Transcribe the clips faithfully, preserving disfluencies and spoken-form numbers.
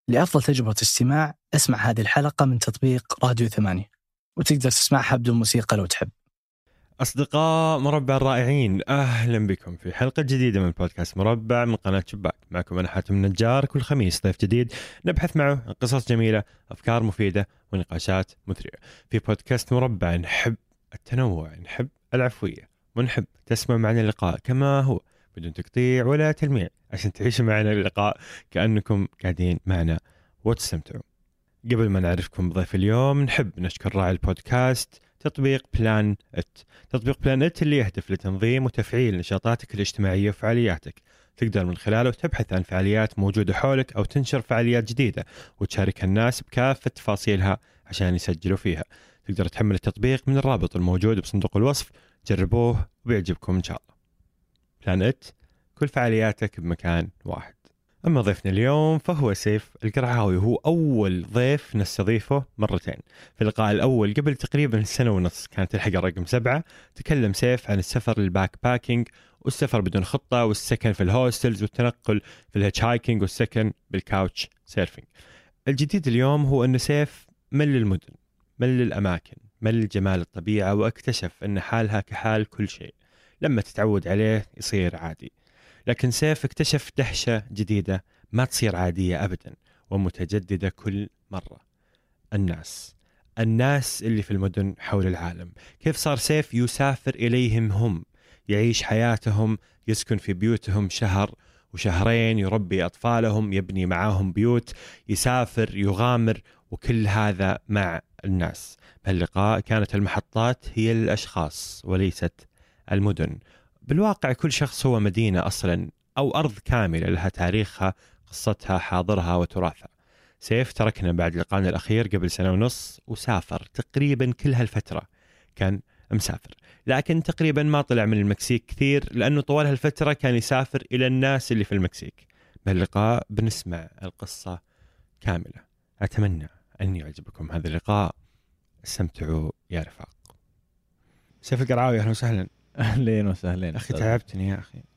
لأفضل تجربة استماع اسمع هذه الحلقة من تطبيق راديو ثمانية، وتقدر تسمعها بدون موسيقى لو تحب. أصدقاء مربع الرائعين، أهلا بكم في حلقة جديدة من بودكاست مربع من قناة شباك. معكم أنا حاتم النجار، كل خميس ضيف جديد نبحث معه عن قصص جميلة، أفكار مفيدة ونقاشات مثرية. في بودكاست مربع نحب التنوع، نحب العفوية، ونحب تسمع معنا اللقاء كما هو بدون تقطيع ولا تلميع، عشان تعيشوا معنا اللقاء كأنكم قاعدين معنا وتستمتعوا. قبل ما نعرفكم بضيف اليوم، نحب نشكر راعي البودكاست تطبيق بلان ات. تطبيق بلان ات اللي يهدف لتنظيم وتفعيل نشاطاتك الاجتماعية وفعالياتك. تقدر من خلاله تبحث عن فعاليات موجودة حولك أو تنشر فعاليات جديدة وتشاركها الناس بكافة تفاصيلها عشان يسجلوا فيها. تقدر تحمل التطبيق من الرابط الموجود بصندوق الوصف. جربوه وبيعجبكم إن شاء الله. بلان ات، كل فعالياتك بمكان واحد. أما ضيفنا اليوم فهو سيف القرعاوي، هو أول ضيف نستضيفه مرتين. في اللقاء الأول قبل تقريبا سنة ونص، كانت الحلقة رقم سبعة، تكلم سيف عن السفر للباك باكينج والسفر بدون خطة والسكن في الهوستلز والتنقل في الهيتش هايكينج والسكن بالكاوتش سيرفينج. الجديد اليوم هو أن سيف مل المدن، مل الأماكن، مل جمال الطبيعة، واكتشف أن حالها كحال كل شيء، لما تتعود عليه يصير عادي. لكن سيف اكتشف دهشة جديدة ما تصير عادية أبدا ومتجددة كل مرة. الناس الناس اللي في المدن حول العالم. كيف صار سيف يسافر إليهم هم، يعيش حياتهم، يسكن في بيوتهم شهر وشهرين، يربي أطفالهم، يبني معاهم بيوت، يسافر، يغامر، وكل هذا مع الناس. بهاللقاء كانت المحطات هي الأشخاص وليست المدن. بالواقع كل شخص هو مدينة أصلا أو أرض كاملة لها تاريخها، قصتها، حاضرها وتراثها. سيف تركنا بعد لقاءنا الأخير قبل سنة ونص وسافر تقريبا كل هالفترة، كان مسافر، لكن تقريبا ما طلع من المكسيك كثير لأنه طوال هالفترة كان يسافر إلى الناس اللي في المكسيك. باللقاء بنسمع القصة كاملة. أتمنى أن يعجبكم هذا اللقاء، استمتعوا يا رفاق. سيف القرعاوي، أهلا وسهلا. أهلين وسهلين أخي. تعبتني يا أخي.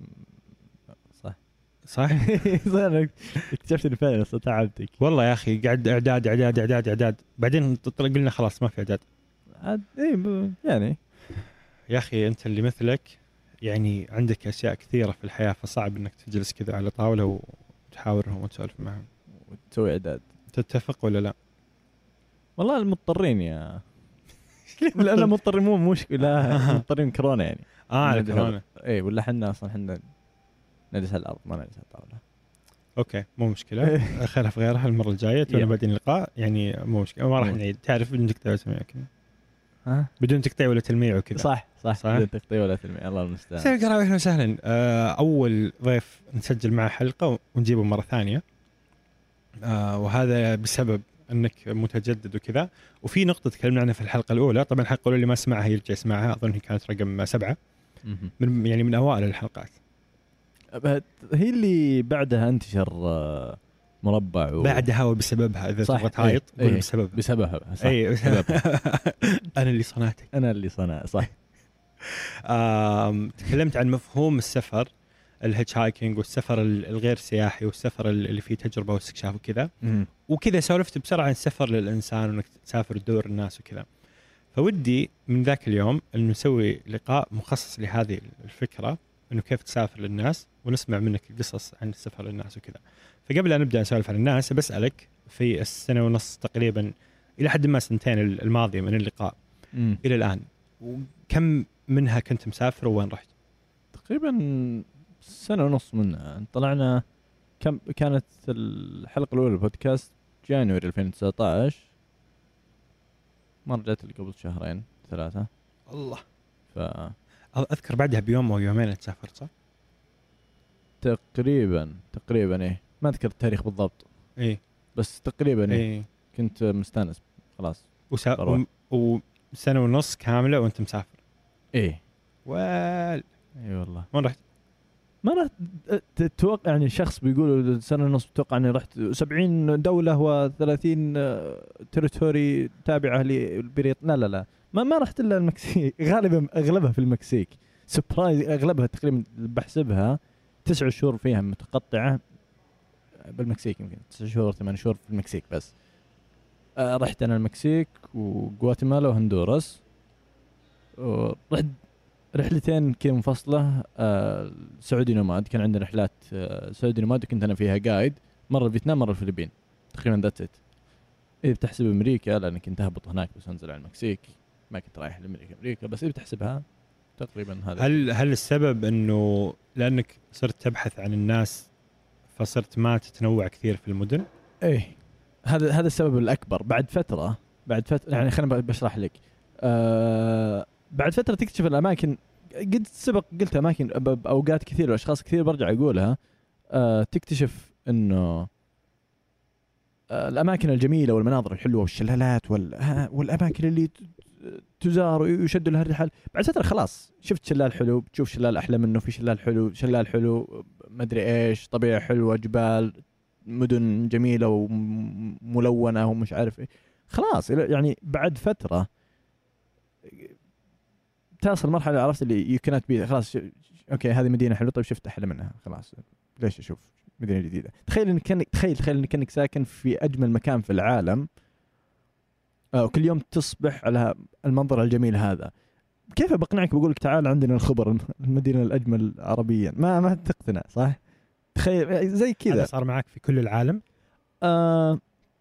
صح صح صح اكتشفت إن فعلا تعبتك والله يا أخي. قعد إعداد إعداد إعداد إعداد بعدين قلنا خلاص ما في إعداد. إيه يعني يا أخي أنت اللي مثلك يعني عندك أشياء كثيرة في الحياة، فصعب إنك تجلس كذا على طاولة وتحاورهم وتسولف معهم وتسوي إعداد. تتفق ولا لا؟ والله المضطرين يا لأن مضطرين مو مشكلة مضطرين كورونا يعني آه على كورونا. إيه ولا حنا أصلا حنا نجلس على الأرض ما نجلس على الطاولة. أوكي مو مشكلة. خلها في غيرها المرة الجاية تونا بعدين اللقاء يعني مو مشكلة، ما راح نعيد. تعرف بدون تقطيع ولا تلميع كذا. ها بدون تقطيع ولا تلميع وكذا. صح صح, صح؟ بدون تقطيع ولا تلميع. الله المستعان. سيف القرعاوي أهلا وسهلا. أول ضيف نسجل معه حلقة ونجيبه مرة ثانية، آه وهذا بسبب أنك متجدد وكذا. وفي نقطة تكلمنا عنها في الحلقة الأولى، طبعا الحلقة الأولى اللي ما سمعها يرجع يسمعها، أظن هي كانت رقم سبعة من يعني من أوائل الحلقات. هي اللي بعدها انتشر مربع و... بعدها وبسببها إذا تبغى تعيط قول ايه بسببها. بسببها صح. ايه بسببها. أنا اللي صنعتك. أنا اللي صنع صح. تكلمت عن مفهوم السفر، الهيتش هايكينج والسفر الغير سياحي والسفر اللي فيه تجربة واستكشاف وكذا، وكذا سولفت بسرعة عن السفر للإنسان وإنك تسافر تدور الناس وكذا. فودي من ذاك اليوم أن نسوي لقاء مخصص لهذه الفكرة، إنه كيف تسافر للناس ونسمع منك قصص عن السفر للناس وكذا. فقبل أن نبدأ نسولف عن الناس بسألك في السنة ونص تقريبا إلى حد ما سنتين الماضية من اللقاء م. إلى الآن، وكم منها كنت مسافر وين رحت؟ تقريبا سنة ونص منها. طلعنا كم كانت الحلقة الأولى البودكاست جانوري ألفين وتسعة عشر، ما رجعت لي قبل شهرين ثلاثة. الله. ف أذكر بعدها بيوم أو يومين سافرت صح؟ تقريبا تقريبا إيه ما أذكر التاريخ بالضبط. إيه بس تقريبا إيه, إيه. كنت مستانس خلاص. وسا... و... وسنة ونص كاملة وأنت مسافر. إيه وال إيه والله. وين رحت؟ ما رحت تتوقع يعني شخص بيقول سنة ونص بتوقع أني رحت سبعين دولة وثلاثين تريتوري تابعة للبريطانيا. لا لا لا ما ما رحت إلا المكسيك. غالبا أغلبها في المكسيك. سبرايز أغلبها تقريبا بحسبها تسع شهور فيها متقطعة. بالمكسيك يمكن تسع شهور ثمان شهور في المكسيك بس. آه رحت أنا المكسيك وغواتيمالا وهندوراس، ورحت رحلتين كذا منفصلة. آه سعودي نوماد، كان عندنا رحلات آه سعودي نوماد وكنت أنا فيها قايد، مرة فيتنام مرة الفلبين، تقريبا ذاتس إت. إذا بتحسب أمريكا لأني كنت أهبط هناك بس أنزل على المكسيك، ما كنت رايح لأمريكا أمريكا، بس إذا بتحسبها تقريبا هذا. هل هل السبب إنه لأنك صرت تبحث عن الناس فصرت ما تتنوع كثير في المدن؟ إيه هذا هذا السبب الأكبر. بعد فترة بعد فترة يعني خلينا بشرح لك. آه بعد فترة تكتشف الأماكن، قد سبق قلت أماكن بأوقات كثير وأشخاص كثير برجع أقولها. آه تكتشف إنه آه الأماكن الجميلة والمناظر الحلوة والشلالات وال والأماكن اللي تزار ويشدوا لها الرحل، بعد فترة خلاص شفت شلال حلو بتشوف شلال أحلى منه، في شلال حلو شلال حلو ما أدري إيش، طبيعة حلوة، جبال، مدن جميلة وملونة ومش عارف إيه. خلاص يعني بعد فترة تصل مرحلة عرفت اللي يمكنت بيها خلاص. أوكي هذه مدينة حلوة، طيب شفت أحلى منها خلاص، ليش أشوف مدينة جديدة؟ تخيل إنك كأنك تخيل تخيل إنك كأنك ساكن في أجمل مكان في العالم، وكل يوم تصبح على المنظر الجميل هذا. كيف بقنعك بقولك تعال عندنا الخبر المدينة الأجمل عربيا؟ ما ما تقتنع صح؟ تخيل زي كذا. هذا صار معك في كل العالم؟ آه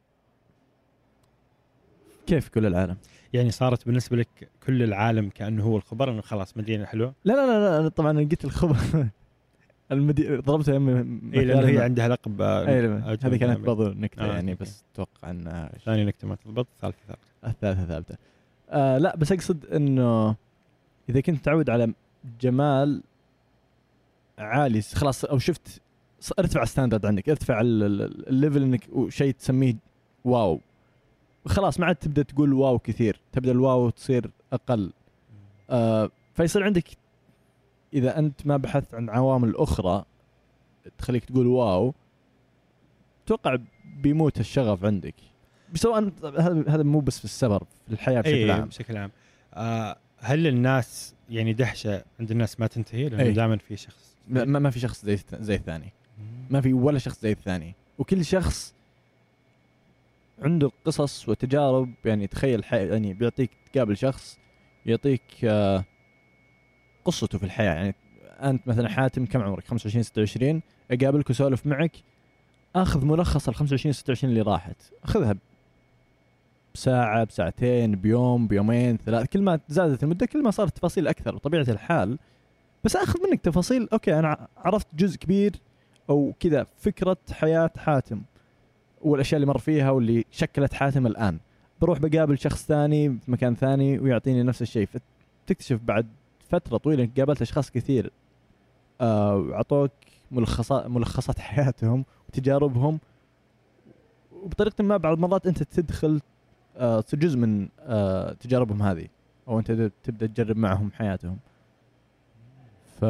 كيف كل العالم؟ يعني صارت بالنسبة لك كل العالم كأنه هو الخبر، إنه خلاص مدينة حلوة؟ لا لا لا, لا طبعا أنا قلت الخبر المدينة ضربتها يم إيه لأنه هي عندها لقب. هذه كانت برضو نكتة آه يعني أوكي. بس أتوقع أنها ثاني نكتة ما تضبط، ثالثة ثالثة الثالثة ثالثة. آه لا بس أقصد إنه إذا كنت تعود على جمال عالي خلاص، أو شفت ارتفع ستاندرد عندك، ارتفع الليفل إنك شيء تسميه واو، خلاص ما عاد تبدأ تقول واو كثير، تبدأ الواو تصير أقل. آه فيصير عندك إذا أنت ما بحثت عن عوامل أخرى تخليك تقول واو، توقع بيموت الشغف عندك. سواء هذا هذا مو بس في السفر، في الحياة بشكل أيه عام. بشكل عام. آه هل الناس يعني دهشة عند الناس ما تنتهي لأنه أيه. دائما في شخص ما ما في شخص زي زي الثاني، ما في ولا شخص زي الثاني، وكل شخص عنده قصص وتجارب. يعني تخيل يعني بيعطيك تقابل شخص يعطيك آه قصته في الحياة. يعني أنت مثلا حاتم كم عمرك؟ خمسة وعشرين ستة وعشرين، أقابلك وسولف معك، أخذ ملخص ال خمسة وعشرين ستة وعشرين اللي راحت، أخذها بساعة بساعتين بيوم بيومين ثلاث، كل ما زادت المدة كل ما صارت تفاصيل أكثر وطبيعة الحال. بس أخذ منك تفاصيل، أوكي أنا عرفت جزء كبير أو كذا فكرة حياة حاتم والأشياء اللي مر فيها واللي شكلت حاتم الآن. بروح بقابل شخص ثاني في مكان ثاني ويعطيني نفس الشيء، فتكتشف بعد فترة طويلة إنك قابلت أشخاص كثير وعطوك آه ملخصات ملخصات حياتهم وتجاربهم، وبطريقة ما بعض المرات أنت تدخل آه جزء من آه تجاربهم هذه، أو أنت تبدأ تجرب معهم حياتهم. ف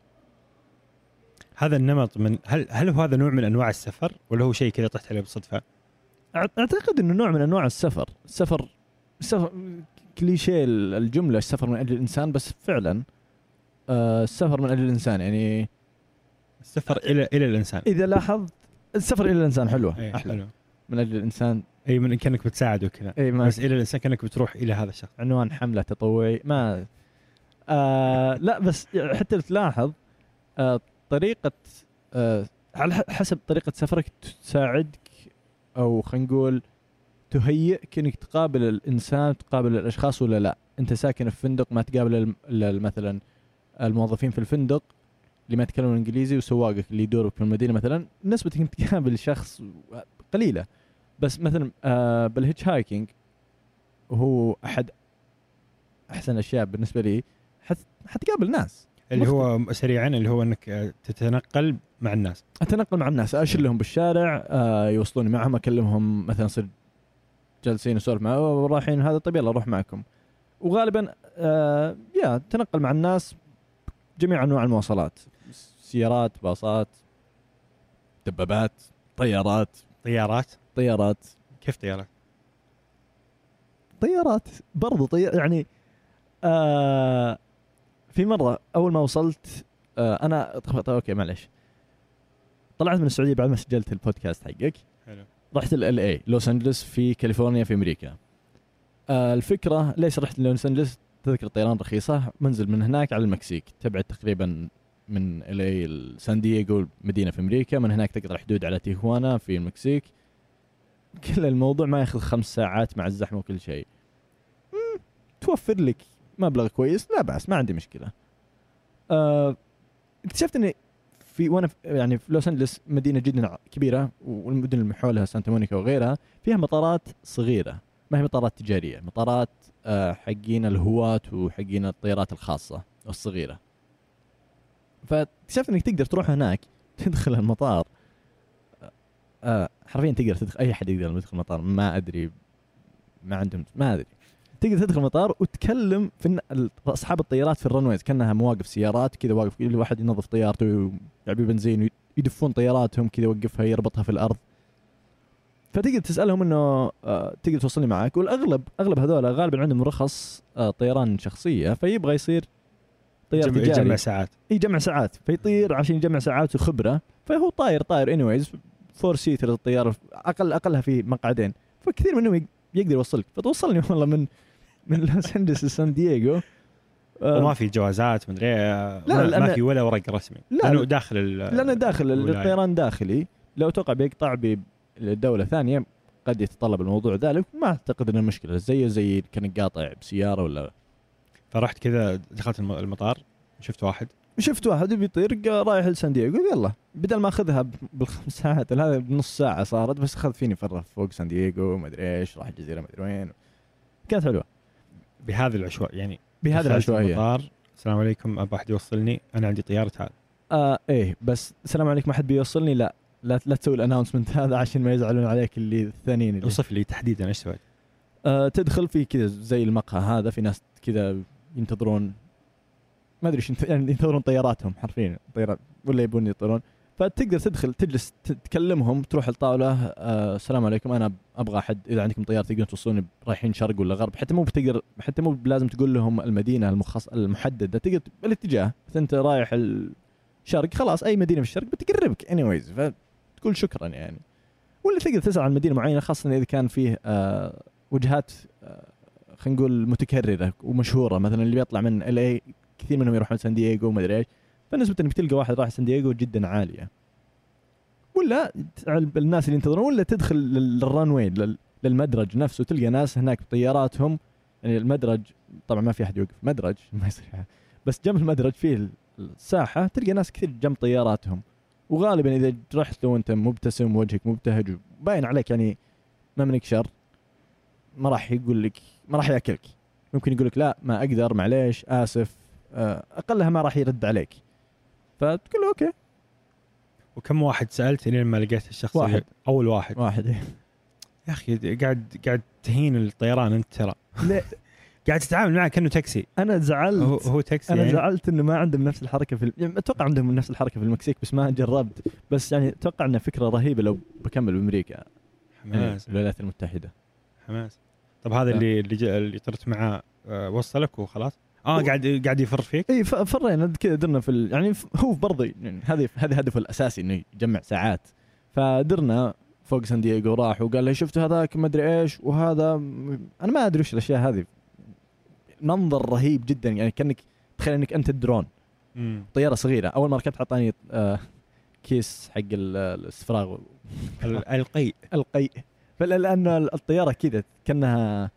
هذا النمط من هل هل هو هذا نوع من أنواع السفر ولا هو شيء كذا طحت عليه بالصدفة؟ أعتقد إنه نوع من أنواع السفر. السفر السفر كليشيه الجملة السفر من أجل الإنسان، بس فعلا آه السفر من أجل الإنسان يعني السفر إلى إلى الإنسان. إذا لاحظت السفر إلى الإنسان حلوة أيه أحلى حلو. من أجل الإنسان أي من كأنك بتساعده كذا، بس إلى الإنسان كأنك بتروح إلى هذا الشخص. عنوان حملة تطوعي ما آه لا بس حتى تلاحظ آه طريقة آه على حسب طريقة سفرك تساعدك، أو خلينا نقول تهيئك إنك تقابل الإنسان تقابل الأشخاص ولا لا. أنت ساكن في فندق ما تقابل مثلا الموظفين في الفندق اللي ما يتكلمون إنجليزي، وسواقك اللي يدور في المدينة مثلا نسبة إنك تقابل شخص قليلة. بس مثلا آه بالهيتش هايكينج وهو أحد أحسن الأشياء بالنسبة لي، حت حتقابل ناس اللي هو سريعا اللي هو انك تتنقل مع الناس. اتنقل مع الناس، اشيل لهم بالشارع، آه يوصلوني معهم، اكلمهم مثلا صير جالسين نسولف معه رايحين هذا، طيب يلا اروح معكم. وغالبا آه يا تنقل مع الناس جميع انواع المواصلات، سيارات، باصات، دبابات، طيارات طيارات طيارات كيف طيارات طيارات برضو طيار يعني. آه في مرة أول ما وصلت آه أنا طب أوكي معلش طلعت من السعوديه بعد ما سجلت البودكاست حقك. حلو. رحت ال اي لوس انجلوس في كاليفورنيا في امريكا. آه الفكره ليش رحت لوس انجلوس؟ تذكر الطيران رخيصه، منزل من هناك على المكسيك، تبعد تقريبا من ال اي سان دييغو مدينه في امريكا، من هناك تقدر حدود على تيهوانا في المكسيك. كل الموضوع ما ياخذ خمس ساعات مع الزحمه وكل شيء. توفر لك مبلغ كويس، لا بأس، ما عندي مشكله. آه اكتشفت اني في وانا في يعني في لوس انجلوس مدينه جدا كبيره، والمدن اللي حولها سانتا مونيكا وغيرها فيها مطارات صغيره، ما هي مطارات تجاريه، مطارات آه حقين الهواة وحقين الطيارات الخاصه والصغيره. فاكتشفت انك تقدر تروح هناك تدخل المطار، آه حرفيا تقدر تدخل، اي حد يقدر يدخل المطار، ما ادري ما عندهم ما ادري تقدر تدخل المطار وتكلم في اصحاب الطيارات في الرنويز كانها مواقف سيارات كذا، واقف كل واحد ينظف طيارته ويعبي بنزين ويدفون طياراتهم كذا، يوقفها يربطها في الارض. فتقدر تسالهم انه آه تقدر توصلني معك. والاغلب اغلب هذول غالبا عندهم رخص آه طيران شخصيه، فيبغى يصير طيار تجاري يجمع ساعات يجمع ساعات فيطير عشان يجمع ساعات وخبره، فهو طاير طاير انيويز فور سيتر الطياره اقل اقلها في مقعدين، فكثير منهم يقدر يوصلك. فتوصلني والله من من لوس انجلوس لسان دييغو، وما في جوازات مدري لا ما, لا ما في ولا ورق رسمي، لانه داخل لانه داخل الطيران داخلي. لو توقع بيقطع بدوله ثانيه قد يتطلب الموضوع ذلك، ما اعتقد انه مشكله، زي زي كانك قاطع بسياره ولا. فرحت كذا دخلت المطار، شفت واحد شفت واحد بيطير رايح لسان دييغو، يلا بدل ما اخذها بالخمس ساعات هذا بنص ساعه صارت، بس اخذ فيني فره فوق سان دييغو ما ادري ايش، راح الجزيره ما ادري وين، كانت حلوه بهذا العشوائيه يعني بهذا العشوائيه. المطار السلام عليكم ابغى احد يوصلني، انا عندي طياره تعال. آه ايه بس السلام عليكم ما حد بيوصلني، لا لا لا تسوي الاناونسمنت هذا عشان ما يزعلون عليك اللي الثانيين. اللي اوصف لي تحديدا ايش سويت؟ آه تدخل في كذا زي المقهى هذا، في ناس كذا ينتظرون ما ادري ايش يعني ينتظرون طياراتهم حرفيا طيارات ولا يبون يطيرون، فتقدر تدخل تجلس تكلمهم، تروح الطاوله آه السلام عليكم انا ابغى احد، اذا عندكم طياره تقدرون توصلوني رايحين شرق ولا غرب، حتى مو بتقدر حتى مو لازم تقول لهم المدينه المخصص المحدده، تقدر الاتجاه، انت رايح الشرق خلاص اي مدينه في الشرق بتقربك انيويز، فتقول شكرا يعني. ولا تقدر تسال عن مدينه معينه، خاصه اذا كان فيه آه وجهات آه خلينا نقول متكرره ومشهوره، مثلا اللي بيطلع من ال اي كثير منهم يروحون سان دييغو ما ادري ايش، فنسبه انك تلقى واحد راح سان دييغو جدا عاليه. ولا الناس اللي ينتظرون، ولا تدخل للرانوي للمدرج نفسه تلقى ناس هناك بطياراتهم، يعني المدرج طبعا ما في احد يوقف مدرج ما يصير، بس جنب المدرج فيه الساحه تلقى ناس كثير جنب طياراتهم. وغالبا اذا رحت لو انت مبتسم وجهك مبتهج وباين عليك يعني ما منك شر، ما راح يقول لك ما راح ياكلك، ممكن يقول لك لا ما اقدر معليش اسف، اقلها ما راح يرد عليك، فتقول له اوكي. وكم واحد سالت لين ما لقيت الشخص واحد. اول واحد واحد يا اخي قاعد قاعد تهين الطيران انت ترى قاعد تتعامل معه كأنه تاكسي. انا زعلت هو, هو تاكسي انا يعني. زعلت انه ما عندهم نفس الحركه في يعني اتوقع عندهم نفس الحركه في المكسيك بس ما جربت، بس يعني اتوقع انها فكره رهيبه لو بكمل بامريكا حماس الولايات المتحده. حماس. طب هذا اللي اللي, اللي طرت معاه وصلك وخلاص اه قاعد قاعد يفر فيك؟ اي فرينا كذا درنا في ال... يعني هو برضه يعني هذه هذا هدفه الاساسي انه يجمع ساعات، فدرنا فوق سان دييغو راح وقال لي شفت هذاك ما ادري ايش وهذا انا ما ادري وش الاشياء هذه، منظر رهيب جدا يعني كانك تخيل انك انت الدرون مم. طياره صغيره. اول ما ركبت حطاني آه كيس حق الاستفراغ القيء القيء فلان الطياره كذا كانها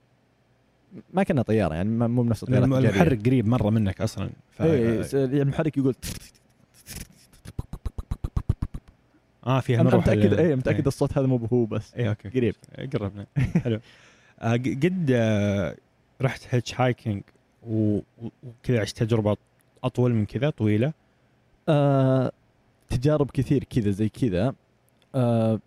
ما كانها طياره يعني مو نفس الطياره التجاريه، المحرك قريب مره منك اصلا ف... اي المحرك يقول اه فيها مروحه. متاكد اي متاكد ايه. الصوت هذا مو هو بس اي اوكي قريب قربنا حلو. آه قد آه رحت هيتش هايكينج وكذا عشت تجربه اطول من كذا طويله؟ آه تجارب كثير كذا زي كذا. آه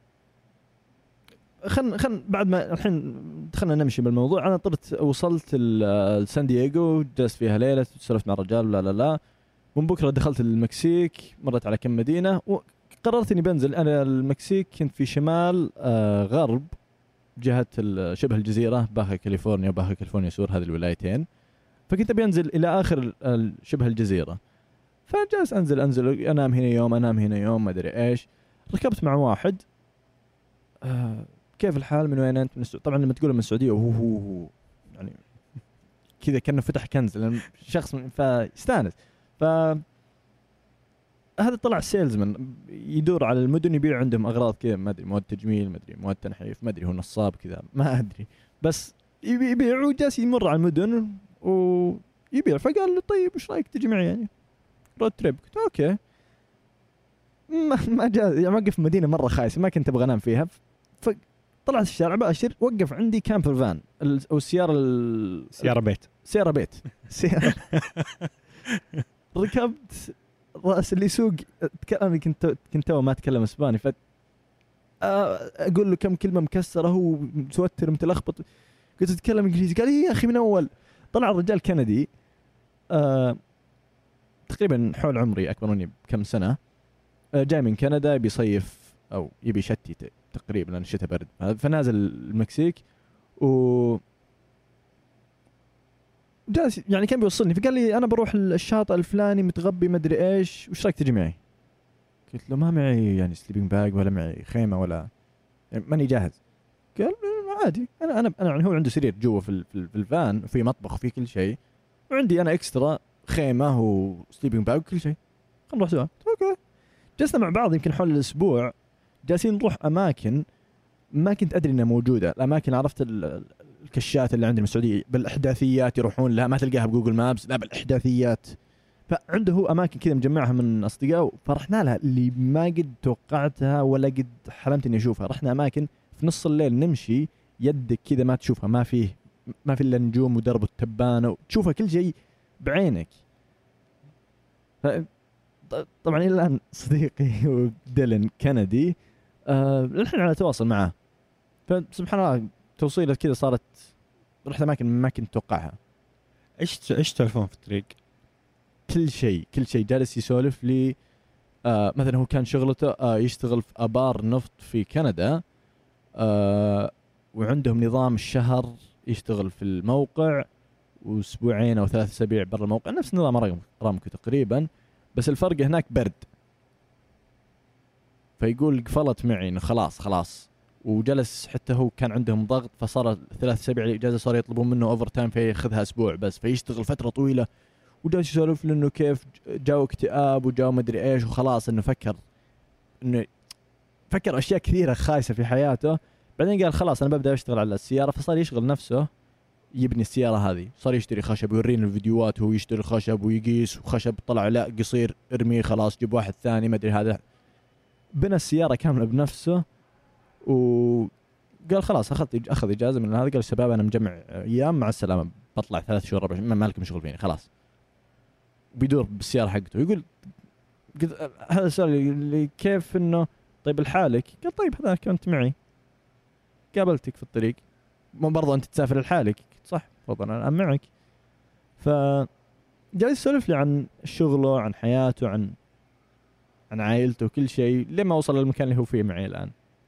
خل خل بعد ما الحين دخلنا نمشي بالموضوع. انا طرت وصلت لسان دييغو جلست فيها ليله سولفت مع الرجال لا لا لا من بكره دخلت المكسيك مرت على كم مدينه وقررت اني بنزل. انا المكسيك كنت في شمال آه غرب جهه شبه الجزيره باها كاليفورنيا وباها كاليفورنيا سور هذه الولايتين، فكنت بينزل الى اخر شبه الجزيره. فجالس انزل انزل انام هنا يوم انام هنا يوم ما ادري ايش. ركبت مع واحد آه كيف الحال من وين انت؟ من السعوديه. طبعا لما تقول من السعوديه وهو هو, هو يعني كذا كانه فتح كنز لأن شخص فيستانس. ف هذا طلع سيلزمان يدور على المدن يبيع عندهم اغراض كذا ما ادري مواد تجميل ما ادري مواد تنحيف ما ادري هو نصاب كذا ما ادري بس يبيع وجالس يمر على المدن ويبيع. فقال له طيب ايش رايك تجي معي يعني رود تريب؟ قلت اوكي. ما ما جاء يعني وقف في مدينه مره خايسه ما كنت ابغى انام فيها. فطلعت الشارع باشر وقف عندي كامبر فان او السياره ال... سياره بيت سياره بيت سيارة. ركبت راس اللي يسوق انا كنت كنت ما اتكلم اسباني ف اقول له كم كلمه مكسره هو متوتر متلخبط. قلت اتكلم انجليزي قال لي يا اخي من اول. طلع الرجال كندي آه تقريبا حول عمري اكبر مني بكم سنه آه جاي من كندا بيصيف او يبي يشتي تقريبا لان الشتاء برد فنازل المكسيك و جالس يعني كان بيوصلني فقال لي انا بروح الشاطئ الفلاني متغبي ما ادري ايش وش رايك تجي معي؟ قلت له ما معي يعني سليبينج باج ولا معي خيمه ولا يعني ماني جاهز. قال عادي انا انا انا يعني هو عنده سرير جوا في في الفان وفي مطبخ وفي كل شيء وعندي انا اكسترا خيمه وسليبينج باج وكل شيء خلينا نروح سوا. اوكي جلسنا مع بعض يمكن حول الاسبوع جالسين نروح اماكن ما كنت ادري انها موجوده. الاماكن عرفت الكشات اللي عندنا في السعوديه بالاحداثيات يروحون لها ما تلقاها بجوجل مابس لا بالاحداثيات. فعنده هو اماكن كذا مجمعها من اصدقاء فرحنا لها اللي ما قد توقعتها ولا قد حلمت اني اشوفها. رحنا اماكن في نص الليل نمشي يدك كذا ما تشوفها ما فيه ما في الا نجوم ودرب التبانه تشوفها كل شيء بعينك. طبعا الى الان صديقي ديلن كندي أه الحين على تواصل معه فسبحان الله توصيله كذا صارت رحت اماكن ما كنت اتوقعها. ايش ايش تلفون في الطريق؟ كل شيء كل شيء جالس يسولف لي آه مثلا هو كان شغلته آه يشتغل في ابار نفط في كندا آه وعندهم نظام الشهر يشتغل في الموقع واسبوعين او ثلاث اسابيع برا الموقع نفس نظام رامكو تقريبا بس الفرق هناك برد. فيقول قفلت معي انه خلاص خلاص وجلس حتى هو كان عندهم ضغط فصار ثلاث اسابيع الاجازه صار يطلبون منه اوفر تايم فياخذها اسبوع بس فيشتغل فتره طويله وجالس يسولف لانه كيف جاء اكتئاب وجاء ما ادري ايش وخلاص انه فكر انه فكر اشياء كثيره خايسه في حياته. بعدين قال خلاص انا ببدا اشتغل على السياره فصار يشغل نفسه يبني السياره هذه. صار يشتري خشب ويورينا الفيديوهات وهو يشتري خشب ويقيس وخشب طلع لا قصير ارميه خلاص جيب واحد ثاني ما ادري هذا. بنى السياره كامله بنفسه وقال خلاص اخذت اخذ اجازه من هذا. قال شباب انا مجمع ايام مع السلامه بطلع ثلاث شهور ما لكم شغل فيني خلاص. بيدور بالسياره حقته يقول هذا السؤال اللي كيف انه طيب لحالك؟ قال طيب هذا كنت معي قابلتك في الطريق مو برضه انت تسافر لحالك صح تفضل انا معك. ف جالس يسولف لي عن شغله عن حياته عن عن عائلته وكل شيء لما وصل للمكان اللي هو فيه معي الان.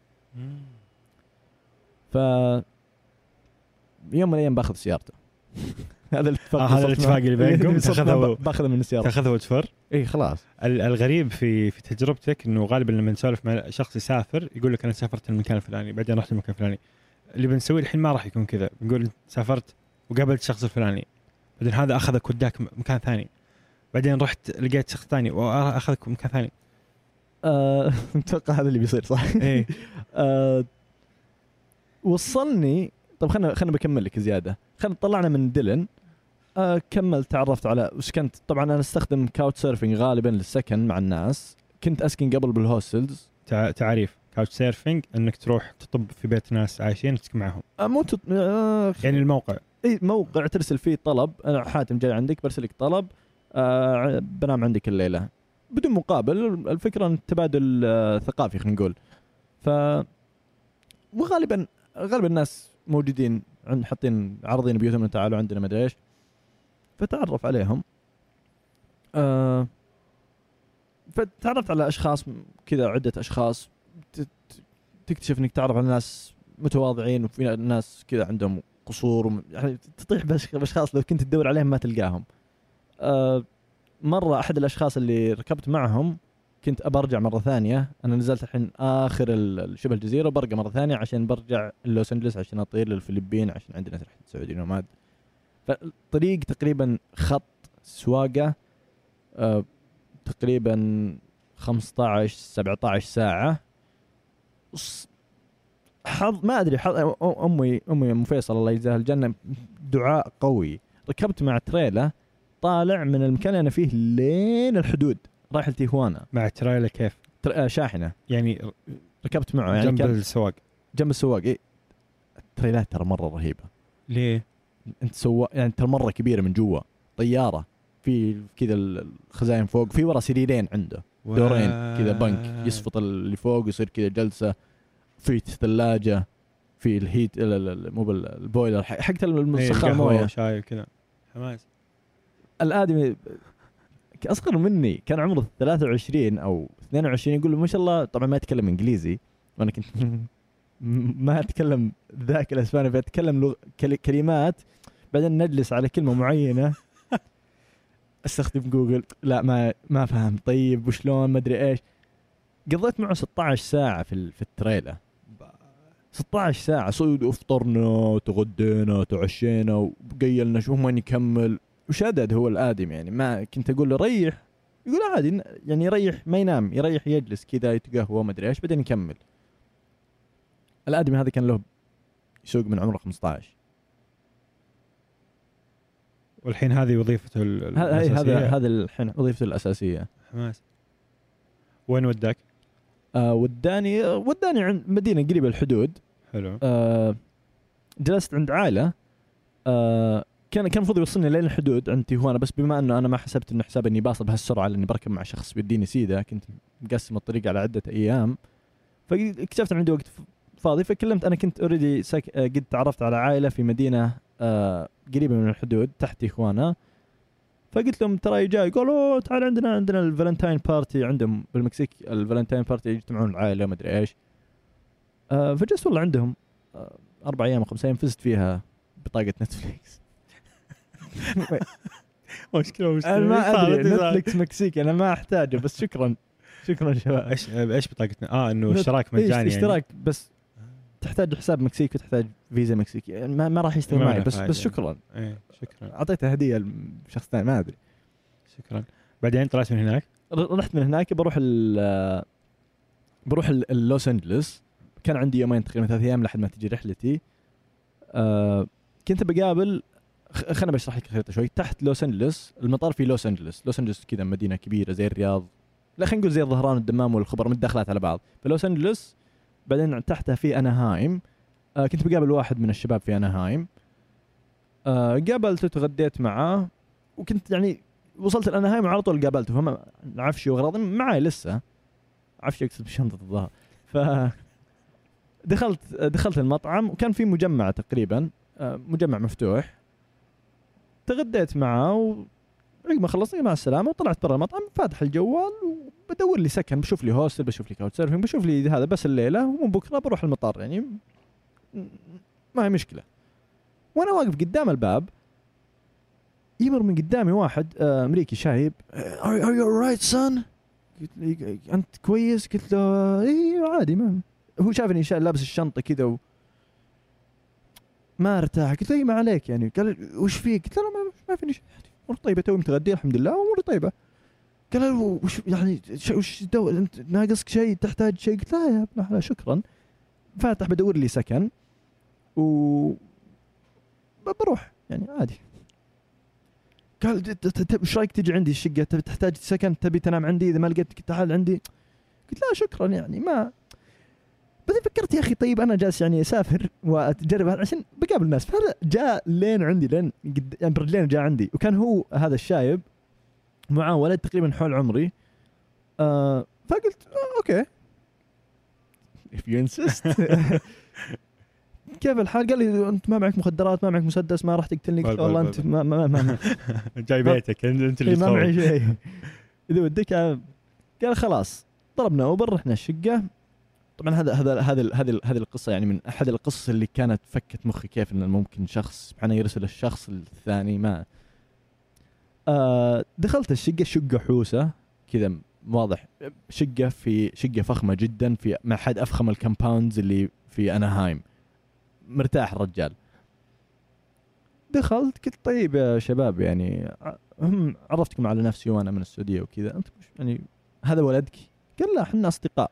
ف يوم من الايام باخذ سيارته. هذا الاتفاق آه هذا الاتفاق اللي بينكم تاخذه باخذه من السياره تاخذه وتفر. اي خلاص. الغريب في في تجربتك انه غالبا لما نسولف مع شخص يسافر يقول لك انا سافرت المكان الفلاني بعدين رحت المكان الفلاني. اللي بنسويه الحين ما راح يكون كذا بنقول سافرت وقابلت الشخص الفلاني بعدين هذا اخذك وداك مكان ثاني بعدين رحت لقيت شخص ثاني واخذك مكان ثاني. أه متوقع هذا اللي بيصير صح. ايه أه وصلني. طب خلنا خلنا بكمل لك زياده. خلنا طلعنا من ديلن أه كمل تعرفت على وش كنت طبعا انا استخدم كاوتش سيرفينج غالبا للسكن مع الناس. كنت اسكن قبل بالهوستلز. تعريف كاوتش سيرفينج انك تروح تطب في بيت ناس عايشين تسكن معهم. أه مو تط... أه يعني الموقع اي موقع ترسل فيه طلب انا حاتم جاي عندك برسلك طلب أه بنام عندك الليله بدون مقابل. الفكره ان تبادل أه ثقافي خلينا نقول. ف وغالبا غالبا الناس موجودين عند حاطين عارضين بيوتهم تعالوا عندنا ما ادري ايش فتعرف عليهم. أه فتعرفت على اشخاص كذا عده اشخاص تكتشف انك تعرف على ناس متواضعين وفي ناس كذا عندهم قصور يعني تطيح باشخاص لو كنت تدور عليهم ما تلقاهم. أه مره احد الاشخاص اللي ركبت معهم كنت ابى ارجع مره ثانيه. انا نزلت الحين اخر شبه الجزيره وبرجع مره ثانيه عشان برجع لوس انجلوس عشان اطير للفلبين عشان عندنا رحله سعودي نوماد. فالطريق تقريبا خط سواقه أه تقريبا خمسة عشر سبعة عشر ساعه. حظ ما ادري حظ امي امي ام فيصل الله يجزاها الجنه دعاء قوي. ركبت مع تريلا طالع من المكان اللي انا فيه لين الحدود رايح لتيهوانا مع تريلا. كيف تر... شاحنه يعني ركبت معه يعني جنب السواق جنب السواق. إيه؟ التريلات ترى مره رهيبه. ليه؟ انت سواق يعني ترى مره كبيره من جوا طياره في كذا الخزاين فوق في ورا سريرين عنده و... دورين كذا بنك يصفط اللي فوق يصير كذا جلسه في ثلاجه في الهيت مو بالبويلر حقت المسخن المويه شاي كذا حماس. الادمي اصغر مني كان عمره ثلاثة وعشرين او اثنين وعشرين يقول له ما شاء الله. طبعا ما يتكلم انجليزي وانا كنت ما اتكلم ذاك الاسباني فاتكلم لغ... كلمات بعدين نجلس على كلمه معينه استخدم جوجل لا ما ما فهم طيب وشلون ما ادري ايش. قضيت معه ستة عشر ساعه في في التريلا ستة عشر ساعه صيد افطرنا وتغدينا وتعشينا وقيلنا شو ما نكمل وشدد هو الآدم يعني ما كنت أقول له ريح يقول عادي يعني يريح ما ينام يريح يجلس كذا يتقهوى ما أدري إيش بعدين يكمل. الآدم هذا كان له يسوق من عمره خمسة عشر والحين هذه وظيفته الأساسية. هذا هذا الحين وظيفته الأساسية. حماس. وين وداك؟ آه وداني وداني عند مدينة قريبة الحدود. حلو. آه جلست عند عائلة آه كان كان المفروض يوصلني لين الحدود عند تيهوانا بس بما انه انا ما حسبت انه حساب اني باصل بهالسرعه لاني بركب مع شخص بيديني سيده كنت مقسم الطريق على عده ايام فاكتشفت عندي وقت فاضي فكلمت. انا كنت اوريدي سك... قد تعرفت على عائله في مدينه آه قريبه من الحدود تحت تيهوانا فقلت لهم ترى جاي قالوا تعال عندنا عندنا الفالنتاين بارتي عندهم بالمكسيك الفالنتاين بارتي يجتمعون العائله ما ادري ايش. آه فجلست والله عندهم آه اربع ايام وخمس ايام فزت فيها بطاقه نتفليكس. مشكلة مش أنا ما أدري نتفليكس مكسيكي أنا ما أحتاجه بس شكرا شكرا شباب. إيش إيش بطاقتنا؟ آه إنه اشتراك مجاني يعني. اشتراك بس تحتاج حساب مكسيكي وتحتاج فيزا مكسيكي يعني ما ما راح يشتغل معي بس بس شكرا. إيه شكرا. أعطيته هدية لشخص ثاني ما أدري. شكرا. بعدين طلعت من هناك. رحت من هناك بروح ال بروح لوس أنجلوس. كان عندي يومين تقريبا ثلاث أيام لحد ما تجي رحلتي. آه كنت بقابل خلنا بشرح لك خريطة شوي. تحت لوس أنجلوس المطار في لوس أنجلوس. لوس أنجلوس كذا مدينة كبيرة زي الرياض لا خلينا نقول زي الظهران والدمام والخبر متدخلات على بعض. فلوس أنجلوس بعدين تحتها في أناهايم. آه كنت بقابل واحد من الشباب في أناهايم. آه قابلته تغديت معاه وكنت يعني وصلت الأناهايم على طول قابلته فما عفشي وغراضي معاي لسه عفشي أكتب بشنطة الظهر. ف دخلت دخلت المطعم وكان في مجمع تقريبا آه مجمع مفتوح. تغديت معه وعقب ما خلصنا مع السلامه وطلعت برا المطعم فاتح الجوال وبدور لي سكن بشوف لي هوستل بشوف لي كاوتش سيرفينج بشوف لي هذا بس الليله ومن بكره بروح المطار يعني ما هي مشكله. وانا واقف قدام الباب يمر من قدامي واحد امريكي شايب are you alright son قلت لي انت كويس قلت له اي عادي ما هو شافني لابس الشنطه كذا و ما ارتاح قلت له ما عليك يعني قال وش فيك قلت له ما, ما فيني شيء امور طيبه توي متغدي الحمد لله اموري طيبه. قال وش يعني وش دو انت ناقصك شيء تحتاج شيء قلت لا يا ابن حلال شكرا. فاتح بدور لي سكن و بروح يعني عادي. قال ايش رايك تجي عندي الشقه تبي تحتاج سكن تبي تنام عندي اذا ما لقيتك تعال عندي قلت لا شكرا يعني ما. بعدين فكرت يا أخي طيب أنا جالس يعني أسافر وأتجرب عشان بقابل الناس فهذا جاء لين عندي لين يعني برجلين جاء عندي وكان هو هذا الشايب معاه ولد تقريبا حول عمري. آه فقلت آه أوكي if you insist. كيف الحال؟ قال لي أنت ما معك مخدرات ما معك مسدس ما راح تقتلني قلت والله أنت ما ما ما جاي بيتك أنت اللي ما معي شيء إذا ودك. قال خلاص طلبنا أوبر رحنا الشقة. طبعا هذا هذا هذا هذه هذه القصه يعني من احد القصص اللي كانت فكت مخي كيف ان ممكن شخص سبحانه يرسل الشخص الثاني ما آه دخلت الشقة، شقة حوسة كذا واضح، شقة في شقة فخمة جدا في مع أحد أفخم الكامباوندز اللي في أناهايم. مرتاح الرجال. دخلت قلت طيب يا شباب يعني هم عرفتكم على نفسي وأنا من السعودية وكذا، أنت يعني هذا ولدك؟ قال لا احنا أصدقاء.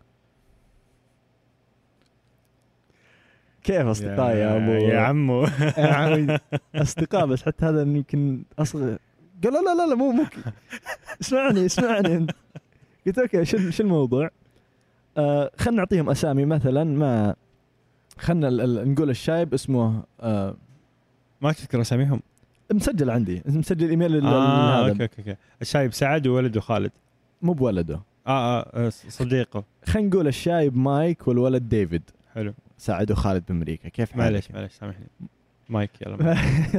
كيف أصدقاء يا أبو يا عمو؟ يا عمي أصدقاء بس حتى هذا يمكن أصغر. قال لا لا لا, لا مو ممكن. اسمعني اسمعني انت. قلت اوكي شو شو الموضوع؟ آه خلنا نعطيهم اسامي مثلا، ما خلنا نقول الشايب اسمه آه ما تذكر اساميهم؟ مسجل عندي، مسجل ايميل آه هذا. اوكي اوكي. الشايب سعد وولده خالد. مو بولده، اه اه صديقه. خلينا نقول الشايب مايك والولد ديفيد. حلو. سعد وخالد بامريكا. كيف حالك؟ معلش معلش سامحني مايك يلا.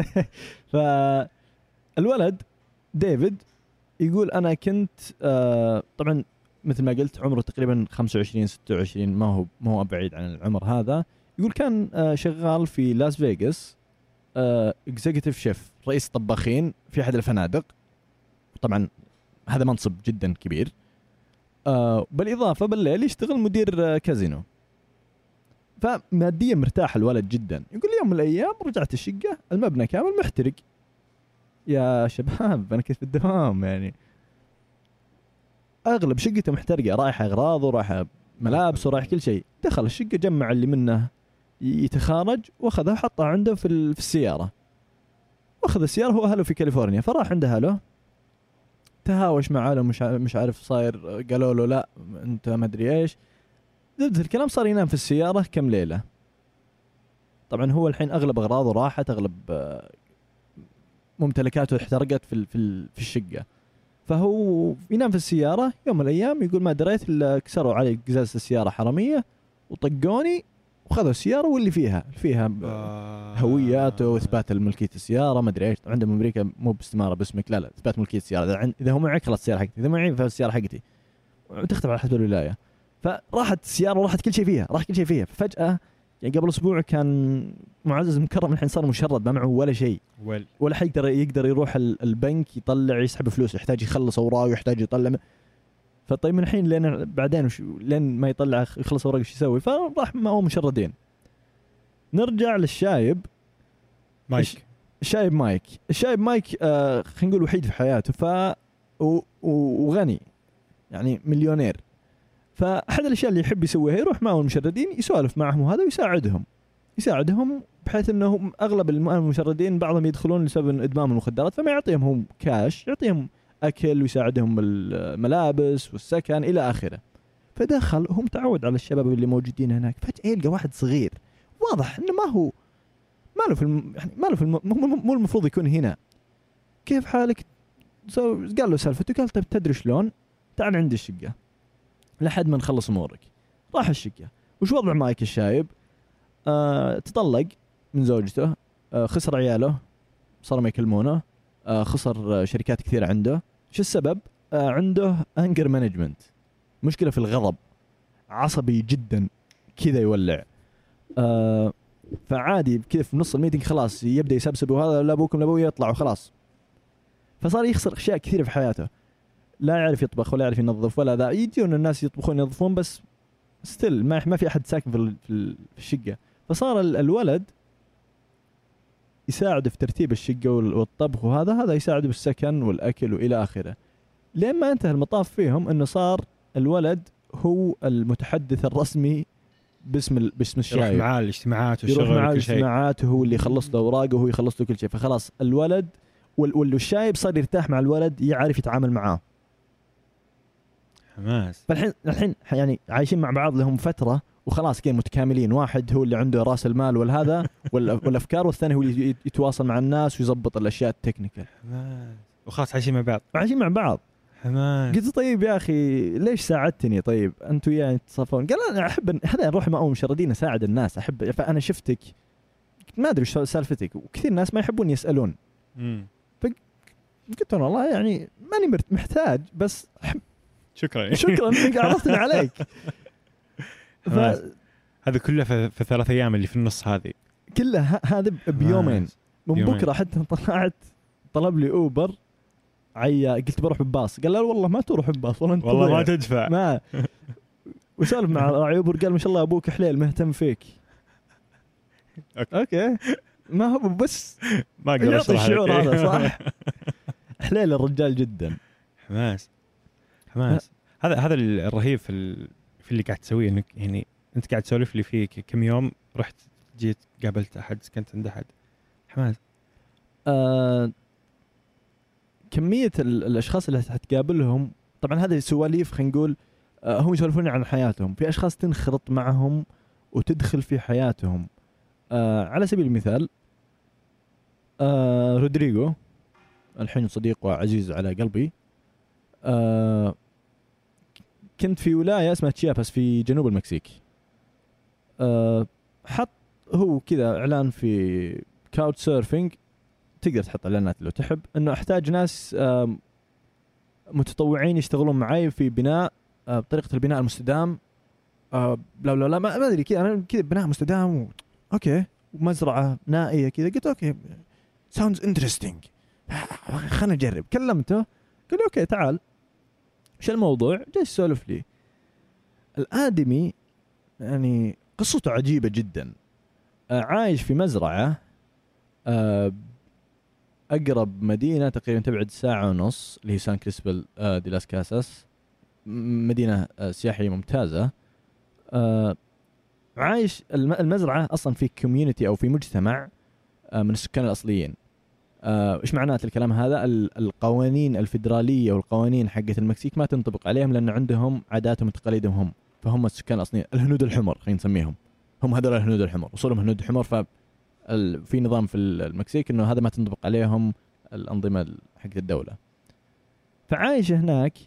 فالولد ديفيد يقول أنا كنت آه طبعا مثل ما قلت عمره تقريبا خمسة وعشرين ستة وعشرين، ما هو ما هو بعيد عن العمر هذا. يقول كان آه شغال في لاس فيغاس، آه اكزيكتيف شيف، رئيس طباخين في أحد الفنادق. طبعا هذا منصب جدا كبير. آه بالإضافة بالليل يشتغل مدير آه كازينو. فماديا مرتاح الولد جدا. يقول يوم من الأيام رجعت الشقة المبنى كامل محترق. يا شباب أنا كنت في الدوام يعني، أغلب شقته محترقة، رايحة أغراض ورايحة ملابس ورايح كل شيء. دخل الشقة جمع اللي منه يتخارج وأخذها وحطها عنده في السيارة. وأخذ السيارة، هو أهله في كاليفورنيا، فراح عند أهله تهاوش مع أهله، مش مش عارف صاير، قالوا له لا أنت ما أدري إيش. زبدة الكلام صار ينام في السيارة كم ليلة. طبعا هو الحين أغلب أغراضه راحت، أغلب ممتلكاته احترقت في في في الشقة. فهو ينام في السيارة. يوم من الأيام يقول ما دريت إلا كسروا علي قزاز السيارة حرامية وطقوني وخذوا السيارة واللي فيها فيها هوياته وإثبات الملكية السيارة ما أدري إيش. عندهم أمريكا مو باستمارة باسمك، لا لا إثبات ملكية السيارة. إذا عند إذا هو معك خلاص السيارة حقتي، إذا معي فالسيارة حقتي، تختلف على حسب الولاية. فراحت السيارة وراحت كل شيء فيها، راح كل شيء فيها. ففجأة يعني قبل أسبوع كان معزز مكرم، الحين صار مشرد ما معه ولا شيء، ولا حيقدر يقدر يروح البنك يطلع يسحب فلوس، يحتاج يخلص أوراق ويحتاج يطلع. فطيب من الحين لين بعدين وش لين ما يطلع يخلص أوراق ايش يسوي؟ فراح ما هو مشردين. نرجع للشايب مايك. الشايب مايك الشايب مايك آه خلينا نقول وحيد في حياته، ف وغني يعني مليونير. فأحد الأشياء اللي يحب يسويها يروح معهم المشردين يسولف معهم وهذا ويساعدهم يساعدهم بحيث أنه أغلب المشردين بعضهم يدخلون لسبب إدمان المخدرات، فما يعطيهم هم كاش، يعطيهم أكل ويساعدهم بالملابس والسكن إلى آخره. فدخل هم تعود على الشباب اللي موجودين هناك، فجأة يلقى واحد صغير واضح إنه ما هو ما له في الم... يعني ما له في الم... مو المفروض يكون هنا. كيف حالك؟ قال له سالفته، قال طيب تدري شلون؟ تعال عندي الشقة لحد ما نخلص امورك. راح الشقة. وش وضع مايك الشايب؟ آه، تطلق من زوجته، آه، خسر عياله، صار ما يكلمونه، آه، خسر آه، شركات كثيرة عنده. شو السبب؟ آه، عنده انجر مانجمنت، مشكلة في الغضب، عصبي جدا كذا يولع. آه، فعادي كذا في نص الميتنج خلاص يبدأ يسبسب وهذا لا ابوكم لا ابوي يطلع وخلاص. فصار يخسر اشياء كثيرة في حياته، لا يعرف يطبخ ولا يعرف ينظف ولا ذا. يجون الناس يطبخون ينظفون بس ستيل ما ما في احد ساكن في في الشقه. فصار الولد يساعد في ترتيب الشقه والطبخ وهذا هذا يساعد بالسكن والاكل والى اخره. لين ما انتهى المطاف فيهم انه صار الولد هو المتحدث الرسمي باسم باسم الشايب، يروح معاه الاجتماعات والشغل يروح معاه وكل شيء، الاجتماعات وهو اللي يخلص له اوراقه وهو يخلص له كل شيء. فخلاص الولد والشايب صار يرتاح مع الولد، يعرف يتعامل معاه. حماس. فالحين الحين يعني عايشين مع بعض لهم فترة وخلاص كين متكاملين. واحد هو اللي عنده راس المال والهذا والأفكار، والثاني هو اللي يتواصل مع الناس ويضبط الأشياء التكنيكال. حماس. وخلاص عايشين مع بعض عايشين مع بعض. حماس. قلت طيب يا أخي ليش ساعدتني؟ طيب أنتوا وياي تتصافون. قال أنا أحب هذا نروح مع مشردين أساعد الناس، أحب. فأنا شفتك ما أدري شو سالفتك، وكثير ناس ما يحبون يسألون. امم قلت له والله يعني ماني محتاج بس شكرا شكرا انك عرفتني عليك. ف... هذا كله في, في ثلاث ايام اللي في النص هذه كلها هذا بيومين. من بكره حتى طلعت طلب لي اوبر عيا قلت بروح بباص، قال لا والله ما تروح بباص والله انت والله ما تدفع ما وسولف مع راعي اوبر قال ما شاء الله ابوك حليل مهتم فيك. أوكي. اوكي ما هو بس ما اقدر يعطي اشرح الشعور لك. هذا صح. حليل الرجال جدا. حماس حماس. هذا هذا الرهيب في ال... في اللي قاعد تسويه، انك يعني انت قاعد تسولف لي فيه كم يوم رحت جيت قابلت احد سكنت عند احد. حماس. آه كمية ال- الاشخاص اللي حتقابلهم طبعا هذه سواليف خلينا نقول آه هم يسولفون عن حياتهم، في اشخاص تنخرط معهم وتدخل في حياتهم. آه على سبيل المثال آه رودريغو الحين صديق وعزيز على قلبي. آه كنت في ولاية اسمها تشياباس في جنوب المكسيك. آه حط هو كذا اعلان في كاوتش سيرفينج، تقدر تحط اعلانات لو تحب، انه احتاج ناس آه متطوعين يشتغلون معي في بناء آه بطريقة البناء المستدام. آه لا لا لا ما ما ادري كذا انا كذا بناء مستدام و... اوكي ومزرعة نائية كذا. قلت اوكي sounds interesting خلنا نجرب. كلمته قال اوكي تعال ايش الموضوع، جالس يسولف لي. الآدمي يعني قصته عجيبة جدا. آه عايش في مزرعة آه أقرب مدينة تقريبا تبعد ساعة ونص اللي هي سان كريسبل آه دي لاس كاساس، مدينة آه سياحية ممتازة. آه عايش الم- المزرعة أصلا في كوميونيتي أو في مجتمع آه من السكان الأصليين. آه إيش معنات الكلام هذا؟ ال- القوانين الفيدرالية والقوانين حقة المكسيك ما تنطبق عليهم لأن عندهم عاداتهم وتقاليدهم هم، فهم السكان الأصليين الهنود الحمر خلينا نسميهم، هم هذول الهنود الحمر، وصولهم هنود حمر. ف في نظام في المكسيك إنه هذا ما تنطبق عليهم الأنظمة حقة الدولة. فعايش هناك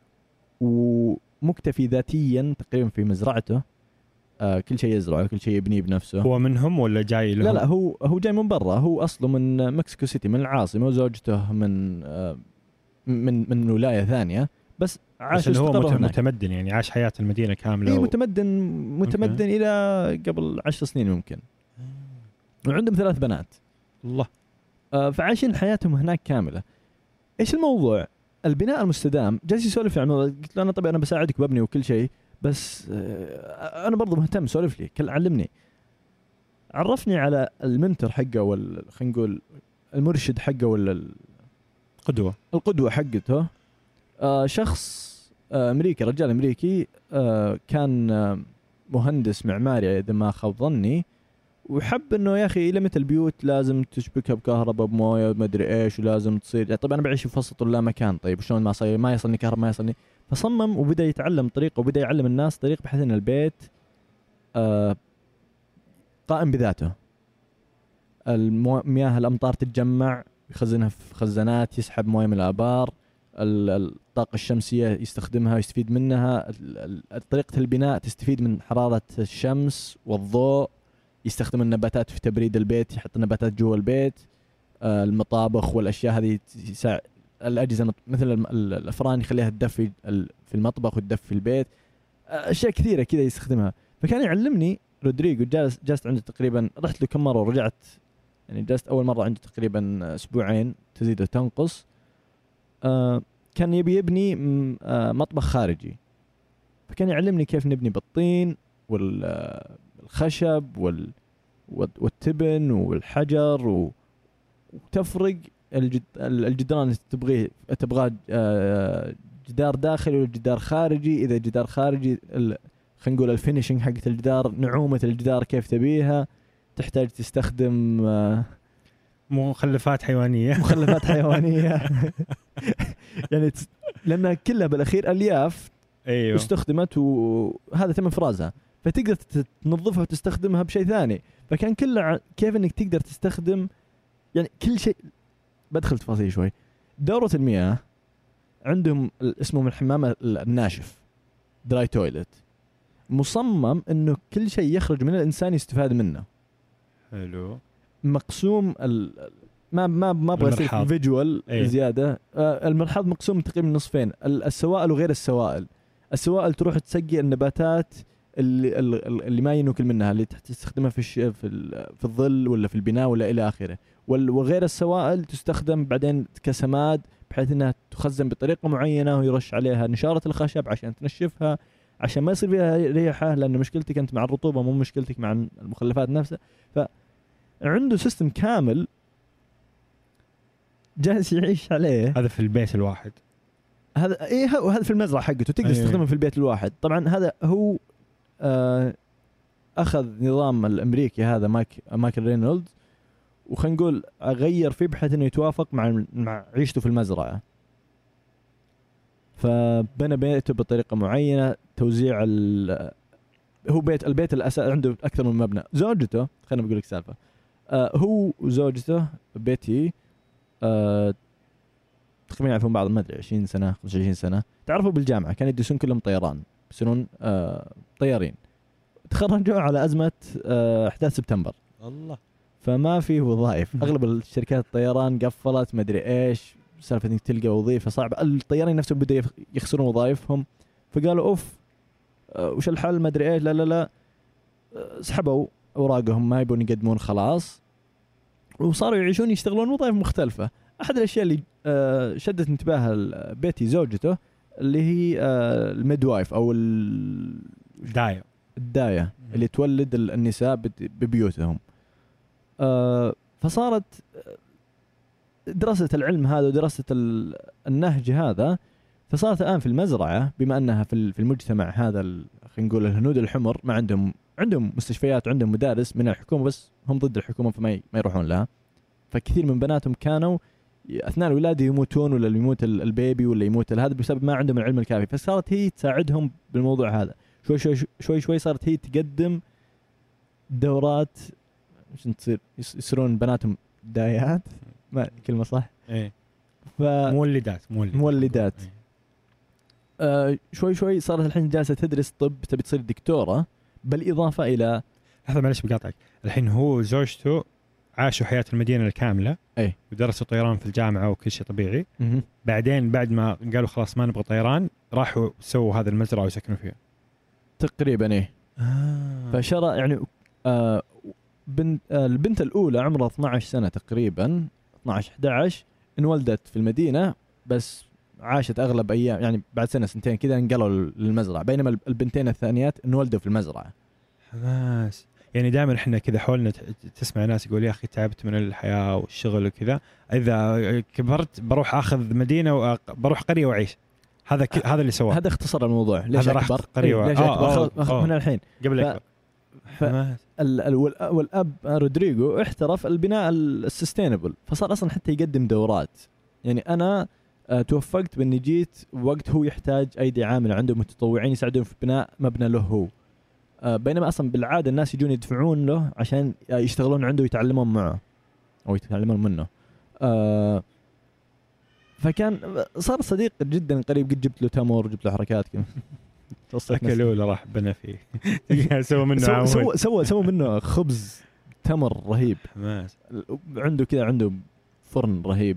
ومكتفي ذاتيا تقريبا في مزرعته. آه كل شيء يزرعه كل شيء يبنيه بنفسه. هو منهم ولا جاي لهم؟ لا لا هو هو جاي من برا، هو أصله من مكسيكو سيتي من العاصمة، وزوجته من آه من من ولاية ثانية، بس عاش بس هو واستقر مت- هناك. متمدن يعني عاش حياة المدينة كاملة. إيه و... متمدن متمدن أوكي. إلى قبل عشر سنين ممكن. وعندهم ثلاث بنات. الله. آه فعايشين حياتهم هناك كاملة. إيش الموضوع؟ البناء المستدام. جالس يسولف عن الموضوع. قلت له أنا طبعا أنا بساعدك وببني وكل شيء، بس آه أنا برضو مهتم، سولف لي كل علمني. عرفني على المنتور حقه وال خلينا نقول المرشد حقه ولا ال- قدوة. القدوة حقته. آه شخص آه أمريكي، رجال أمريكي. آه كان آه مهندس معماري إذا ما خاب ظني، وحب انه يا اخي لمت البيوت لازم تشبكها بكهرباء بمويه ما ادري ايش، ولازم تصير يعني طيب انا بعيش في فصل لا مكان، طيب شلون ما صير ما يصلني كهرباء ما يصلني. فصمم وبدا يتعلم طريقه وبدا يعلم الناس طريقه بحيث ان البيت آه قائم بذاته. المياه الامطار تتجمع يخزنها في خزانات، يسحب مويه من الابار، الطاقه الشمسيه يستخدمها ويستفيد منها، طريقه البناء تستفيد من حراره الشمس والضوء، يستخدم النباتات في تبريد البيت، يحط النباتات جوا البيت. آه المطابخ والاشياء هذه يساعد الاجهزه مثل الافران يخليها تدفي في المطبخ وتدفي في البيت. آه اشياء كثيره كذا يستخدمها. فكان يعلمني رودريغو. جالس جلست عنده تقريبا، رحت له كم مره ورجعت، يعني جلست اول مره عنده تقريبا اسبوعين تزيد وتنقص. آه كان يبي يبني آه مطبخ خارجي، فكان يعلمني كيف نبني بالطين والخشب وال والتبن والحجر و... وتفرق الجد... الجدران اللي تبغيه تبغاه جدار داخلي ولا جدار خارجي. اذا جدار خارجي ال... خلينا نقول الفينيشنج حقت الجدار، نعومة الجدار كيف تبيها، تحتاج تستخدم مخلفات حيوانية مخلفات حيوانية يعني تس... لأنها كلها بالأخير ألياف أيوه. استخدمت وهذا تم إفرازها، فتقدر تنظفها وتستخدمها بشيء ثاني. فكان كله كيف انك تقدر تستخدم يعني كل شيء. بدخل تفاصيل شوي. دورة المياه عندهم اسمه من الحمام الناشف دراي تويلت، مصمم انه كل شيء يخرج من الانسان يستفاد منه. حلو. مقسوم ال... ما ما ما ابغى اصير فيجوال أيه. زياده. آه المرحاض مقسوم تقريبا نصفين، السوائل وغير السوائل. السوائل تروح تسقي النباتات اللي اللي ما ينوكل منها، اللي تستخدمها في الش... في ال... في الظل ولا في البناء ولا الى اخره، وغير السوائل تستخدم بعدين كسماد بحيث انها تخزن بطريقه معينه ويرش عليها نشاره الخشب عشان تنشفها عشان ما يصير فيها ريحه، لان مشكلتك انت مع الرطوبه مو مشكلتك مع المخلفات نفسها. فعنده سيستم كامل جالس يعيش عليه. هذا في البيت الواحد. هذا ايه وهذا في المزرعه حقته تقدر تستخدمه أيه. في البيت الواحد. طبعا هذا هو آه اخذ نظام الامريكي هذا مايك مايكل رينولدز وخلينا نقول غير فيه بحيث انه يتوافق مع مع عيشته في المزرعه. فبنى بيته بطريقه معينه، توزيع ال هو بيت البيت الاساس عنده اكثر من مبنى. زوجته خلينا بقول لك سالفه آه هو وزوجته بيتي آه تقريبا يعرفون بعض ما ادري عشرين سنه خمسة وعشرين سنه، تعرفوا بالجامعه كانوا يدرسون كلهم طيران، يصيرون آه طيارين. تخرجوا على ازمه آه احداث سبتمبر الله، فما في وظائف. اغلب الشركات الطيران قفلت ما ادري ايش، سالفه انك تلقى وظيفه صعبه. الطيارين نفسهم بدأوا يخسرون وظائفهم، فقالوا اوف آه وش الحل ما ادري ايش، لا لا لا آه سحبوا اوراقهم ما يبون يقدمون خلاص، وصاروا يعيشون يشتغلون وظائف مختلفة. أحد الأشياء اللي آه شدت انتباه بيتي زوجته اللي هي آه الميدوايف أو الداية الداية اللي تولد النساء ببيوتهم. آه فصارت دراسة العلم هذا ودراسة النهج هذا، فصارت الآن في المزرعة بما أنها في المجتمع هذا خلينا نقول الهنود الحمر ما عندهم عندهم مستشفيات وعندهم مدارس من الحكومة، بس هم ضد الحكومة فما ما يروحون لها. فكثير من بناتهم كانوا أثناء الولادة يموتون، ولا يموت البيبي ولا يموت هذا بسبب ما عندهم العلم الكافي. فصارت هي تساعدهم بالموضوع هذا شوي شوي شوي شوي. صارت هي تقدم دورات عشان تصير يصيرون بناتهم دايات، ما كلمة صح؟ إيه. ف مولدات مولدات, مولدات. إيه. آه شوي شوي صارت الحين جالسة تدرس طب، تبي تصير دكتورة، بالإضافة إلى لحظة معلش بقاطعك. الحين هو زوجته عاشوا حياة المدينة الكاملة، أي ودرسوا طيران في الجامعة وكل شيء طبيعي. م- بعدين بعد ما قالوا خلاص ما نبغى طيران راحوا سووا هذا المزرعة وسكنوا فيها تقريبا. إيه آه. فشرى يعني آه بنت آه البنت الأولى عمرها اثنا عشر سنة تقريبا، اثنا عشر إحدى عشر، انولدت في المدينة بس عاشت أغلب أيام يعني بعد سنة سنتين كذا انقلوا للمزرعة، بينما البنتين الثانيات انولدوا في المزرعة. حماس. يعني دائما احنا كذا حولنا تسمع ناس يقول يا اخي تعبت من الحياه والشغل وكذا، اذا كبرت بروح اخذ مدينه وبروح قريه واعيش. هذا ك... هذا اللي سواه. هذا اختصر الموضوع. ليش اكبر قريه و... ليش آه اكبر آه من الحين قبل ف... اكبر ف... ال... ال... والاب رودريغو احترف البناء السستينبل، فصار اصلا حتى يقدم دورات. يعني انا أه توفقت باني جيت وقت هو يحتاج ايدي عامله، عنده متطوعين يساعدون في بناء مبنى له هو، أه بينما اصلا بالعاده الناس يجون يدفعون له عشان يشتغلون عنده ويتعلمون معه او يتعلمون منه. أه فكان صار صديق جدا قريب، قد جبت له تمر، جبت له حركات كذا اكلوا له راح بنا فيه سوى منه عمود، سوى سوى سوى منه خبز تمر رهيب. حماس. عنده كذا عنده فرن رهيب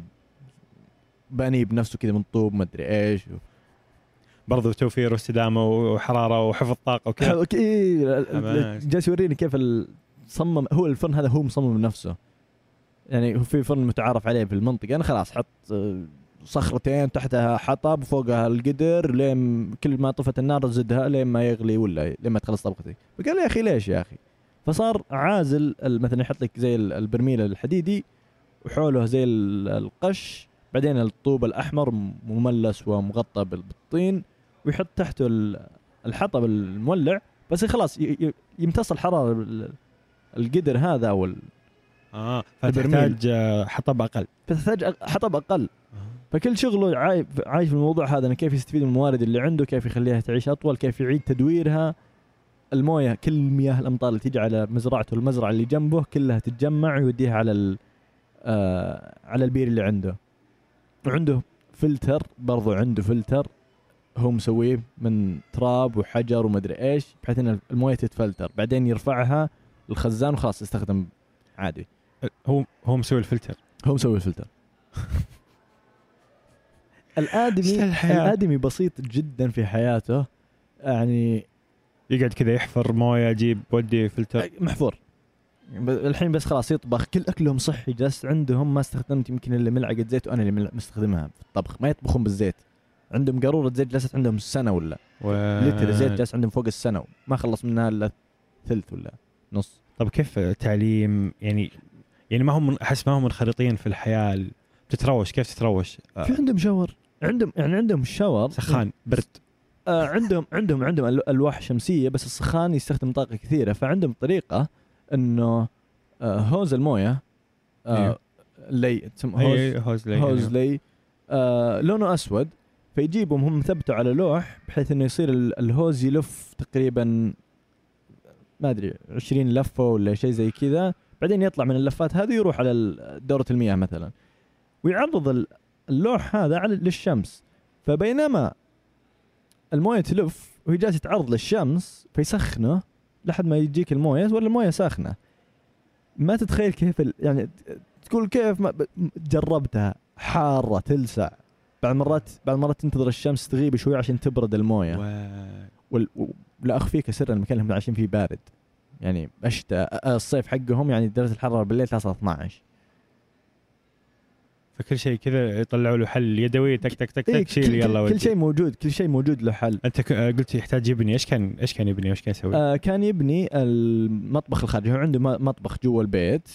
باني بنفسه كذا من طوب ما ادري ايش، برضو توفير واستدامه وحراره وحفظ طاقه وكذا. جالس يوريني كيف صمم هو الفرن هذا، هو مصمم نفسه. يعني هو في فرن متعارف عليه في المنطقه، انا خلاص حط صخرتين تحتها حطب وفوقها القدر لين كل ما طفت النار زدها لين ما يغلي ولا لين ما تخلص طبختي. فقال لي يا اخي ليش يا اخي؟ فصار عازل مثلا يحط لك زي البرميل الحديدي وحوله زي القش، بعدين الطوب الأحمر مملس ومغطى بالطين، ويحط تحته الحطب المولع بس خلاص يمتص الحرارة القدر هذا أو آه فتحتاج حطب أقل فتحتاج حطب أقل آه. فكل شغله عايش في الموضوع هذا، كيف يستفيد من الموارد اللي عنده، كيف يخليها تعيش أطول، كيف يعيد تدويرها. المويه كل مياه الأمطار اللي تيجي على مزرعته المزرعة اللي جنبه كلها تتجمع ويوديها على آه على البير اللي عنده. وعنده فلتر برضو، عنده فلتر هو مسويه من تراب وحجر ومدري ايش بحيث ان المويه تتفلتر، بعدين يرفعها للخزان وخلاص يستخدم عادي. هو هو مسوي الفلتر هو مسوي الفلتر الآدمي الآدمي بسيط جدا في حياته، يعني يقعد كذا يحفر مويه يجيب ودي فلتر محفور الحين بس خلاص يطبخ كل اكلهم صحي. جلست عندهم ما استخدمت يمكن الا ملعقه زيت وانا اللي مستخدمها في الطبخ. ما يطبخون بالزيت، عندهم قاروره زيت جلست عندهم سنه ولا و... لتر زيت جلست عندهم فوق السنه ما خلص منها الا ثلث ولا نص. طب كيف تعليم يعني يعني ما هم احس ما هم منخرطين في الحياه. تتروش كيف تتروش؟ في عندهم شاور، عندهم يعني عندهم الشاور سخان برد. آه عندهم عندهم عندهم الواح شمسيه بس السخان يستخدم طاقه كثيره. فعندهم طريقه انه آه هوز المويه آه لي تسمى هوز, هوز لي, هوز لي آه لونه اسود. فيجيبهم هم ثبتوا على لوح بحيث انه يصير الهوز يلف تقريبا ما ادري عشرين لفه ولا شيء زي كذا. بعدين يطلع من اللفات هذه يروح على دورة المياه مثلا ويعرض اللوح هذا على للشمس. فبينما المويه تلف وهي جالسه تعرض للشمس فيسخنه لحد ما يجيك المويه ولا المويه ساخنه. ما تتخيل كيف يعني تقول كيف ما جربتها حاره تلسع. بعد مرات بعد مرات تنتظر الشمس تغيب شوي عشان تبرد المويه. ولا اخفيك سر المكان اللي هم عايشين فيه بارد يعني الشتاء الصيف حقهم يعني درجه الحراره بالليل تصل اثناشر. فكل شيء كذا يطلعوا له حل يدوي تك تك تك تك شيل يلا ودي. كل شيء موجود كل شيء موجود له حل. انت قلت يحتاج يبني ايش كان ايش كان يبني ايش كان يسوي؟ آه كان يبني المطبخ الخارجي. هو عنده مطبخ جوا البيت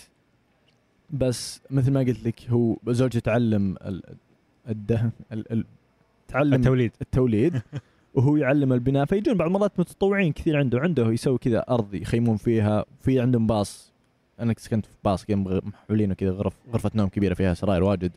بس مثل ما قلت لك هو زوجته تعلم الدهن تعلم التوليد التوليد وهو يعلم البناء. فيجون بعض مرات متطوعين كثير عنده عنده يسوي كذا أرض يخيمون فيها. في عندهم باص. أنا سكنت في باص كان محولينه كذا غرف غرفة نوم كبيرة فيها سراير واجد.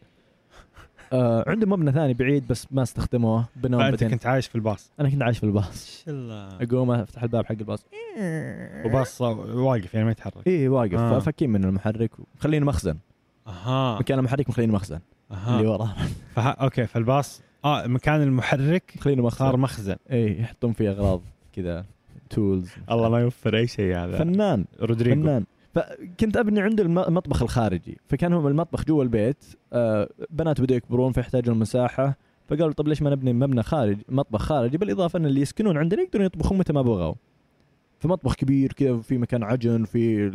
آه عندهم مبنى ثاني بعيد بس ما استخدموه بنوم. أنت كنت عايش في الباص؟ أنا كنت عايش في الباص. الله. أقوم أفتح الباب حق الباص وباص واقف يعني ما يتحرك. إيه واقف. آه. ففكين من المحرك ومخلينه مخزن. أها. مكان المحرك مخلينه مخزن. أها. اللي وراه. فه... أوكي فالباص آه مكان المحرك مخلينه مخزن. صار مخزن. إيه يحطون فيه أغراض كذا تولز. الله ما يوفر أي شيء هذا. فنان. رودريجو. فنان. فكنت أبني عنده المطبخ الخارجي. فكان هم المطبخ جوا البيت. آه بنات بدوا يكبرون فيحتاجون مساحة. فقالوا طب ليش ما نبني مبنى خارج مطبخ خارجي بالإضافة أن اللي يسكنون عندنا يقدرون يطبخون متى ما بغوا. فمطبخ كبير كذا في مكان عجن في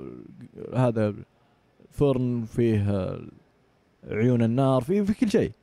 هذا فرن فيه عيون النار في في كل شيء.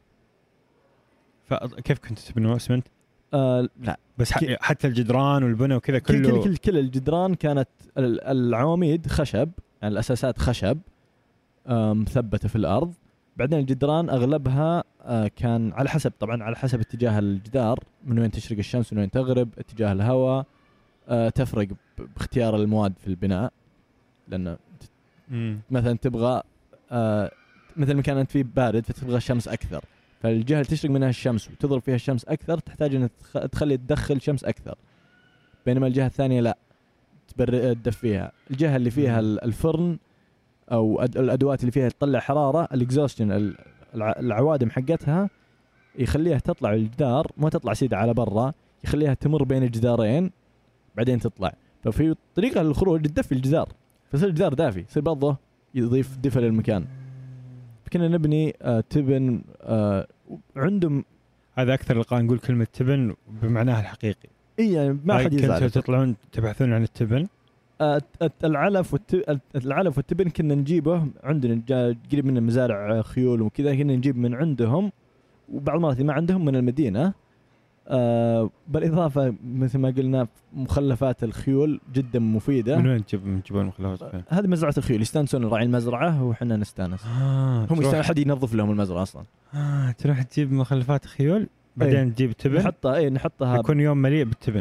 فكيف كنت تبنوا اسمنت؟ آه لا بس حتى الجدران والبنى وكذا كله كل كل كل الجدران كانت العواميد خشب يعني الأساسات خشب مثبتة في الأرض. بعدين الجدران أغلبها آه كان على حسب طبعا على حسب اتجاه الجدار من وين تشرق الشمس ومن وين تغرب. اتجاه الهواء آه تفرق باختيار المواد في البناء. لأنه مثلا تبغى آه مثل المكان أنت فيه بارد فتبغى الشمس أكثر. فالجهة اللي تشرق منها الشمس وتضرب فيها الشمس أكثر تحتاج أن تخلي تدخل شمس أكثر. بينما الجهة الثانية لا تدفيها. الجهة اللي فيها الفرن أو الأدوات اللي فيها تطلع حرارة الإكزوستين العوادم حقتها يخليها تطلع الجدار ما تطلع سيدة على برا يخليها تمر بين الجدارين بعدين تطلع. ففي طريقة للخروج تدفي الجدار فصير الجدار دافي يصير برضه يضيف دفء للمكان. كنا نبني آه تبن آه عندهم هذا أكثر لقاء نقول كلمة تبن بمعناها الحقيقي. إيه يعني ما حد يزعل. كنتوا تطلعون تبحثون عن التبن. آه العلف والت... العلف والتبن كنا نجيبه عندنا قريب من مزارع خيول وكذا كنا نجيب من عندهم وبعض المرات ما عندهم من المدينة. آه بالإضافة مثل ما قلنا مخلفات الخيول جدا مفيدة. من وين تجيب تجيبون مخلفات الخيول؟ هذه مزرعة الخيول يستانسون راعي المزرعة وحنا نستانس. آه هم يستانس حد ينظف لهم المزرعة أصلا. آه تروح تجيب مخلفات خيول بعدين ايه. تجيب تبن نحطها ايه نحطها يكون يوم مليء بالتبن.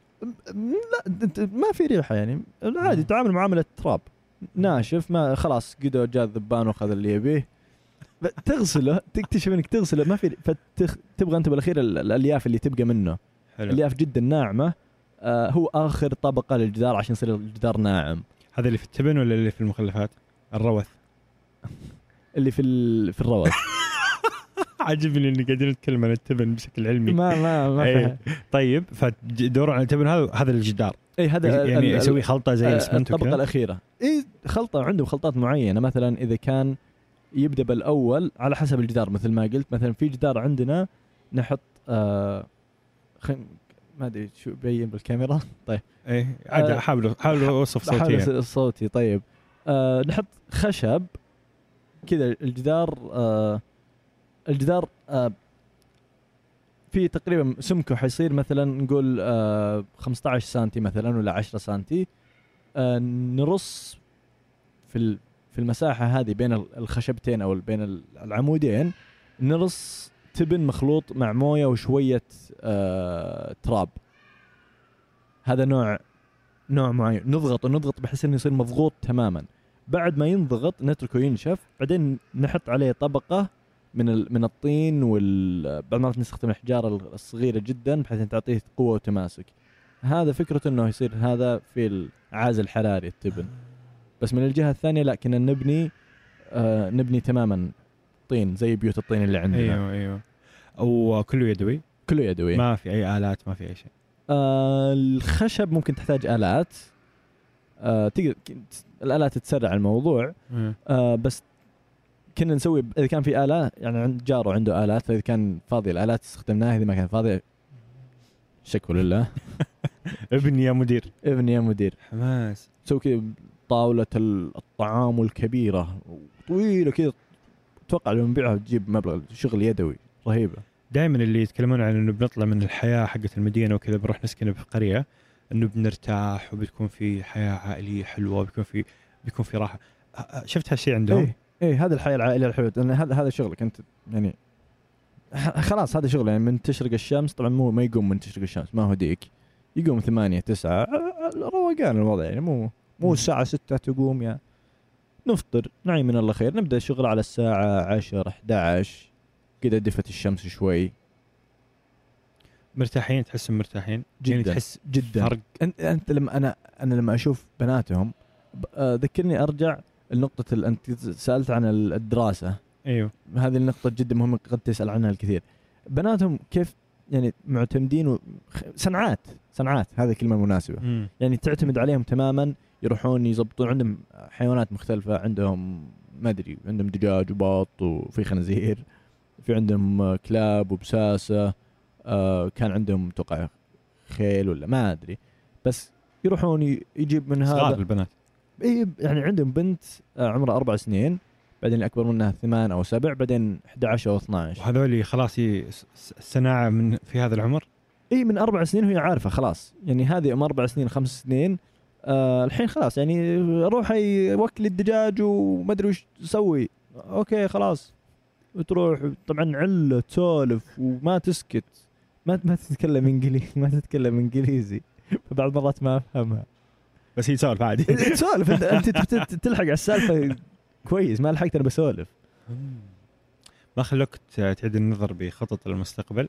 لا ما في ريحة يعني عادي تعامل معاملة تراب ناشف ما خلاص قدو جاء الذبان وخذ اللي يبيه تغسله تكتشف انك تغسله ما في فتبغى انت بالاخير الالياف اللي تبقى منه. حلو. الياف جدا ناعمه. آه هو اخر طبقه للجدار عشان يصير الجدار ناعم. هذا اللي في التبن ولا اللي في المخلفات الروث؟ اللي في في الروث. عجبني اني قاعدين نتكلم عن التبن بشكل علمي. ما ما ما أيه. طيب فدوروا على التبن هذا هذا الجدار. اي هذا يعني يسوي خلطه زي الاسمنت الطبقه الاخيره. اي خلطه عندهم خلطات معينه مثلا اذا كان يبدا بالاول على حسب الجدار مثل ما قلت. مثلا في جدار عندنا نحط آه خ... ما ادري شو بين بالكاميرا. طيب ايه عاد حاولوا حاولوا اوصف صوتيا صوتي. طيب آه نحط خشب كذا الجدار آه الجدار آه في تقريبا سمكه حيصير مثلا نقول آه خمسة عشر سنتي مثلا ولا عشرة سنتي. آه نرص في في المساحة هذه بين الخشبتين أو بين العمودين نرص تبن مخلوط مع موية وشوية آه تراب. هذا نوع نوع معين نضغط ونضغط بحيث إنه يصير مضغوط تماما. بعد ما ينضغط نتركه ينشف، بعدين نحط عليه طبقة من من الطين وال بعض المرات نستخدم الحجارة الصغيرة جدا بحيث أن تعطيه قوة وتماسك. هذا فكرة إنه يصير هذا في العازل الحراري التبن. بس من الجهة الثانية لا، كنا نبني آه نبني تماما طين زي بيوت الطين اللي عندنا. ايوه ايوه. او كله يدوي؟ كله يدوي، ما في اي آلات، ما في اي شيء. آه الخشب ممكن تحتاج آلات، آه تقدر الآلات تسرع الموضوع. آه بس كنا نسوي اذا كان في آلة، يعني عند جاره عنده آلات، فاذا كان فاضي الآلات استخدمناها، اذا ما كان فاضي شكر لله ابن يا مدير ابن يا مدير حماس. سوي كذا طاولة الطعام الكبيرة طويلة كذا، اتوقع لو نبيعها تجيب مبلغ. شغل يدوي رهيبة. دائما اللي يتكلمون عن انه بنطلع من الحياة حقت المدينة وكذا بنروح نسكن في قرية، انه بنرتاح وبتكون في حياة عائلية حلوة وبيكون في بيكون في راحة. شفت هالشيء عندهم؟ ايه, إيه هذا الحياة العائلية الحلوة. لأن هذا هذا شغلك انت، يعني خلاص هذا شغل. يعني من تشرق الشمس، طبعا مو ما يقوم من تشرق الشمس، ما هو ديك يقوم ثمانية تسعة روقان الوضع. يعني مو مو الساعة ستة تقوم، يا نفطر نعيم من الله خير، نبدأ الشغل على الساعة عشرة أحد عشر كده، دفت الشمس شوي. مرتاحين، تحسهم مرتاحين جدا. يعني تحس جدا فرق. انت انت لما انا انا لما اشوف بناتهم ذكرني ارجع لنقطة ال... انت سألت عن الدراسة. ايوه هذه النقطة جدا مهمة، قد تسأل عنها الكثير. بناتهم كيف يعني معتمدين و... صنعات صنعات هذه كلمة مناسبة. مم. يعني تعتمد عليهم تماما، يروحون يضبطون. عندهم حيوانات مختلفة، عندهم ما ادري، عندهم دجاج وبط وفي خنزير، في عندهم كلاب وبساسة، آه كان عندهم توقع خيل ولا ما ادري. بس يروحون يجيب من هذا. صغار البنات. اي يعني عندهم بنت عمرها أربع سنين، بعدين الأكبر منها ثمان أو سبع، بعدين أحد عشر أو اثنا عشر. وهذول خلاص الصناعة من في هذا العمر. اي من أربع سنين وهي عارفة خلاص. يعني هذه أم أربع سنين خمس سنين آه الحين خلاص. يعني روح يوكل الدجاج وما أدري وش تسوي، أوكي خلاص وتروح. طبعا علة تسولف وما تسكت، ما ما تتكلم إنجليزي ما تتكلم إنجليزي فبعض مرات ما أفهمها، بس هي تسولف عادي. تسولف انت انت تلحق على السالفه كويس. ما لحقت انا بسولف. ما خلوك تعيد النظر بخطط المستقبل؟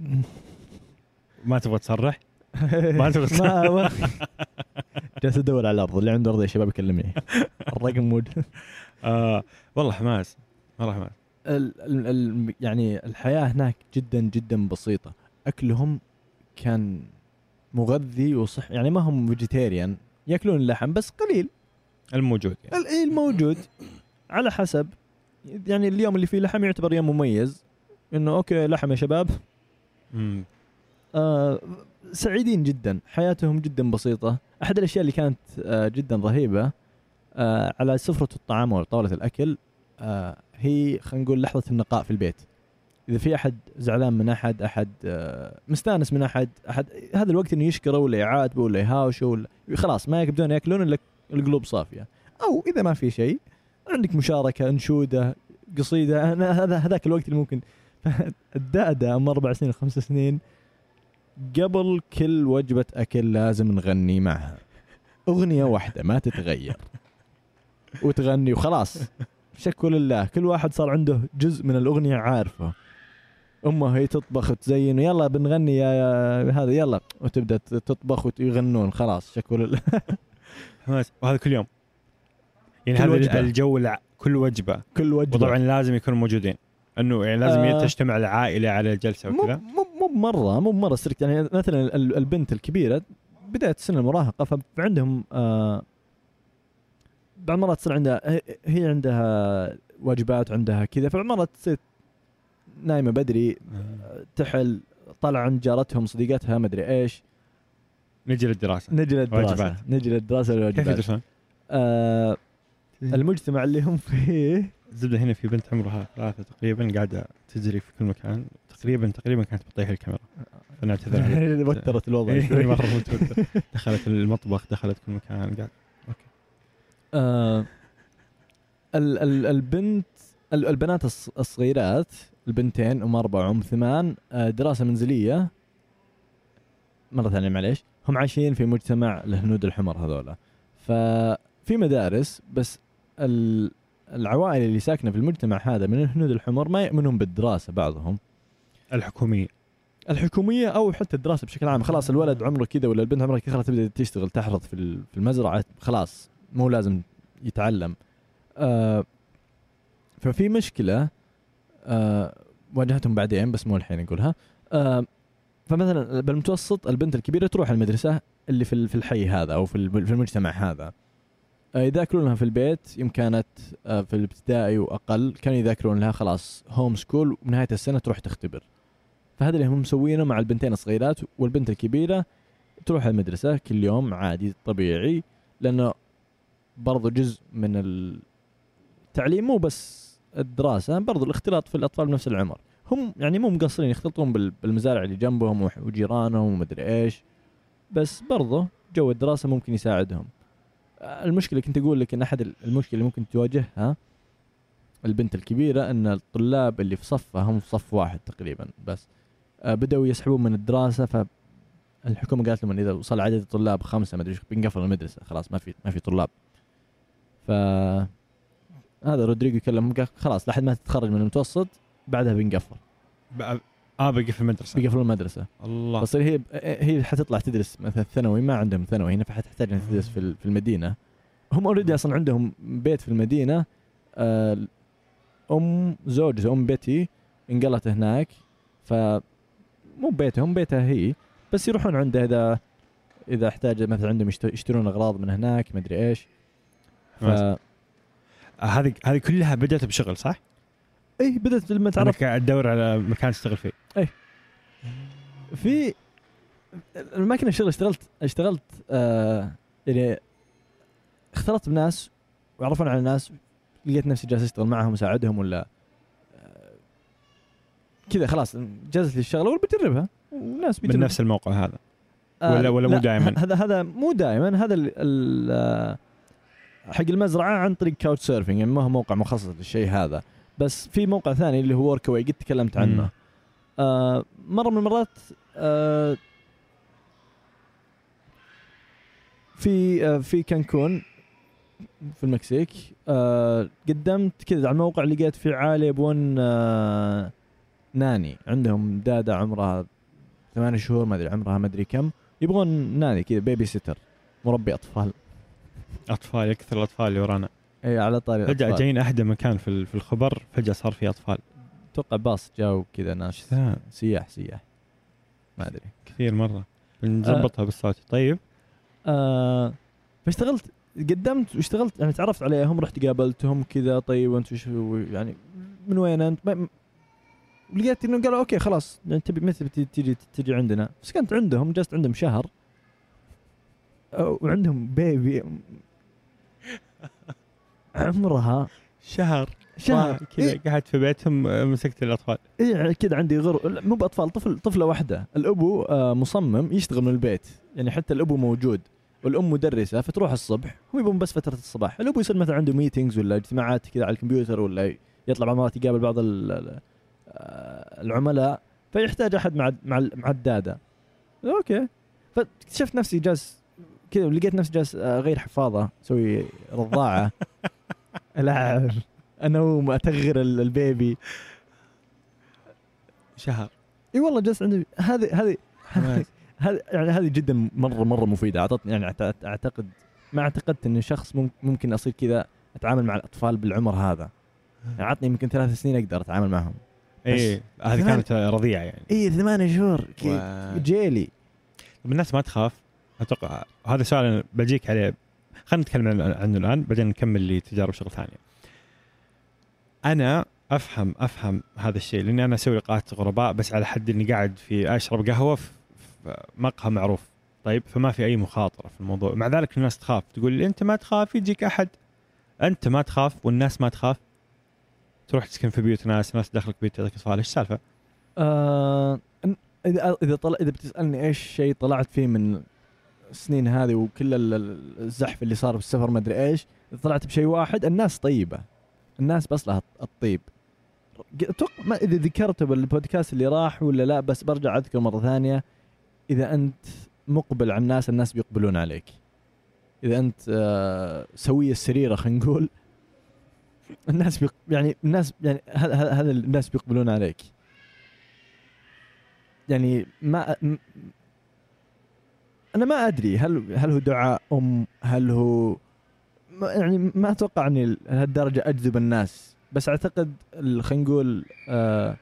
ما تبغى تصرح؟ ما تبغى تصرح؟ ما جالس ادور على الارض، اللي عنده ارض يا شباب يكلمني، الرقم موجود. آه والله حماس، والله حماس. ال ال ال يعني الحياه هناك جدا جدا بسيطه. اكلهم كان مغذي وصح، يعني ما هم فيجيتيريان، ياكلون اللحم بس قليل الموجود يعني. ايه الموجود على حسب. يعني اليوم اللي فيه لحم يعتبر يوم مميز، انه اوكي لحم يا شباب. امم آه سعيدين جدا، حياتهم جدا بسيطة. احد الاشياء اللي كانت آه جدا رهيبة آه على سفرة الطعام وطاولة الاكل آه هي خلينا نقول لحظة النقاء في البيت. اذا في احد زعلان من احد، احد آه مستانس من احد، احد هذا الوقت انه يشكره ولا يعاتبه ولا يهاوشه ولا خلاص ما يقدرون ياكلون الا القلوب صافية. او اذا ما في شيء عندك مشاركة، انشودة، قصيدة، أنا هذا هذاك الوقت اللي ممكن. الدادة أم أربع سنين خمس سنين قبل كل وجبة أكل لازم نغني معها أغنية واحدة ما تتغير، وتغني وخلاص. شكر لله كل واحد صار عنده جزء من الأغنية عارفه. أمه هي تطبخ وتزين، يلا بنغني يا, يا هذا يلا، وتبدأ تطبخ ويغنون. خلاص شكر لله. وهذا كل يوم يعني هذا وجبة. الجو الع... كل وجبة كل وجبة وطبعا لازم يكونوا موجودين، انه يعني لازم آه تجتمع العائلة على الجلسة وكذا. مو مو مرة مو مرة سركت. يعني مثلا البنت الكبيرة بداية سن المراهقة، فعندهم آه بعض مرات تصير عندها هي عندها واجبات عندها كذا، فبعض مرات تصير نايمة بدري تحل طلع عند جارتهم صديقتها ما ادري ايش، نجي للدراسة نجي للدراسة نجي للدراسة والواجبات. كيف يدرسون؟ آه المجتمع اللي هم فيه. الزبده هنا في بنت عمرها ثلاثة تقريبا قاعده تجري في كل مكان، تقريبا تقريبا كانت بتطيح الكاميرا، فنعتذر عليها. وترت الوضع إيه، شوي. مره متوتر. دخلت المطبخ، دخلت كل مكان قاعد. اوكي. آه ال ال البنت ال البنات الص- الصغيرات، البنتين ام اربع وام ثمان، آه دراسه منزليه مره ثانيه معليش، هم عايشين في مجتمع الهنود الحمر هذولا، ففي مدارس بس ال العوائل اللي ساكنه في المجتمع هذا من الهنود الحمر ما يؤمنون بالدراسه، بعضهم الحكوميه الحكوميه او حتى الدراسه بشكل عام. خلاص الولد عمره كذا ولا البنت عمرها كذا، خلاص تبدا تشتغل تحرث في ال- في المزرعه، خلاص مو لازم يتعلم. آه ففي مشكله آه واجهتهم بعدين بس مو الحين نقولها. آه فمثلا بالمتوسط البنت الكبيره تروح المدرسه اللي في ال- في الحي هذا او في ال- في المجتمع هذا، آه يذاكرون لها في البيت. يوم كانت آه في الابتدائي واقل كانوا يذاكرون لها خلاص هوم سكول، ونهايه السنه تروح تختبر. فهذا اللي هم مسوينه مع البنتين الصغيرات، والبنت الكبيره تروح المدرسه كل يوم عادي طبيعي، لانه برضو جزء من التعليم مو بس الدراسه، برضو الاختلاط في الاطفال بنفس العمر. هم يعني مو مقصرين، يختلطون بال- بالمزارع اللي جنبهم وح- وجيرانهم ومدري ايش، بس برضو جو الدراسه ممكن يساعدهم. المشكله كنت اقول لك ان احد المشكله اللي ممكن تواجهها البنت الكبيره ان الطلاب اللي في صفها هم في صف واحد تقريبا بس، آه، بدأوا يسحبون من الدراسة. فالحكومة قالت لهم إن إذا وصل عدد الطلاب خمسة ما أدري إيش بنقفل المدرسة، خلاص ما في ما في طلاب. ف هذا رودريجو يكلم قال خلاص لحد ما تتخرج من المتوسط بعدها بنقفل. بقى اه بقى في المدرسه بيقفلون المدرسة. الله. بس هي هي حتطلع تدرس مثلا ثانوي، ما عندهم ثانوي هنا، فحتحتاج انها تدرس في في المدينة. هم اوريدي اصلا عندهم بيت في المدينة. آه، ام زوجته ام بيتي انقلت هناك، ف مو بيتهم بيتها هي، بس يروحون عنده اذا اذا احتاج مثلا عندهم يشت- يشترون اغراض من هناك ما ادري ايش. ف آه، هذه هذه كلها بدأت بشغل صح؟ اي بدت لما انا تعرف قاعد ادور على مكان تشتغل فيه. في الماكينه الشغل اشتغلت اشتغلت آه يعني اختلطت بناس وعرفون على ناس، لقيت نفسي جالس اشتغل معهم وساعدهم ولا آه كذا، خلاص جازت لي الشغله ولا بجربها والناس من بيجرب. نفس الموقع هذا آه ولا ولا مو لا، دائما؟ هذا هذا مو دائما، هذا ال ال آه، حق المزرعه عن طريق كاوتش سيرفينج، يعني ما هو موقع مخصص للشيء هذا. بس في موقع ثاني اللي هو وركوي قد تكلمت عنه. مم. آه مره من المرات آه في آه في كانكون في المكسيك، آه قدمت كذا على الموقع، لقيت في عالي يبون آه ناني، عندهم داده عمرها ثمانية شهور ما ادري عمرها ما ادري كم، يبغون ناني كذا بيبي سيتر، مربي اطفال. اطفال يكثر الاطفال اللي ورانا. اي على طاري فجأة الأطفال. جايين احدى مكان في ال- في الخبر، فجأة صار في اطفال. اتوقع باص جاوا كذا ناس ذا؟ سياح سياح ما ادري. كثير مرة بنظبطها بالصوت. طيب آه فاشتغلت قدمت واشتغلت، يعني تعرفت عليهم، رحت قابلتهم كذا. طيب وانت وش يعني من وين انت؟ ما- لقيت انه قالوا اوكي خلاص تبي متى بتي- تيجي تجي عندنا. بس كنت عندهم جلست عندهم شهر، آه، وعندهم بيبي عمرها شهر شهر كذا إيه؟ قاعد في بيتهم، آه، مسكت الاطفال. ايه كذا عندي غر لا، مو باطفال، طفل طفله واحده. الابو آه مصمم يشتغل من البيت، يعني حتى الابو موجود والام مدرسه، فتروح الصبح، هم يبون بس فتره الصباح. الابو يصير مثلا عنده ميتينجز ولا اجتماعات كذا على الكمبيوتر، ولا يطلع بعض المرات يقابل بعض ال- ال- آه، العملاء، فيحتاج احد مع مع مع الداده. اوكي، فاكتشفت نفسي جالس كذا، ولقيت نفسي جالس اغير حفاضه، اسوي رضاعه العب انوم اتغر ال- البيبي. شهر. اي والله جلست عندي هذه هذه هذه يعني هذه جدا مره مره مفيده. اعطتني يعني أعت- اعتقد ما اعتقدت ان شخص مم- ممكن اصير كذا اتعامل مع الاطفال بالعمر هذا. يعني عطني يمكن ثلاث سنين اقدر اتعامل معهم. ايه هذه ثمان- كانت رضيعة يعني. اي ثمانية شهور كي- و- جيلي. طب الناس ما تخاف؟ اتوقع هذا سؤال أنا بجيك عليه، خلينا نتكلم عن- عنه الان بعدين نكمل لي تجارب شغل ثانيه. انا افهم افهم هذا الشيء، لاني انا اسوي لقاءات غرباء بس على حد اني قاعد في اشرب قهوه في في مقهى معروف. طيب فما في اي مخاطره في الموضوع، مع ذلك الناس تخاف، تقول لي انت ما تخاف يجيك احد انت ما تخاف والناس ما تخاف تروح تسكن في بيوت ناس ناس دخلك بيت تعطيك اطفال، ايش السالفه؟ آه اذا اذا طلع اذا بتسالني ايش شيء طلعت فيه من السنين هذه وكل الزحف اللي صار بالسفر ما ادري ايش، طلعت بشيء واحد: الناس طيبه، الناس بس لها الطيب. اتوقع ما اذا ذكرته بالبودكاست اللي راح ولا لا، بس برجع اذكر مره ثانيه: اذا انت مقبل على الناس الناس بيقبلون عليك، اذا انت آه سوي السريره خلينا نقول الناس بيق... يعني الناس يعني هذا هذا الناس بيقبلون عليك. يعني ما م... انا ما ادري هل هل هو دعاء ام، هل هو ما يعني ما اتوقع اني لهالدرجه اجذب الناس، بس اعتقد خلينا نقول آه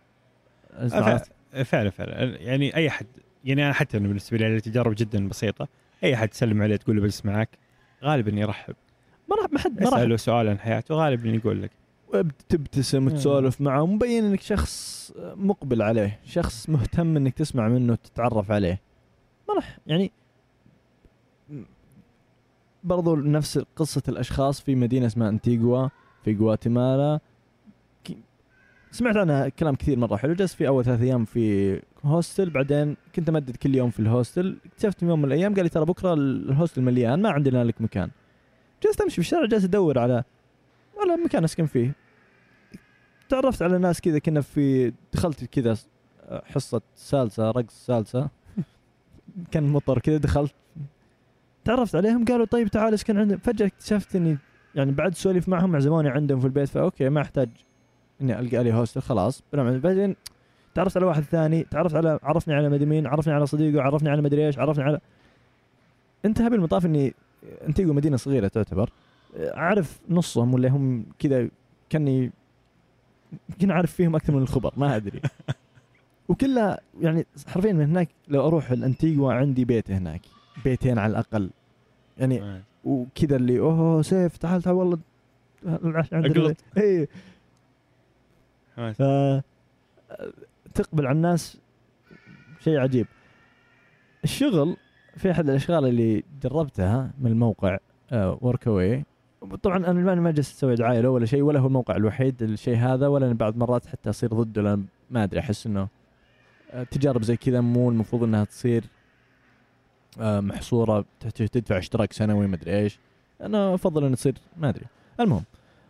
فعلا فعلا يعني اي حد، يعني انا حتى بالنسبه لي تجارب جدا بسيطه، اي حد تسلم عليه تقول له بس معك غالبا يرحب، ما راح ما حد ما راح اساله سؤال عن حياته غالبا يقول لك، تبتسم وتسولف معه ومبين انك شخص مقبل عليه، شخص مهتم انك تسمع منه وتتعرف عليه. ما راح يعني برضو نفس قصة الاشخاص في مدينة اسمها انتيغوا في غواتيمالا، سمعت عنها كلام كثير مرة حلو. جلست في اول ثلاث ايام في هوستل، بعدين كنت امدد كل يوم في الهوستل. اكتشفت يوم من الايام قال لي ترى بكرة الهوستل مليان ما عندنا لك مكان. جلست امشي في الشارع جالس ادور على على مكان اسكن فيه. تعرفت على ناس كذا، كنا في دخلت كذا حصة سالسة، رقص سالسة كان مطر كذا، دخلت تعرفت عليهم قالوا طيب تعال اسكن عندنا. فجأة اكتشفت اني يعني بعد سولف معهم عزموني عندهم في البيت، فاوكي ما احتاج اني القى لي هوستل خلاص. بعدين تعرفت على واحد ثاني، تعرفت على عرفني على مدمين، عرفني على صديقه، عرفني على مدري ايش، عرفني على انتهى بالمطاف اني انتيغو مدينة صغيرة تعتبر، اعرف نصهم ولا هم كذا، كاني كنا عارف فيهم اكثر من الخبر ما ادري. وكلها يعني حرفيا من هناك لو اروح الانتيغوا عندي بيت هناك، بيتين على الاقل يعني، وكذا اللي اوه سيف تعال تعال والله العشاء عندنا اي تقبل على الناس شيء عجيب. الشغل في احد الاشغال اللي جربتها من الموقع وركوي، طبعا انا ما جلست اسوي دعايه له ولا شيء، ولا هو الموقع الوحيد الشيء هذا، ولا بعض مرات حتى اصير ضده لان ما ادري احس انه تجارب زي كذا مو المفروض انها تصير محصوره تحتاج تدفع اشتراك سنوي ما ادري ايش. انا افضل ان تصير ما ادري. المهم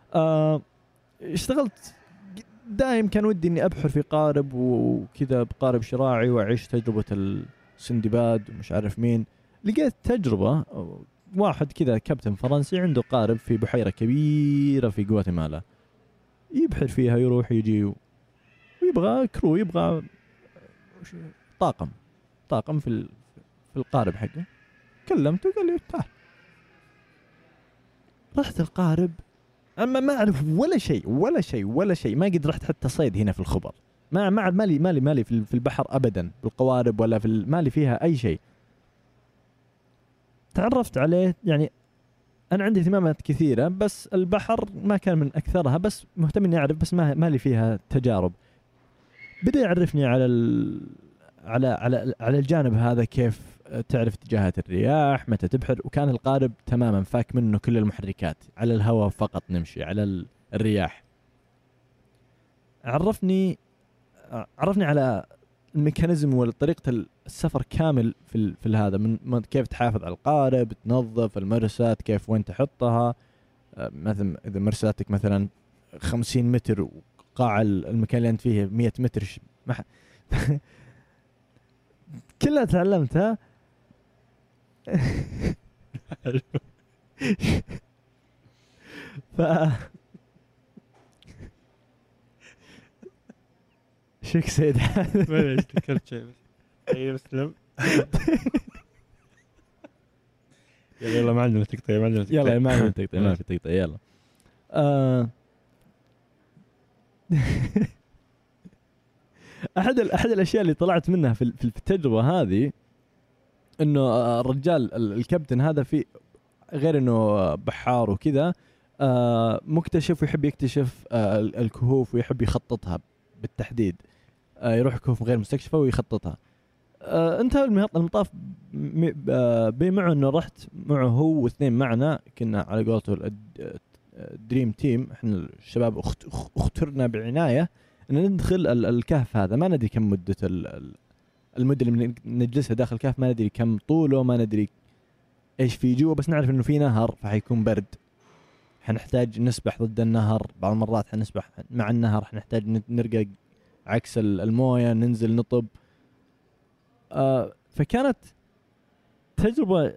اشتغلت دائم كان ودي اني ابحر في قارب وكذا بقارب شراعي واعيش تجربه السندباد ومش عارف مين. لقيت تجربه واحد كذا كابتن فرنسي عنده قارب في بحيرة كبيرة في غواتيمالا، يبحر فيها يروح يجي، ويبغى كرو، يبغى طاقم طاقم في في القارب حقه. كلمته قال لي تعال. رحت القارب، اما ما اعرف ولا شيء ولا شيء ولا شيء، ما قد رحت حتى صيد هنا في الخبر، ما ما مالي مالي مالي في البحر ابدا، بالقوارب ولا في مالي فيها اي شيء. تعرفت عليه يعني انا عندي اهتمامات كثيره، بس البحر ما كان من اكثرها، بس مهتم اني اعرف، بس ما مالي فيها تجارب. بدا يعرفني على ال... على على على الجانب هذا، كيف تعرف اتجاهات الرياح، متى تبحر. وكان القارب تماما فاك منه كل المحركات، على الهواء فقط نمشي، على الرياح. عرفني عرفني على الميكانيزم وطريقة السفر كامل في في هذا، من كيف تحافظ على القارب، تنظف المرسات، كيف وين تحطها. مثلا إذا مرساتك مثلا خمسين متر وقاع المكان اللي أنت فيه مية متر ما كلها تعلمتها. ف شيك سيد ولا ذكرت شيء بس اي مسلم. يلا ما عندنا تقطيع ما عندنا تقطيع يلا ما عندنا تقطيع ما في تقطيع يلا. آه. احد احد الاشياء اللي طلعت منها في في التجربه هذه انه الرجال الكابتن هذا في غير انه بحار وكذا، آه مكتشف ويحب يكتشف آه الكهوف ويحب يخططها بالتحديد. آه يروح كهوف غير مستكشفه ويخططها. آه انتهى المطاف بمعه انه رحت معه هو واثنين معنا، كنا على قولته دريم تيم احنا الشباب اخت اخترنا بعنايه ان ندخل ال الكهف هذا. ما ندري كم مده ال المده اللي نجلسها داخل الكهف، ما ندري كم طوله، ما ندري ايش في جوا، بس نعرف انه في نهر فحيكون برد، حنحتاج نسبح ضد النهر، بعض المرات حنسبح مع النهر، حنحتاج نرقى عكس المويه، ننزل نطب. آه فكانت تجربه.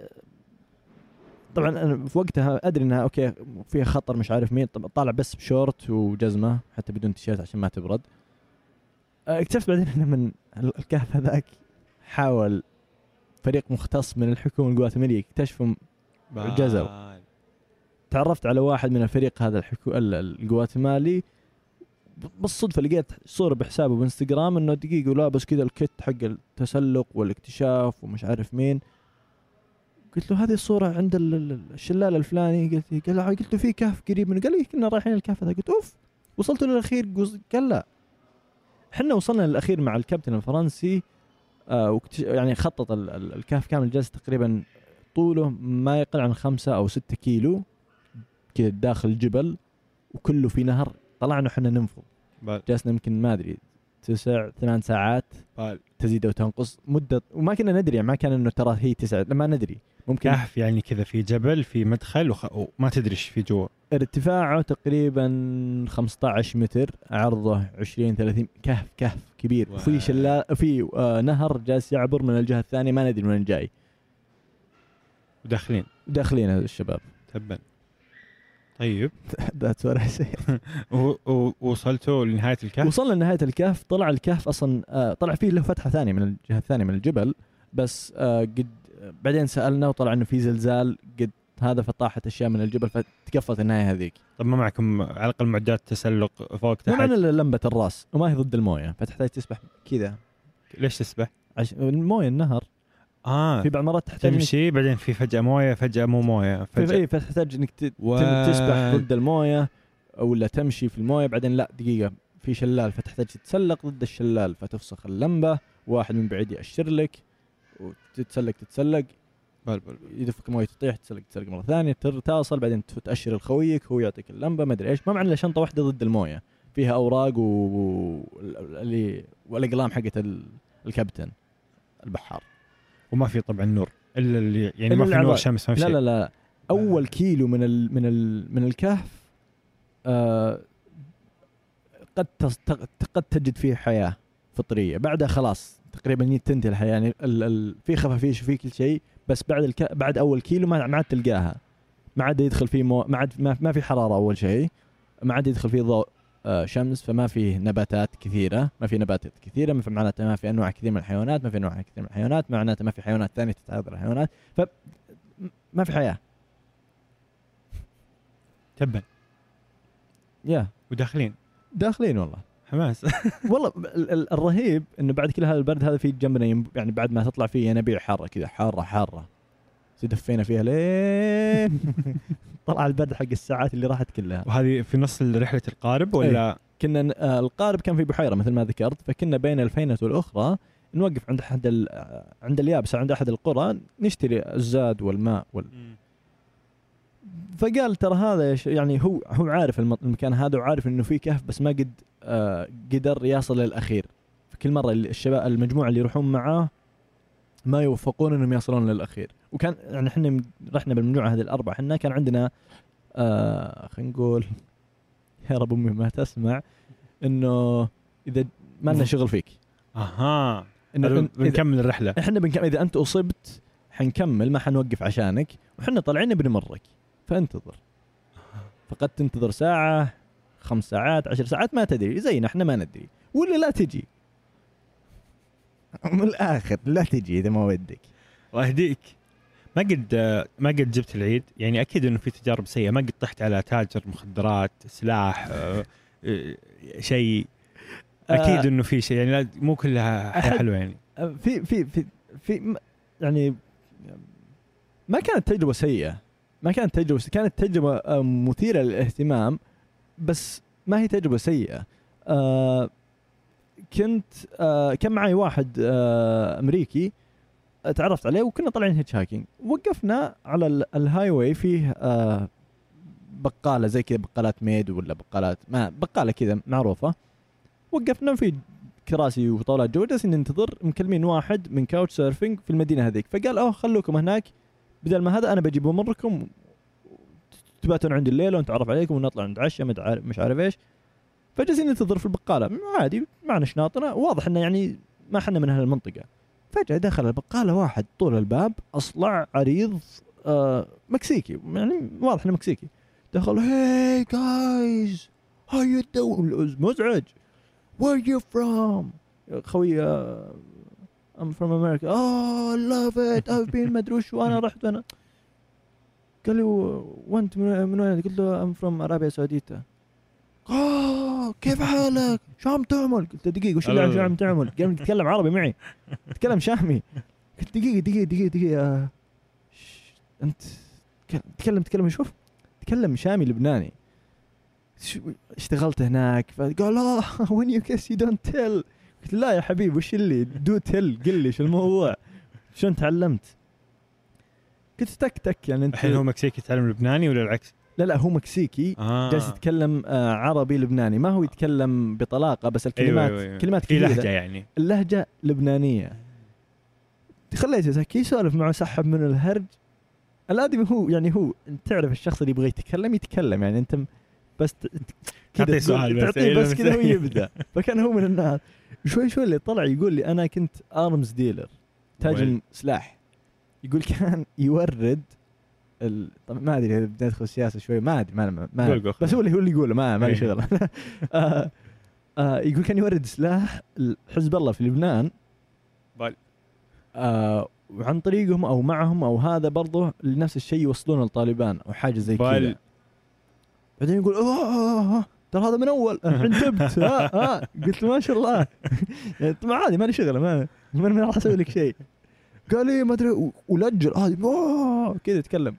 طبعا انا في وقتها ادري انها اوكي فيها خطر مش عارف مين، طب طالع بس بشورت وجزمه حتى بدون تيشيرت عشان ما تبرد. آه اكتشفت بعدين انه من الكهف هذاك حاول فريق مختص من الحكومه الجواتيماليه يكتشفوا الجزر. تعرفت على واحد من الفريق هذا الحكو الجواتيمالي بالصدفه، لقيت صوره بحسابه بانستغرام انه دقيقه ولابس كذا الكت حق التسلق والاكتشاف ومش عارف مين. قلت له هذه الصوره عند الشلال الفلاني، قلت قال قلت له في كهف قريب منه، قال لي كنا رايحين الكهف هذا. قلت اوف وصلت للاخير؟ قال لا احنا وصلنا للاخير مع الكابتن الفرنسي. آه يعني خطط الكهف كامل جلس تقريبا طوله ما يقل عن خمسة أو ستة كيلو كذا داخل الجبل، وكله في نهر. طلعنا احنا ننفض، جلسنا يمكن ما ادري تسع ثمان ساعات بال. تزيد وتنقص مده، وما كنا ندري يعني ما كان انه ترى هي تسعة، لما ندري ممكن كهف يعني كذا في جبل في مدخل وخ... وما تدري ايش في جوا. ارتفاعه تقريبا خمسة عشر متر، عرضه عشرين ثلاثين، كهف كهف كبير، وفي شلال في آه نهر جالس يعبر من الجهه الثانيه ما ندري من جاي. وداخلين داخلين هذا الشباب تبا. طيب ذات ورا وصلتوا لنهايه الكهف؟ وصلنا لنهايه الكهف. طلع الكهف اصلا آه طلع فيه له فتحه ثانيه من الجهه الثانيه من الجبل، بس آه قد بعدين سالنا وطلع انه في زلزال قد هذا فطاحت اشياء من الجبل فتكفت النهايه هذيك. طب ما معكم على الاقل معدات تسلق فوق تحت؟ مو معنا لمبه الراس وما هي ضد المويه، فتحتاج تسبح كذا. ليش تسبح؟ عش... المويه النهر اه في بعض المرات تحتاج تمشي إنك... بعدين في فجأة مويه فجأة مو مويه فجأة اي فتحتاج انك ت... و... تسبح ضد المويه ولا تمشي في المويه، بعدين لا دقيقه في شلال فتحتاج تتسلق ضد الشلال فتفسخ اللمبه، واحد من بعيد يأشر لك وتتسلق تتسلق بل بل يدفك مويه تطيح تتسلق تتسلق مره ثانيه تصل، بعدين تأشر لخويك هو يعطيك اللمبه ما ادري ايش. ما معنى شنطه واحده ضد المويه فيها اوراق و اللي والاقلام حقت ال... الكابتن البحار، وما في طبعا نور الا اللي يعني ما في نور شمس ما في لا شيء. لا لا اول كيلو من ال من ال من الكهف آه قد قد تجد فيه حياه فطريه، بعدها خلاص تقريبا تنتهي الحياه. يعني ال ال في خفافيش وفي كل شيء، بس بعد الك بعد اول كيلو ما ما عاد تلقاها، ما عاد يدخل فيه مو ما عاد ما, ما في حراره اول شيء، ما عاد يدخل فيه ضوء آه شمس، فما في نباتات كثيره ما في نباتات كثيره ما في معناته ما في انواع كثير من الحيوانات، ما في انواع كثير من الحيوانات معناته ما في حيوانات ثانيه تتعرض للحيوانات، فما في حياه تبا. يا وداخلين داخلين والله حماس. والله الرهيب انه بعد كل هذا البرد هذا في جنبنا، يعني بعد ما تطلع فيه ينابيع حاره كذا حاره حاره دفينا فيها لين طلع البرد حق الساعات اللي راحت كلها. وهذه في نص رحله القارب ولا ايه. كنا آه القارب كان في بحيره مثل ما ذكرت، فكنا بين الفينة والاخرى نوقف عند احد عند اليابسه عند احد القرى نشتري الزاد والماء وال... فقال ترى هذا يعني هو هو عارف المكان هذا وعارف انه في كهف، بس ما قد آه قدر يصل للاخير. فكل مره الشباب المجموعه اللي يروحون معاه ما يوفقون انهم يصلون للاخير. وكان يعني احنا رحنا بالمجموعه هذه الاربعه، احنا كان عندنا آه خلينا نقول يا رب امي ما تسمع انه اذا ما لنا شغل فيك اها إن بنكمل الرحله، احنا بنكمل، اذا انت اصبت حنكمل ما حنوقف عشانك، وحنا طالعين بنمرك فانتظر. فقد تنتظر ساعه خمس ساعات عشر ساعات ما تدري، زينا احنا ما ندري، ولا لا تجي من الاخر لا تجي اذا ما ودك. واهديك ما قد ما قد جبت العيد، يعني اكيد انه في تجارب سيئه، ما قد طحت على تاجر مخدرات سلاح شيء، اكيد انه في شيء، يعني مو كلها حلوه. يعني في في في في يعني ما كانت تجربه سيئه، ما كانت تجربه كانت تجربه مثيره للاهتمام، بس ما هي تجربه سيئه. آه كنت آه كان معي واحد آه امريكي تعرفت عليه، وكنا طالعين هيتش هايكينج، وقفنا على الهاي واي فيه آه بقاله زي كذا، بقالات ميد ولا بقالات ما بقاله كذا معروفه. وقفنا في كراسي وطاولات جوا جالسين ننتظر، مكلمين واحد من كاوتش سيرفينج في المدينه هذيك، فقال اه خلوكم هناك بدل ما هذا انا بجيب امركم تباتون عند الليله ونتعرف عليكم ونطلع نتعشى مش عارف ايش. فجالسين ننتظر في البقاله عادي معنا شناطنا، واضح انه يعني ما حنا من اهل المنطقه. فجاه دخل البقاله واحد طول الباب اصلع عريض آه مكسيكي، يعني واضح انه مكسيكي. دخل هاي جايز هاو يو دوينج، مزعج. Where are you from؟ خوي uh, I'm from America. Oh I love it. I've been مدروش وأنا رحت وأنا. قال لي وأنت من وين؟ قلت له I'm from عربية سعودية. آه كيف حالك؟ شو عم تعمل؟ قلت دقيقة وش اللي عم تعمل؟ قال لي تتكلم عربي معي، تتكلم شامي. قلت دقيقة دقيقة دقيقة دقيقة أنت تتكلم تتكلم شوف تتكلم شامي لبناني. اشتغلت هناك. فقال لا when you kiss you don't tell. قلت لا يا حبيبي وش اللي do tell، قل لي شو الموضوع، شلون تعلمت؟ قلت تك تك يعني انت الحين هو مكسيكي يتعلم لبناني ولا العكس؟ لا لا هو مكسيكي آه. جالس يتكلم آه عربي لبناني، ما هو يتكلم بطلاقة بس الكلمات أيوة أيوة. كلمات في كثيرة لهجة يعني اللهجة لبنانية. خليته زكي يسولف معه سحب من الهرج. الآدمي هو يعني هو تعرف الشخص اللي يبغى يتكلم يتكلم، يعني انت بس كذا سؤال بس تعطيه بس كذا ويبدا. فكان هو من الناس شوي شوي اللي طلع يقول لي انا كنت ارمز ديلر، تاجر سلاح. يقول كان يورد ال... طب ما ادري اذا بدي ادخل السياسه شوي ما ادري ما, ما... بس هو اللي هو اللي يقوله ما ما لي شغل. آه آه يقول كان يورد سلاح حزب الله في لبنان آه وعن طريقهم او معهم او هذا برضه لنفس الشيء يوصلون للطالبان او حاجه زي كذا. بعدين يقول اوه ترى هذا من اول الحين تبت ها ها. قلت ما شاء الله يعني ما عادي ما لي شغله ما ما راح اسوي لك شيء. قال لي ما ادري ولجل هذه كذا يتكلم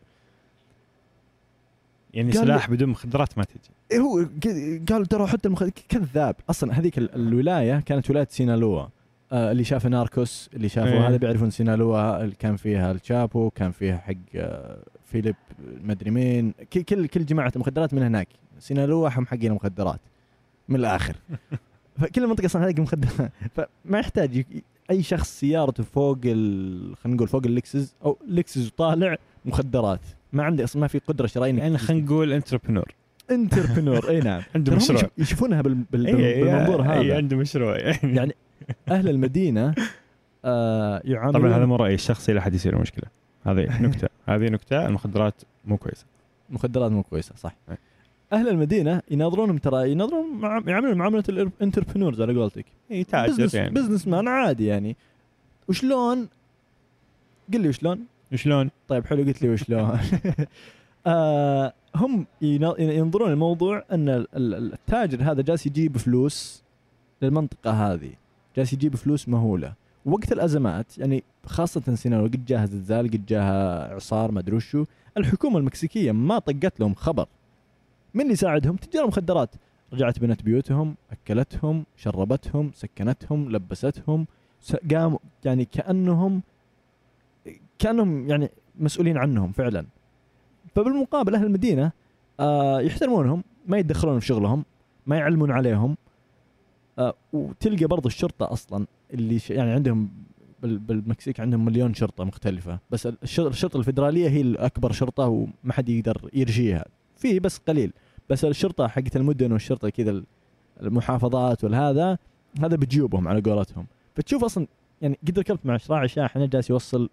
يعني سلاح بدون مخدرات ما تجي. هو قال ترى حتى المخدرات كذاب. اصلا هذيك الولايه كانت ولايه سينالوا آه اللي شاف ناركوس اللي شافوا ايه. هذا بيعرفون سينالوا اللي كان فيها الشابو كان فيها حق آه فيليب مدري مين كل كل جماعه المخدرات من هناك. سينالوا هم حقين المخدرات من الاخر. فكل المنطقه اصلا هذيك مخدرات. فما يحتاج اي شخص سيارته فوق ال... خلينا نقول فوق اللكسس او لكسس طالع مخدرات ما عندي اصلا ما في قدره شرائيه. يعني خلينا نقول انتربرنور انتربرنور اي نعم عنده مشروع يشوفونها بال... بال... أي بالمنظور هذا. اي عنده مشروع يعني اهل المدينه آه يعاملون. طبعا هذا مو رايي الشخصي لا حد يصير مشكله. هذه نكته هذه نكته المخدرات مو كويسه. مخدرات مو كويسه صح. اهل المدينه يناظرونهم ترى يناظرون مع... يعاملون معامله الانتربرنورز على قولتك. اي تاجر بزنس يعني بزنس مان عادي يعني. وشلون قل لي وشلون وشلون طيب حلو قلت لي وشلون. آه هم ينظرون الموضوع ان التاجر هذا جالس يجيب فلوس للمنطقه هذه جالس يجيب فلوس مهوله. وقت الازمات يعني خاصه سيناريو قد جاها زلزال قد جاها اعصار ما ادري وشو الحكومه المكسيكيه ما طقت لهم خبر. من اللي يساعدهم تجار مخدرات. رجعت بنت بيوتهم اكلتهم شربتهم سكنتهم لبستهم قاموا يعني كأنهم كأنهم يعني مسؤولين عنهم فعلا. فبالمقابل أهل المدينة آه يحترمونهم ما يتدخلون في شغلهم ما يعلمون عليهم. آه وتلقى برضو الشرطة أصلا اللي يعني عندهم بالمكسيك عندهم مليون شرطة مختلفة بس الشرطة الفيدرالية هي الأكبر شرطة وما حد يقدر يرجيها فيه بس قليل. بس الشرطة حقت المدن والشرطة كذا المحافظات والهذا هذا بتجيبهم على قولتهم. فتشوف أصلا يعني قد ركبت مع راعي شاحنة جالس يوصل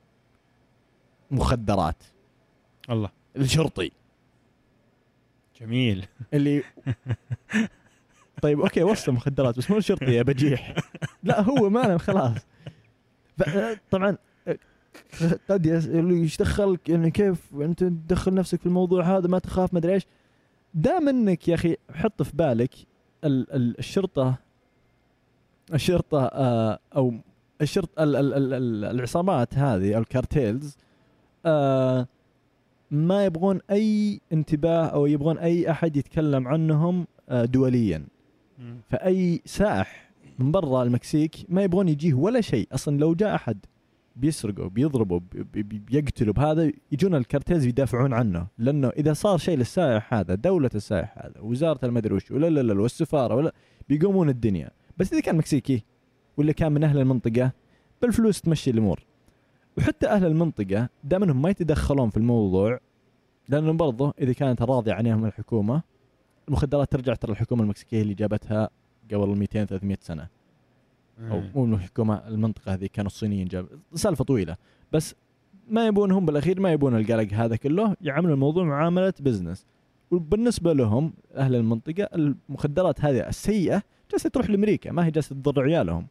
مخدرات الله الشرطي جميل اللي طيب أوكي وصل مخدرات بس مو الشرطي يا بجيح. لا هو ما خلاص. طبعا قد يش دخلك يعني كيف أنت تدخل نفسك في الموضوع هذا ما تخاف ما أدري إيش. دا منك يا أخي حط في بالك ال ال الشرطة الشرطة آه أو الشرطة ال ال ال ال العصابات هذه أو الكارتيلز آه ما يبغون أي انتباه أو يبغون أي أحد يتكلم عنهم آه دوليا. فأي سائح من برا المكسيك ما يبغون يجيه ولا شيء أصلا. لو جاء أحد بيسرقوا بيضربوا بي بي بيقتلوا بهذا، يجون الكارتيلز يدافعون عنه، لأنه إذا صار شيء للسائح هذا، دولة السائح هذا، وزارة المدري وش ولا لا لا والسفارة ولا بيقومون الدنيا. بس إذا كان مكسيكي ولا كان من أهل المنطقة بالفلوس تمشي الأمور. وحتى أهل المنطقة دائما هم ما يتدخلون في الموضوع، لأنه برضه إذا كانت راضية عنهم الحكومة، المخدرات ترجع ترى الحكومة المكسيكية اللي جابتها قبل مئتين ثلاثمئة سنة، أو مو من الحكومة المنطقة هذه كانوا الصينيين جاب، سالفة طويلة. بس ما يبونهم بالأخير، ما يبون القلق هذا كله، يعاملوا الموضوع معاملة بزنس. وبالنسبة لهم أهل المنطقة المخدرات هذه السيئة جالسة تروح لأمريكا، ما هي جالسة تضر عيالهم.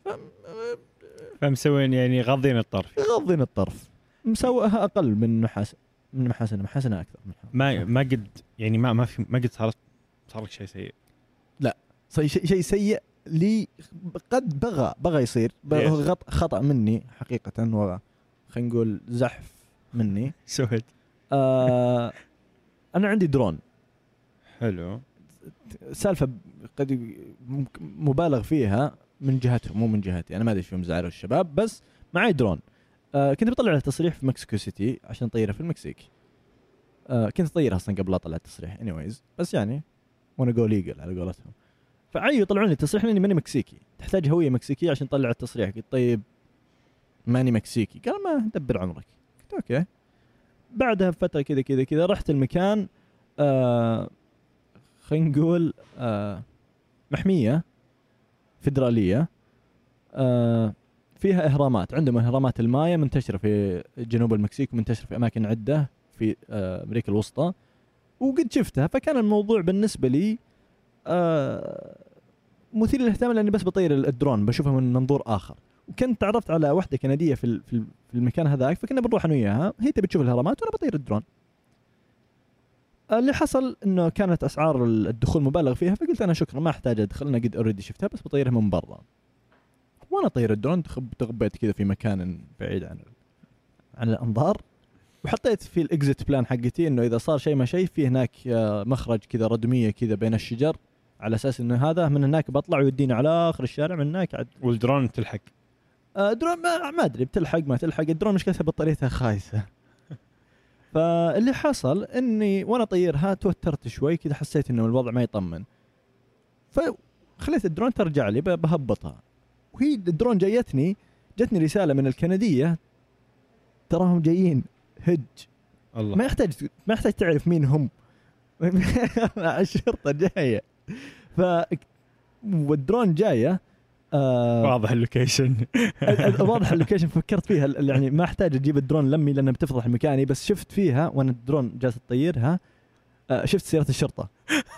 فمسوين يعني غضين الطرف، غضين الطرف، مسوئها أقل من محاسن، من محاسن محاسنها أكثر من ما ما قد يعني ما ما في ما قد صارت صار لك شيء سيء. لا شيء شيء سيء لي قد بغى بغى يصير غط خطأ مني حقيقة، و خلينا نقول زحف مني. سويت آه أنا عندي درون حلو، سالفة قد مبالغ فيها من جهتهم مو من جهتي، أنا ما أدري شو مزعلوا الشباب، بس معي درون. آه كنت بطلع له تصريح في مكسيكو سيتي عشان طيره في المكسيك. آه كنت طيرها أصلا قبل أطلع التصريح anyways، بس يعني وانا جو ليجل على قولتهم. فعيوا يطلعون لي تصريح اني ماني مكسيكي، تحتاج هويه مكسيكيه عشان تطلع التصريح. قلت طيب ماني مكسيكي، قال ما دبر عمرك. قلت اوكي. بعدها بفتره كذا كذا كذا رحت المكان، آه خلينا نقول آه محميه فدراليه، آه فيها اهرامات، عندهم اهرامات المايا منتشره في جنوب المكسيك ومنتشره في اماكن عده في آه امريكا الوسطى، وقد شفتها. فكان الموضوع بالنسبة لي آه مثير للاهتمام، لأني بس بطير الدرون بشوفها من منظور آخر. وكنت تعرفت على واحدة كندية في في المكان هذاك، فكنا بنروح أنا وياها، هي تبي تشوف الهرمات وأنا بطير الدرون. اللي حصل إنه كانت أسعار الدخول مبالغ فيها، فقلت أنا شكرا ما أحتاج أدخل، أنا قد أوريدي شفتها، بس بطيرها من برا. وأنا طير الدرون تغبيت كذا في مكان بعيد عن عن الأنظار، وحطيت في الإكزيت بلان حقتي إنه إذا صار شيء ما شيء في هناك مخرج كذا ردمية كذا بين الشجر، على أساس إنه هذا من هناك بطلع ويديني على آخر الشارع من هناك عد. والدرون تلحق؟ آه درون ما, ما أدري بتلحق ما تلحق، الدرون مشكلتها بطاريتها خايسة. فاللي حصل إني وأنا طيرها توترت شوي كذا، حسيت إنه الوضع ما يطمن، فخليت الدرون ترجع لي بهبطها. وهي الدرون جايتني جتني رسالة من الكندية، تراهم جايين هج. الله. ما يحتاج ما يحتاج تعرف مين هم. الشرطة جاية، ف والدرون جاية آه واضح اللوكيشن. واضح اللوكيشن. فكرت فيها يعني ما احتاج اجيب الدرون لمي لانها بتفضح مكاني، بس شفت فيها وانا الدرون جالس تطيرها آه شفت سيارة الشرطة.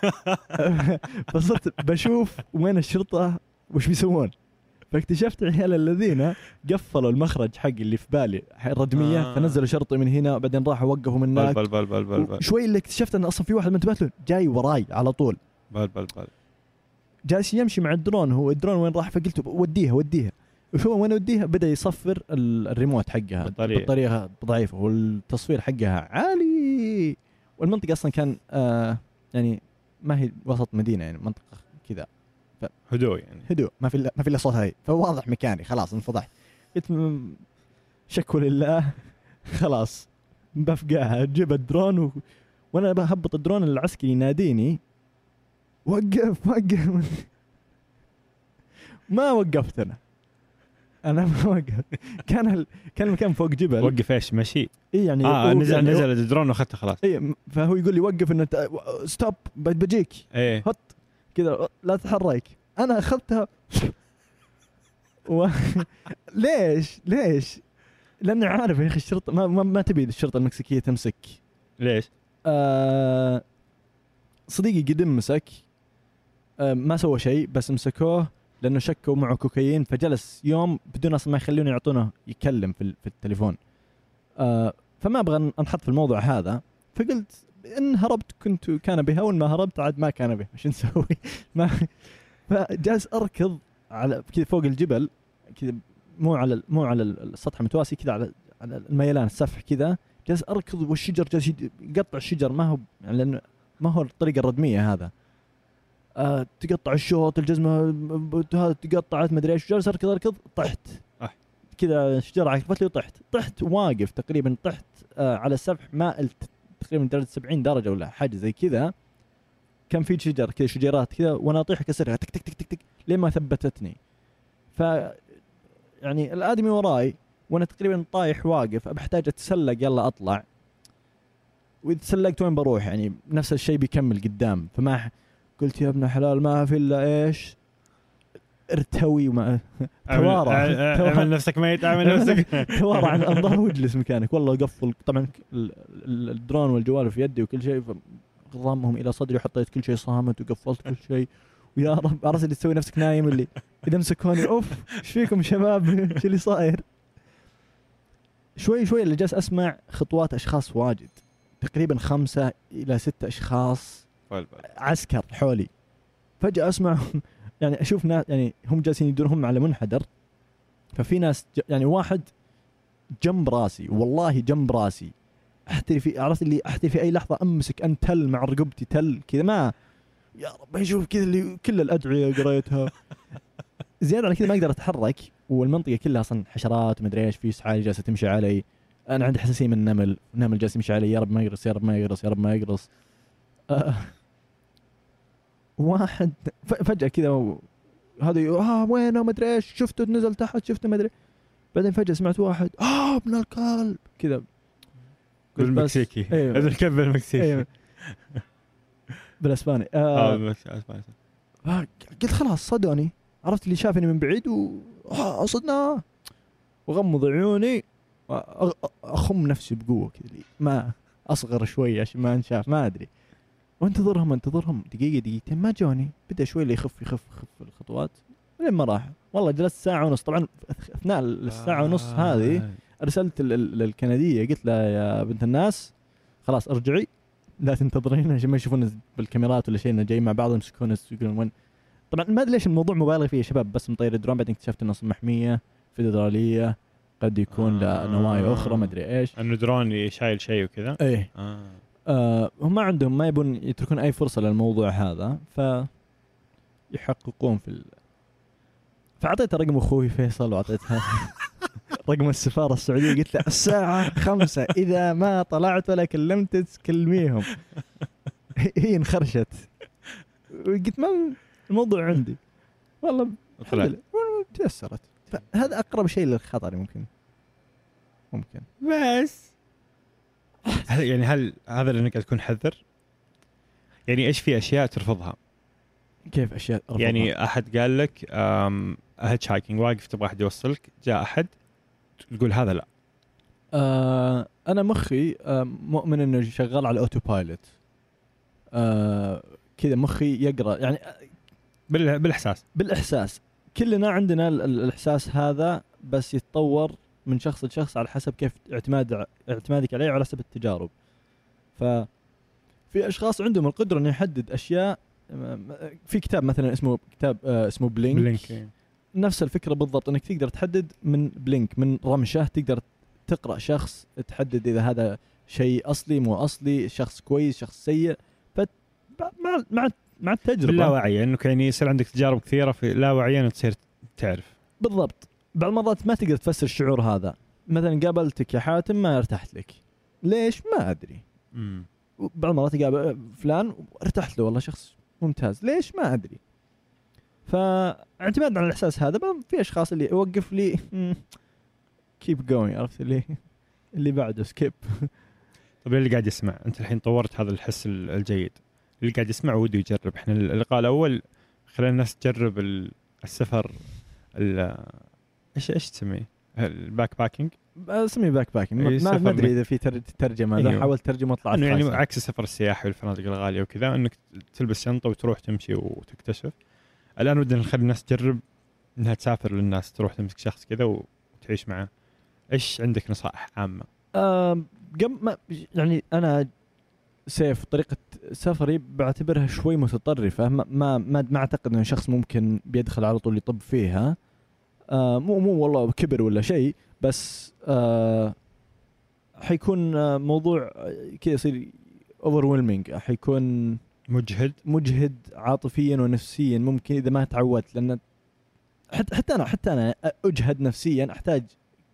فصرت بشوف وين الشرطة وش بيسوون، فاكتشفت عيال الذين قفلوا المخرج حق اللي في بالي الردمية، آه. فنزلوا شرطي من هنا وبعدين راحوا وقفوا من هناك. بل بل بل بل بل. شوي اللي اكتشفت ان اصلا في واحد منتبه له جاي وراي على طول، بل بل بل. جالس يمشي مع الدرون، هو الدرون وين راح؟ فقلت وديها وديها، وشو وين وديها؟ بدا يصفر الريموت حقها بطريقه ضعيفه، والتصوير حقها عالي، والمنطقه اصلا كان آه يعني ما هي وسط مدينه، يعني منطقه كذا ف... هدوء يعني هدوء، ما في ما في الا صوت هاي، فواضح مكاني خلاص انفضحت. قلت م... شكو لله خلاص بفقعها، جيب الدرون و... وانا بهبط الدرون العسكري يناديني وقف وقف. ما وقفت انا انا ما وقفت. كان ال... كان المكان فوق جبل. وقف ايش ماشي؟ اي يعني اه نزل يعني نزل الدرون واخذته خلاص. اي فهو يقول لي وقف انه ت... ستوب بجيك ايه هط كذا لا تتحرك. انا اخذتها و... ليش ليش لاني عارف يا اخي الشرطه ما ما, ما تبي الشرطه المكسيكيه تمسك. ليش؟ آه صديقي قدم مسك، آه ما سوى شيء بس مسكوه لانه شكوا معه كوكايين، فجلس يوم بدون اصلا ما يخلونه يعطونه يكلم في في التليفون. آه فما ابغى انحط في الموضوع هذا، فقلت ان هربت كنت كان بها، وان ما هربت عاد ما كان به، ايش نسوي؟ ما فجالس اركض على كذا فوق الجبل كذا، مو على مو على السطح المتواسي كذا، على على الميلان السفح كذا، جالس اركض والشجر جالس يقطع الشجر، ما هو يعني لانه ما هو الطريقه الردميه هذا. آه تقطع الشوط الجزمه هذا تقطعت ما ادري ايش، جالس اركض اركض طحت. أه. كذا شجرة عكفت لي وطحت طحت واقف تقريبا طحت آه على سفح ماء تقريبا درجة سبعين درجة ولا حاجة زي كذا. كان في شجر كذا شجيرات كذا وانا اطيح كسرها تك تك تك تك تك لين ما ثبتتني. ف يعني الادمي وراي وانا تقريبا طايح واقف بحتاج اتسلق يلا اطلع، واذا تسلقت وين بروح؟ يعني نفس الشيء بيكمل قدام. فما قلت يا ابن حلال ما في الا ايش ارتوي وما توارى اعمل نفسك ميت اعمل نفسك توارى عن الظهر واجلس مكانك. والله قفل طبعا الدرون والجوال في يدي وكل شيء، ضمهم الى صدري وحطيت كل شيء صامت وقفلت كل شيء. ويا رب عرفت اللي تسوي نفسك نايم اللي اذا مسكوني اوف ايش فيكم شباب ايش اللي صاير. شوي شوي اللي جالس اسمع خطوات اشخاص واجد تقريبا خمسة الى ستة اشخاص عسكر حولي. فجأة اسمع يعني اشوف ناس يعني هم جالسين يدورهم على منحدر، ففي ناس يعني واحد جنب راسي والله جنب راسي احتري في عرفت اللي احتري في اي لحظه امسك ان تل مع رقبتي تل كذا. ما يا رب اشوف كذا اللي كل الادعيه قريتها زياده على كذا ما اقدر اتحرك، والمنطقه كلها اصلا حشرات ومدري ايش، في سحالي جالسه تمشي علي. انا عندي حساسيه من النمل، النمل جالس يمشي علي يا رب ما يقرص يا رب ما يقرص يا رب ما يقرص. أه واحد فجاه كذا هذا ها آه وينه ما ادري ايش شفته نزل تحت شفته ما ادري. بعدين فجاه سمعت واحد اه ابن الكلب كذا بالمكسيكي. هذا الكلب بالمكسيكي بالاسباني. اه بالاسباني. آه قلت خلاص صدوني، عرفت اللي شافني من بعيد و اه صدنا وغمض عيوني اخم نفسي بقوه كذا ما اصغر شوي عشان ما انشاف ما ادري. وانتظرهم انتظرهم دقيقه دقيقتين ما جوني، بدا شوي اللي يخف يخف يخف الخطوات لين ما راح. والله جلست ساعه ونص. طبعا اثناء الساعه ونص هذه ارسلت للكنديه قلت لها يا بنت الناس خلاص ارجعي لا تنتظرين عشان ما يشوفون بالكاميرات ولا شيء انه جاي مع بعض يمسكون يقولون وين. طبعا ما ادري ليش الموضوع مبالغ فيه يا شباب، بس مطير الدرون بعدين اكتشفت انه محميه فيدراليه قد يكون آه له نوايا اخرى ما ادري ايش، انه درون شايل شيء وكذا. ايه آه. آه هم ما عندهم ما يبون يتركون اي فرصه للموضوع هذا ف يحققون في ال... فاعطيته رقم اخوي فيصل واعطيتها رقم السفاره السعوديه قلت له الساعه خمسة اذا ما طلعت ولا كلمت تكلميهم. هي انخرشت قلت ما الموضوع عندي والله تيسرت. فهذا اقرب شيء للخطر ممكن ممكن بس هل يعني هل هذا اللي انك تكون حذر؟ يعني ايش في اشياء ترفضها؟ كيف اشياء ترفضها؟ يعني احد قال لك هيتش هايكينج واقف تبغى احد يوصلك، جاء احد تقول هذا لا. آه انا مخي آه مؤمن انه شغال على الاوتو بايلوت. آه كذا مخي يقرا يعني بالاحساس بالاحساس كلنا عندنا الاحساس هذا، بس يتطور من شخص لشخص على حسب كيف اعتماد اعتمادك عليه وعلى حسب التجارب. ففي اشخاص عندهم القدره انه يحدد اشياء. في كتاب مثلا اسمه كتاب آه اسمه بلينك, بلينك. نفس الفكره بالضبط، انك تقدر تحدد من بلينك من رمشه تقدر تقرا شخص تحدد اذا هذا شيء اصلي مو اصلي، شخص كويس شخص سيء. فمع مع مع التجربه باللاوعي انه يعني يصير عندك تجارب كثيره في لاوعيا تصير تعرف بالضبط. بعض المرات ما تقدر تفسر الشعور هذا. مثلا قابلتك يا حاتم ما ارتحت لك ليش ما ادري. امم بعض المرات قابل فلان ارتحت له والله شخص ممتاز ليش ما ادري. فاعتماد على الاحساس هذا. في اشخاص اللي يوقف لي كيب جوينج عرفت اللي اللي بعده سكيب. طيب اللي قاعد يسمع انت الحين طورت هذا الحس الجيد، اللي قاعد يسمع وده يجرب. احنا اللقاء الاول خلينا الناس تجرب السفر ايش ايش تسميه الباك باكينج. اسميه باك باكينج ما ادري اذا في ترجمه. انا أيوه. حاولت ترجمه طلعت يعني عكس السفر السياحي والفنادق الغاليه وكذا، انك تلبس شنطه وتروح تمشي وتكتشف. الان ودنا نخلي الناس تجرب انها تسافر للناس، تروح تمسك شخص كذا وتعيش معه. ايش عندك نصائح عامه؟ أه قبل يعني انا سيف طريقه سفري بعتبرها شوي متطرفه. ما ما ما اعتقد انه شخص ممكن بيدخل على طول يطب فيها. آه مو مو والله كبر ولا شيء، بس آه حيكون آه موضوع كذا يصير overwhelming، حيكون مجهد مجهد عاطفيا ونفسيا ممكن اذا ما تعودت. لان حتى حتى انا حتى انا اجهد نفسيا، احتاج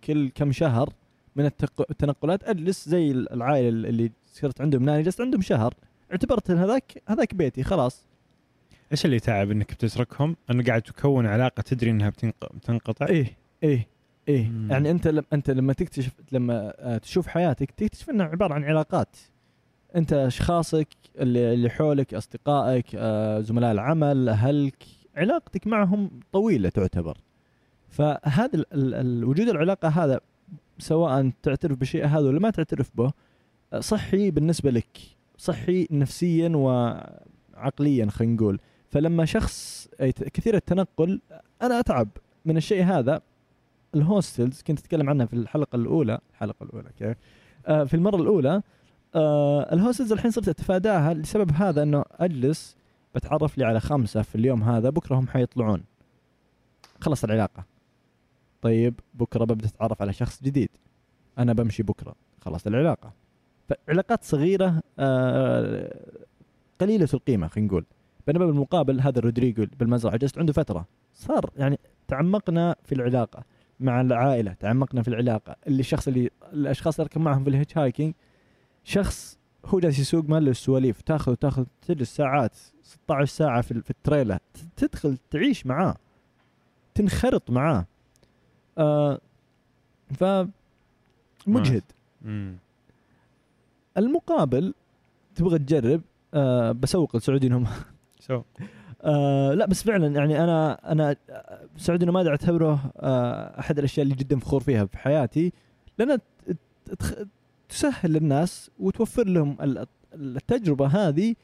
كل كم شهر من التق... التنقلات اجلس زي العائله اللي صرت عندهم ناني، جلست عندهم شهر، اعتبرت ان هذاك هذاك بيتي خلاص. ايش اللي تعب انك بتتركهم؟ انه قاعد تكون علاقه تدري انها بتنق... بتنقطع. ايه ايه ايه مم. يعني انت لما انت لما تكتشف لما آه تشوف حياتك تكتشف انها عباره عن علاقات. انت اشخاصك اللي, اللي حولك، اصدقائك، آه زملاء العمل، اهلك، علاقتك معهم طويله تعتبر. فهذا ال- ال- الوجود العلاقه هذا سواء تعترف بالشيء هذا ولا ما تعترف به صحي بالنسبه لك، صحي نفسيا وعقليا خلينا نقول. فلما شخص كثير التنقل، انا اتعب من الشيء هذا. الهوستلز كنت اتكلم عنها في الحلقه الاولى الحلقه الاولى كيف آه في المره الاولى. آه الهوستلز الحين صرت اتفاداها لسبب هذا، انه اجلس بتعرف لي على خمسه في اليوم هذا، بكره هم حيطلعون، خلص العلاقه. طيب بكره ببدا اتعرف على شخص جديد، انا بمشي بكره، خلص العلاقه. فعلاقات صغيره آه قليله القيمه خلينا نقول. بينما بالمقابل هذا رودريجو بالمزرعه جلست عنده فتره، صار يعني تعمقنا في العلاقه مع العائله، تعمقنا في العلاقه اللي الشخص اللي الاشخاص اللي اركب معهم في الهيتش هايكينج، شخص هو جالس يسوق مال السواليف، تاخذ تاخذ تجلس ساعات ستة عشر ساعه في في التريلا، تدخل تعيش معاه، تنخرط معاه. آه ف مجهد. مم. المقابل تبغى تجرب، آه بسوق السعودي انهم سو آه لا بس فعلا يعني انا انا سعودي نوماد اعتبره آه احد الاشياء اللي جدا فخور فيها في حياتي، لانها تسهل للناس وتوفر لهم التجربه هذه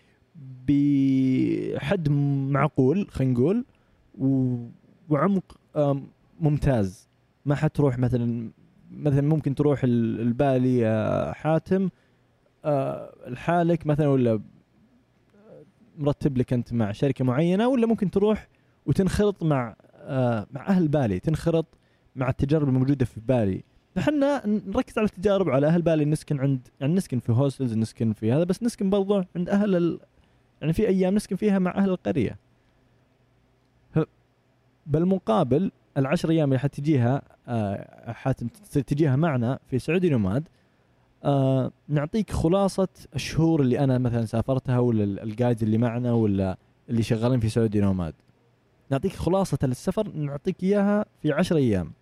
بحد معقول خلينا نقول، وعمق آه ممتاز. ما حتروح مثلا مثلا ممكن تروح البالي آه حاتم آه لحالك مثلا، ولا مرتب لك انت مع شركه معينه، ولا ممكن تروح وتنخرط مع آه مع اهل بالي، تنخرط مع التجارب الموجوده في بالي. نحن نركز على التجارب على اهل بالي، نسكن عند يعني نسكن في هوستلز، نسكن في هذا، بس نسكن برضه عند اهل ال... يعني في ايام نسكن فيها مع اهل القريه. بالمقابل العشر ايام اللي حتجيها آه حاتم تجيها معنا في سعودي نوماد، آه نعطيك خلاصة الشهور اللي أنا مثلا سافرتها، ولا الجايدز اللي معنا، ولا اللي شغالين في سعودي نوماد. نعطيك خلاصة السفر، نعطيك إياها في عشر أيام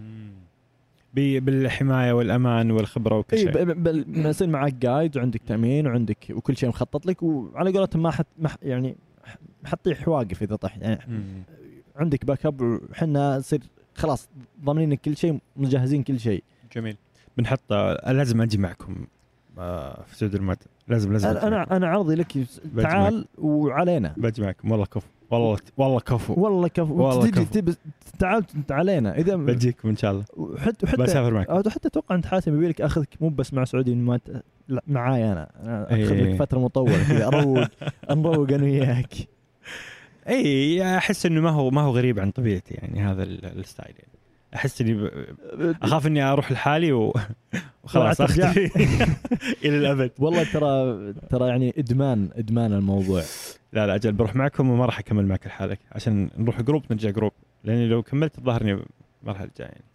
بالحماية والأمان والخبرة وكل شيء. إيه يصير معك جايد، وعندك تأمين، وعندك وكل شيء مخطط لك، وعلى قولتهم ما حت ما يعني حطيح واقف إذا طح يعني. مم. عندك باك اب، وحنا نصير خلاص ضامنين كل شيء، مجهزين كل شيء. جميل. بنحط لازم اجي معكم في سعودي نوماد، لازم لازم انا انا, أنا عرضي لك تعال معك. وعلينا باجي معكم والله كفو، والله والله كفو والله كفو تجي تعال علينا اذا بجيكم ان شاء الله. وحتى حتى بسافر معك، او حتى اتوقع انت حاتم يبي لك اخذك مو بس مع سعودي نوماد، معاي انا, أنا اخذ أيه. لك فتره مطوله كذا اروق نروق انا وياك. اي احس انه ما هو ما هو غريب عن طبيعتي يعني هذا الستايل يعني. احس اني ب... اخاف اني اروح لحالي و... وخلاص اختفي الى الابد. والله ترى ترى يعني ادمان ادمان الموضوع. لا لا اجل بروح معكم، وما راح اكمل معك لحالك عشان نروح جروب نرجع جروب، لاني لو كملت ظهرني المرحله الجايه يعني.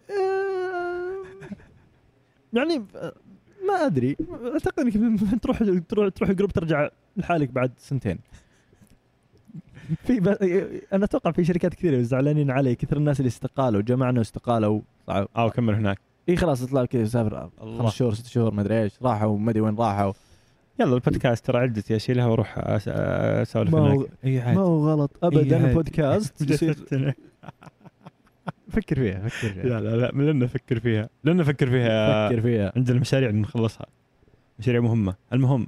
يعني ما ادري، اعتقد انك تروح تروح تروح جروب ترجع لحالك بعد سنتين. في ب... انا اتوقع في شركات كثيره زعلانين علي، كثر الناس اللي استقالوا جمعنا واستقالوا طلعوا اه وكملوا هناك. اي خلاص اطلعوا كذا سافر خمس شهور ست شهور ما ادري ايش، راحوا ما ادري وين راحوا. يلا البودكاست ترى عدتي اشيلها واروح اسولف هناك. هو... ما هو غلط ابدا البودكاست يصير فكر فيها فكر فيها لا لا لا لن نفكر فيها لن نفكر فيها فكر فيها عندنا مشاريع نخلصها، مشاريع مهمه. المهم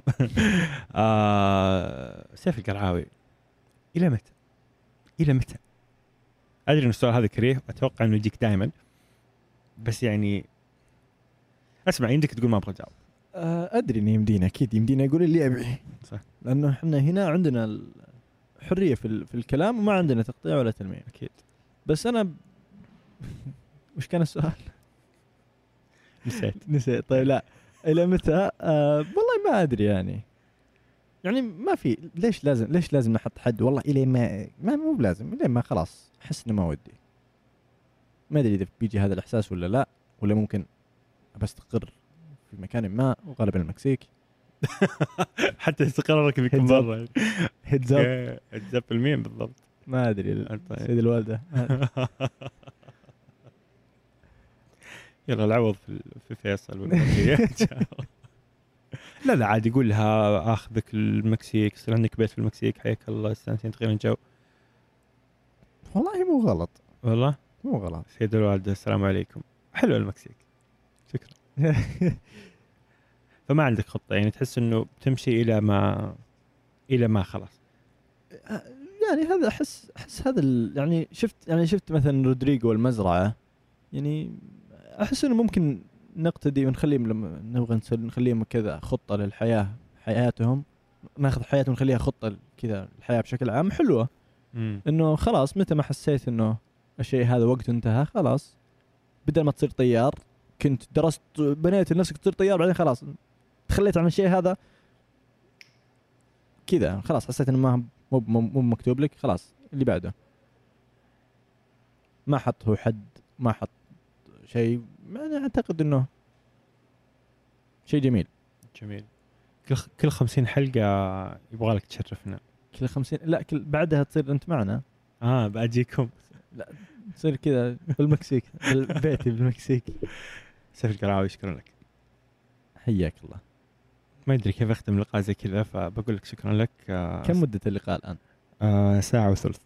آه... سيف القرعاوي الى متى الى متى؟ ادري ان السؤال هذا كريه، اتوقع انه يجيك دائما، بس يعني اسمع عندك تقول ما ابغى اجاوب. ادري انه يمدينا اكيد يمدينا اقول اللي ابي صح، لانه احنا هنا عندنا الحريه في في الكلام وما عندنا تقطيع ولا تلميع اكيد. بس انا ب... وش كان السؤال؟ نسيت نسيت طيب لا الى متى؟ آه والله ما ادري يعني يعني ما في ليش لازم ليش لازم نحط حد والله الى ما ما مو لازم الى ما خلاص احس انه ما ودي. ما ادري اذا بيجي هذا الاحساس ولا لا، ولا ممكن بستقر في مكان ما وغالبا المكسيك. حتى استقرارك بكم مرة هيدز اب هيدز اب المين بالضبط ما ادري سيد الوالده. يلا العوض في في فيصل والمكسيك. لا لا عادي يقول لها اخذك المكسيك يصير عندك بيت في المكسيك حياك الله سنتين تغير الجو. والله مو غلط والله مو غلط. سيد الوالده السلام عليكم حلو المكسيك شكرا. فما عندك خطة يعني تحس انه بتمشي الى ما الى ما خلاص يعني هذا احس احس هذا يعني شفت يعني شفت مثلا رودريغو المزرعة يعني احس انه ممكن نقتدي ونخليهم لما نبغى نخليهم كذا خطة للحياة حياتهم ناخذ حياتهم ونخليها خطة كذا الحياة بشكل عام حلوة. مم. انه خلاص متى ما حسيت انه الشيء هذا وقته انتهى خلاص بدل ما تصير طيار كنت درست بنيت لنفسك تصير طيار بعدين خلاص تخليت عن الشيء هذا كذا خلاص حسيت انه ما مو مو مكتوب لك خلاص اللي بعده. ما حط هو حد ما حط شيء يعني اعتقد انه شيء جميل جميل. كل كل خمسين حلقة يبغالك تشرفنا. كل خمسين لا كل بعدها تصير انت معنا. اه باجيكم لا تصير كذا بالمكسيك بيتي بالمكسيك. سيف القراوي شكرا لك حياك الله. ما ادري كيف اختم لقاء زي كذا فبقول لك شكرا لك. آه كم مدة اللقاء الان؟ آه ساعة وثلث.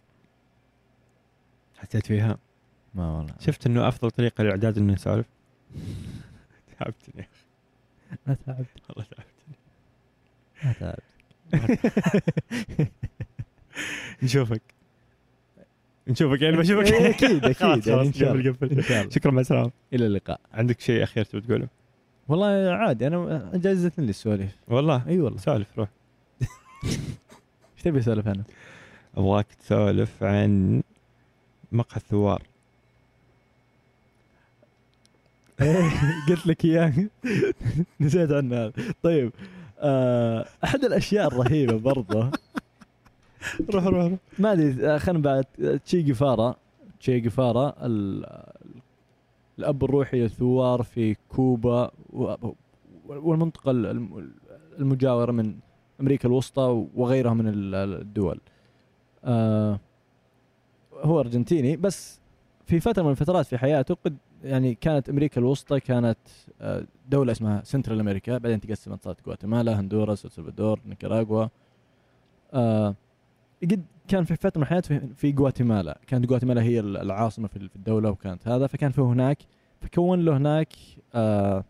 حسيت فيها ما والله شفت انه افضل طريقة للاعداد انه نسولف. تعبتني ما تعبت والله تعبتني ما تعبت. نشوفك نشوفك يعني بشوفك اكيد اكيد يعني ان شاء الله. إن شاء الله. شكرا مع السلامة الى اللقاء. عندك شيء اخير تبي تقوله؟ والله عادي انا جازتني لي السوالف. والله اي والله سولف روح. ايش تبي اسولف انا؟ ابغاك تسولف عن مقهى الثوار. قلت لك اياه نسيت عنه. طيب احد الاشياء الرهيبه برضه روح روح روح ما ادري خلنا بعد تشي جيفارا تشي جيفارا الاب الروحي للثوار في كوبا والمنطقه المجاوره من امريكا الوسطى وغيرها من الدول. هو ارجنتيني بس في فتره من الفترات في حياته قد يعني كانت امريكا الوسطى كانت دوله اسمها سنترال امريكا بعدين تقسمت صارت غواتيمالا هندوراس السلفادور نيكاراغوا. آه قد كان في فتره من حياته في غواتيمالا كانت غواتيمالا هي العاصمه في الدوله وكانت هذا فكان فيه هناك فكون له هناك آه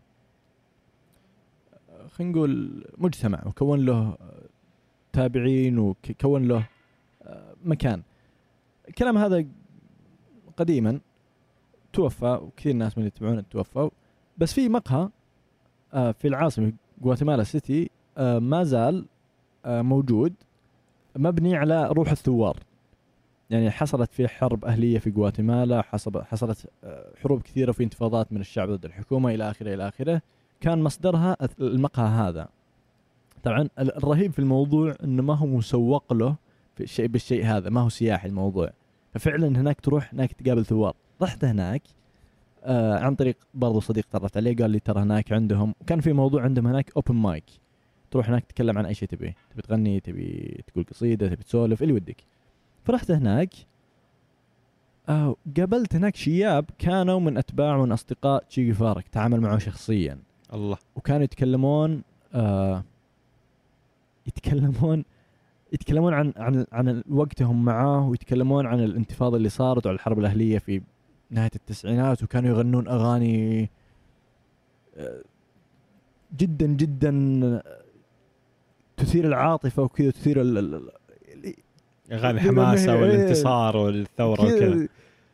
خلينا نقول مجتمع وكون له تابعين وكون له آه مكان. الكلام هذا قديما توفى وكثير ناس من اللي يتبعون توفوا بس في مقهى آه في العاصمة غواتيمالا سيتي آه ما زال آه موجود مبني على روح الثوار. يعني حصلت فيه حرب أهلية في غواتيمالا حصلت آه حروب كثيرة في انتفاضات من الشعب ضد الحكومة إلى آخره إلى آخره كان مصدرها المقهى هذا. طبعا الرهيب في الموضوع إنه ما هو مسوق له في الشيء بالشيء هذا ما هو سياحي الموضوع ففعلا هناك تروح هناك تقابل ثوار. رحت هناك آه عن طريق برضو صديق طرت عليه قال لي ترى هناك عندهم كان في موضوع عندهم هناك اوبن مايك تروح هناك تتكلم عن اي شيء تبي تبي تغني تبي تقول قصيدة تبي تسولف اللي ودك. فرحت هناك آه قابلت هناك شياب كانوا من اتباع ومن اصدقاء تشي جيفارا تعامل معه شخصيا الله وكانوا يتكلمون آه يتكلمون يتكلمون عن عن عن وقتهم معاه ويتكلمون عن الانتفاضة اللي صارت وعن الحرب الأهلية في نهاية التسعينات وكانوا يغنون أغاني جدا جدا تثير العاطفة وكذا تثير أغاني حماسة والانتصار والثورة وكذا.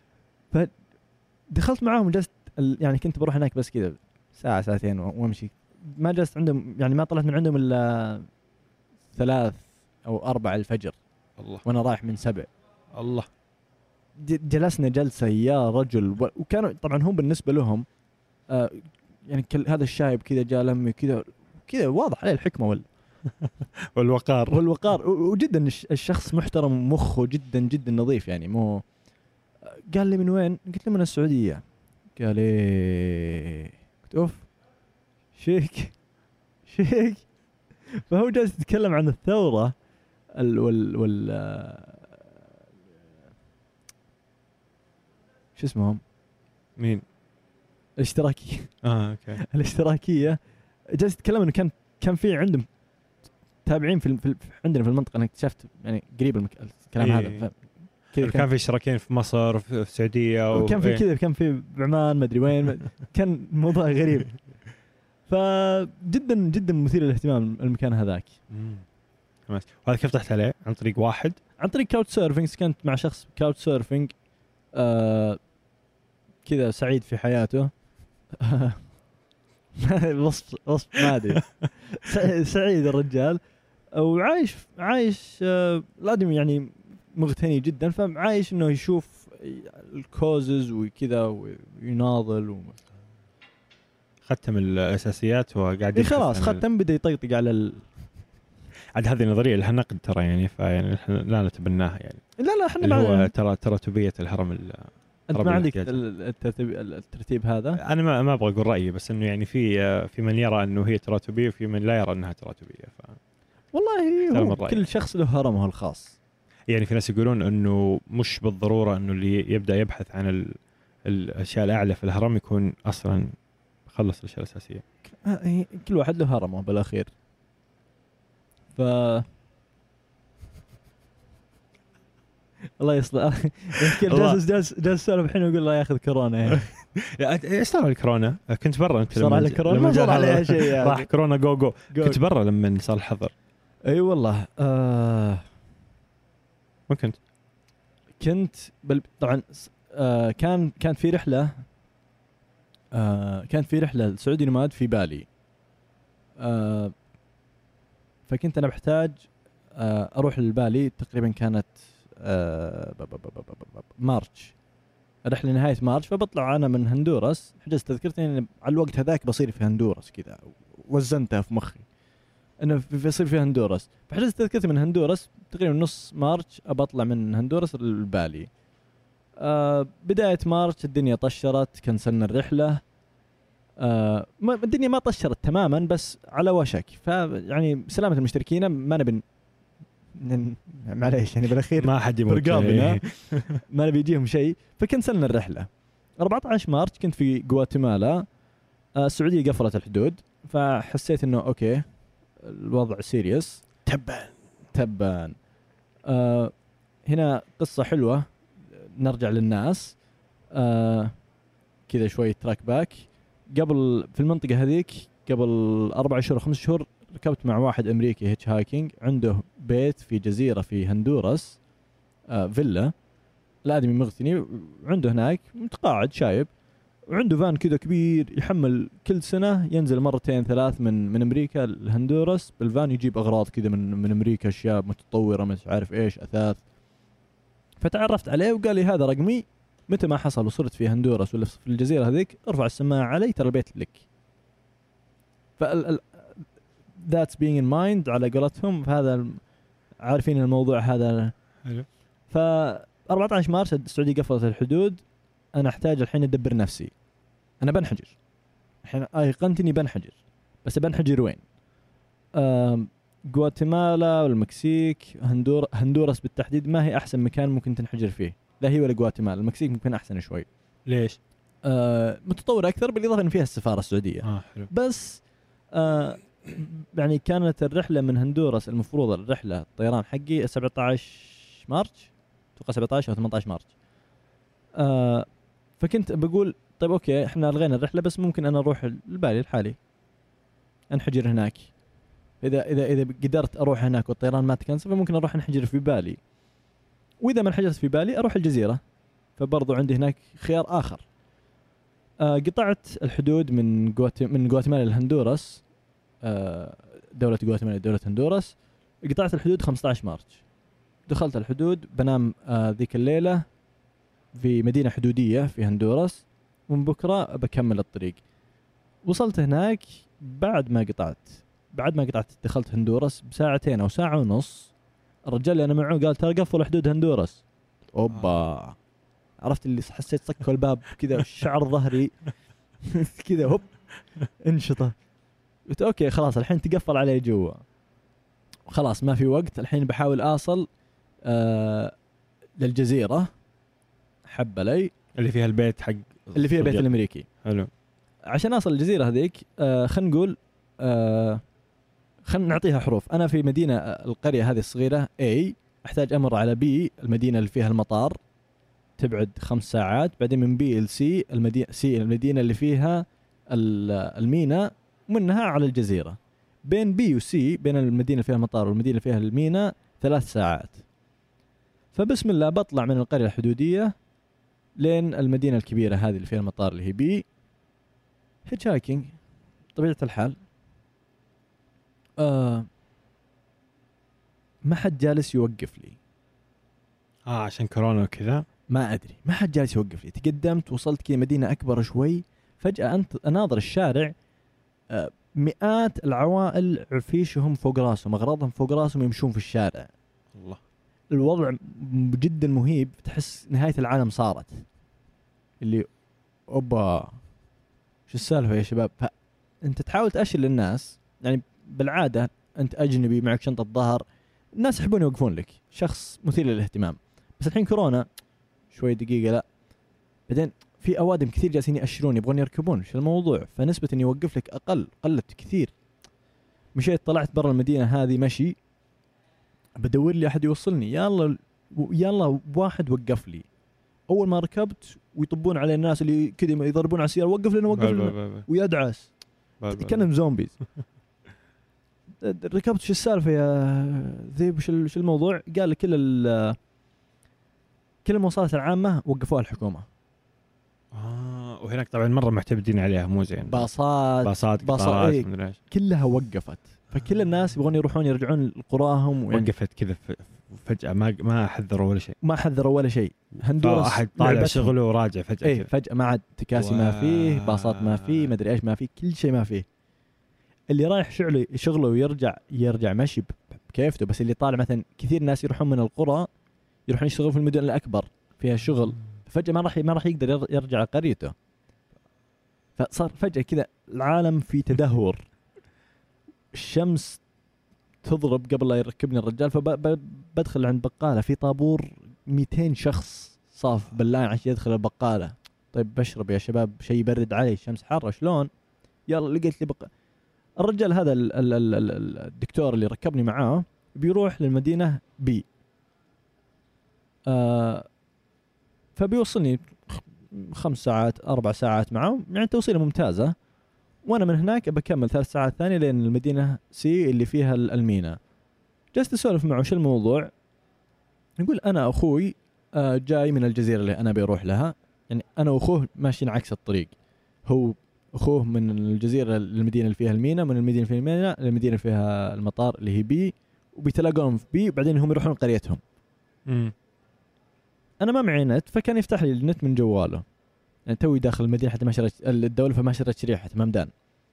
فدخلت معاهم وجلست يعني كنت بروح هناك بس كذا ساعة ساعتين وامشي ما جلست عندهم يعني ما طلعت من عندهم إلا ثلاث أو أربع الفجر الله وأنا رايح من سبع. الله جلسنا جلسة يا رجل وكانوا طبعا هم بالنسبة لهم آه يعني هذا الشايب كذا جاء لمي كذا كذا واضح عليه الحكمة وال والوقار والوقار وجدا الشخص محترم مخه جدا جدا نظيف يعني مو. قال لي من وين؟ قلت له من السعودية. قال ايه قلت اوف شيك شيك. فهو جالس يتكلم عن الثورة ال وال وال شو اسمهم مين الاشتراكية اه اوكي الاشتراكية. جالس يتكلم انه كان كان في عندهم تابعين في, في عندنا في المنطقة. انا اكتشفت يعني قريب المك... الكلام إيه. هذا كذا كان في اشتراكيين في مصر في السعودية وكان في إيه. كذا كان في بعمان ما ادري وين. كان موضوع غريب. فجدا جدا مثير للاهتمام المكان هذاك. وهذا كيف طحت عليه؟ عن طريق واحد؟ عن طريق كاوتش سيرفينج. كنت مع شخص كاوتش سيرفينج آه كذا سعيد في حياته. وصف وصف ما ادري. سعيد الرجال وعايش عايش آه الادمي يعني مغتني جدا. فعايش انه يشوف الكوزز وكذا ويناضل و... ختم الاساسيات وقاعد إيه خلاص ختم بدا يطقطق على ال... عاد هذه النظريه لها نقد ترى يعني فيعني لا نتبناها يعني. لا لا احنا اللي هو مع... ترى تراتبيه الهرم ال... انت ما عندك الترتيب الترتيب هذا. انا ما ما ابغى اقول رايي بس انه يعني في في من يرى انه هي تراتبيه وفي من لا يرى انها تراتبيه. ف والله هو كل شخص له هرمه الخاص. يعني في ناس يقولون انه مش بالضروره انه اللي يبدا يبحث عن ال... الاشياء الاعلى في الهرم يكون اصلا خلص الاشياء الاساسيه. كل واحد له هرمه بالاخير. ف الله يصلح. جالس جالس جالس سولف الحين ويقول الله ياخذ كورونا يعني. ايش صار الكورونا؟ كنت برا انت صار على كورونا ما صار عليها شيء يعني. راح كورونا جو جو. كنت برا لما صار الحظر. اي والله آه وين كنت؟ كنت بل... طبعا آه كان كانت في رحله آه كانت في رحله سعودي نوماد في بالي. آه فكنت انا بحتاج آه اروح لبالي تقريبا كانت آه مارش رحله نهايه مارش. فبطلع انا من هندوراس. حجزت تذكرتي يعني على الوقت هذاك بصير في هندوراس كذا وزنتها في مخي انه بيصير في هندوراس. فحجزت تذكرتي من هندوراس تقريبا نص مارش ابى من هندوراس للبالي. آه بدايه مارش الدنيا طشرت كنسلنا الرحله. آه ما الدنيا ما طشرت تماما بس على وشك. فيعني سلامه المشتركين ما نبي معليش يعني بالاخير ما حد يموت ما نبي يجيهم شيء. فكنسلنا الرحله. أربعة عشر مارس كنت في غواتيمالا. آه السعوديه قفلت الحدود. فحسيت انه اوكي الوضع سيريس. تبان تبان. آه هنا قصه حلوه نرجع للناس. آه كذا شوي تراك باك. قبل في المنطقه هذيك قبل أربع شهور خمس شهور ركبت مع واحد أمريكي هيتش هايكينج. عنده بيت في جزيرة في هندوراس. آه فيلا الآدمي مغتني. عنده هناك متقاعد شايب. وعنده فان كذا كبير يحمل كل سنة ينزل مرتين ثلاث من من أمريكا لهندوراس بالفان. يجيب أغراض كذا من من أمريكا أشياء متطورة مش عارف إيش أثاث. فتعرفت عليه وقال لي هذا رقمي. متى ما حصل وصرت في هندوراس ولا في الجزيرة هذيك ارفع السماعة علي ترى البيت لك. فال that's being in mind على قولتهم. فهذا عارفين الموضوع هذا. ف أربعة عشر مارس السعودية قفلت الحدود. أنا أحتاج الحين أدبر نفسي. أنا بنحجر الحين. أيقنت إني بنحجر بس بنحجر وين؟ غواتيمالا والمكسيك هندور هندوراس بالتحديد ما هي أحسن مكان ممكن تنحجر فيه. لا هي ولا غواتيمالا. المكسيك ممكن أحسن شوي. ليش؟ آه متطور أكثر بالإضافة إن فيها السفارة السعودية. آه حلو. بس آه يعني كانت الرحلة من هندوراس المفروض الرحلة الطيران حقي سبعة عشر مارس. توقع سبعة عشر أو ثمانية عشر مارس. آه فكنت بقول طيب أوكي إحنا ألغينا الرحلة بس ممكن أنا أروح البالي الحالي أنحجر هناك. إذا إذا إذا قدرت أروح هناك والطيران ما تكنسل فممكن أروح أنحجر في بالي. وإذا ما انحجرت في بالي أروح الجزيرة. فبرضو عندي هناك خيار آخر. آه قطعت الحدود من غواتي من غواتيمالا لهندوراس. آه دولة غواتيمالا دولة هندوراس. قطعت الحدود خمسة عشر مارس. دخلت الحدود بنام آه ذيك الليلة في مدينة حدودية في هندوراس. ومن بكرة بكمل الطريق. وصلت هناك بعد ما قطعت بعد ما قطعت دخلت هندوراس بساعتين أو ساعة ونص. الرجال اللي أنا معه قال ترى قفل حدود هندوراس. أوبا عرفت اللي حسيت صكوا الباب كذا شعر ظهري كذا هوب انشطه. قلت اوكي خلاص الحين تقفل علي جوا خلاص ما في وقت. الحين بحاول اصل آه للجزيره حب لي اللي فيها البيت حق اللي فيها البيت الصديق. الامريكي. حلو. عشان اصل الجزيره هذيك آه خلينا نقول آه خلينا نعطيها حروف. انا في مدينه القريه هذه الصغيره A، احتاج امر على B المدينه اللي فيها المطار تبعد خمس ساعات، بعدين من B ل C المدينه C المدينه اللي فيها الميناء ومنها على الجزيره. بين B و C بين المدينه اللي فيها المطار والمدينه اللي فيها الميناء ثلاث ساعات. فبسم الله بطلع من القريه الحدوديه لين المدينه الكبيره هذه اللي فيها المطار اللي هي B. هيتش هايكينج طبيعه الحال. آه ما حد جالس يوقف لي. اه عشان كورونا وكذا ما ادري ما حد جالس يوقف لي. تقدمت وصلت كذا مدينه اكبر شوي، فجاه انت اناظر الشارع آه مئات العوائل عفيشهم فوق راسهم اغراضهم فوق راسهم يمشون في الشارع. الله الوضع جدا مهيب. تحس نهايه العالم صارت اللي اوبا شو السالفه يا شباب. انت تحاول تاشر للناس يعني بالعاده انت اجنبي معك شنطه ظهر الناس يحبون يوقفون لك شخص مثير للاهتمام. بس الحين كورونا شوي دقيقه لا. بعدين في اوادم كثير جالسين ياشرون يبغون يركبون شو الموضوع، فنسبه اني يوقف لك اقل قلت كثير. مشيت طلعت برا المدينه هذه مشي بدور لي احد يوصلني. يلا يلا واحد وقف لي. اول ما ركبت ويطبون على الناس اللي كذا يضربون على السياره وقف لنا وقف لنا ويدعس كانهم زومبيز. ركبت شو السالفه يا ذيب شو شو الموضوع؟ قال كل ال كل المواصلات العامه وقفوها الحكومه. اه وهناك طبعا مره معتمدين عليها مو زين. باصات باصات باصات ايه مدري ايش كلها وقفت. فكل الناس يبغون يروحون يرجعون لقراهم وقفت كذا فجاه ما ما حذروا ولا شيء ما حذروا ولا شيء. هندوس احد طالع شغله وراجع فجاه ايه فجاه ما عاد تكاسي ما فيه باصات ما فيه ما ادري ايش ما فيه كل شيء ما فيه. اللي رايح شغله شغله ويرجع يرجع ماشي بكيفته. بس اللي طالع مثلا كثير ناس يروحون من القرى يروحون يشتغلوا في المدن الاكبر فيها شغل فجاه ما راح ما راح يقدر يرجع قريته. فصار فجاه كذا العالم في تدهور. الشمس تضرب قبل لا يركبني الرجال. فبدخل عند بقاله في طابور مئتين شخص صاف باللاين عشان يدخل البقاله. طيب بشرب يا شباب شيء يبرد علي الشمس حاره شلون؟ يلا لقيت لي بق... الرجال هذا ال ال ال ال الدكتور اللي ركبني معاه بيروح للمدينة بي آه فبيوصلني خمس ساعات أربع ساعات معه يعني توصيله ممتازة. وأنا من هناك بكمل ثلاث ساعات ثانية لين المدينة سي اللي فيها المينا. جلست أسولف معه شو الموضوع. يقول أنا أخوي آه جاي من الجزيرة اللي أنا بيروح لها. يعني أنا وأخوه ماشيين عكس الطريق. هو أخوه من الجزيرة للمدينة اللي فيها المينا من المدينة اللي فيها المينا للمدينة اللي فيها المطار اللي هي بي وبيتلاقون في بي وبعدين هم يروحون قريتهم. امم أنا ما معي نت فكان يفتح لي النت من جواله. يعني توي داخل المدينة حتى ما شريت الدولة فما شريت شريحة ممدان.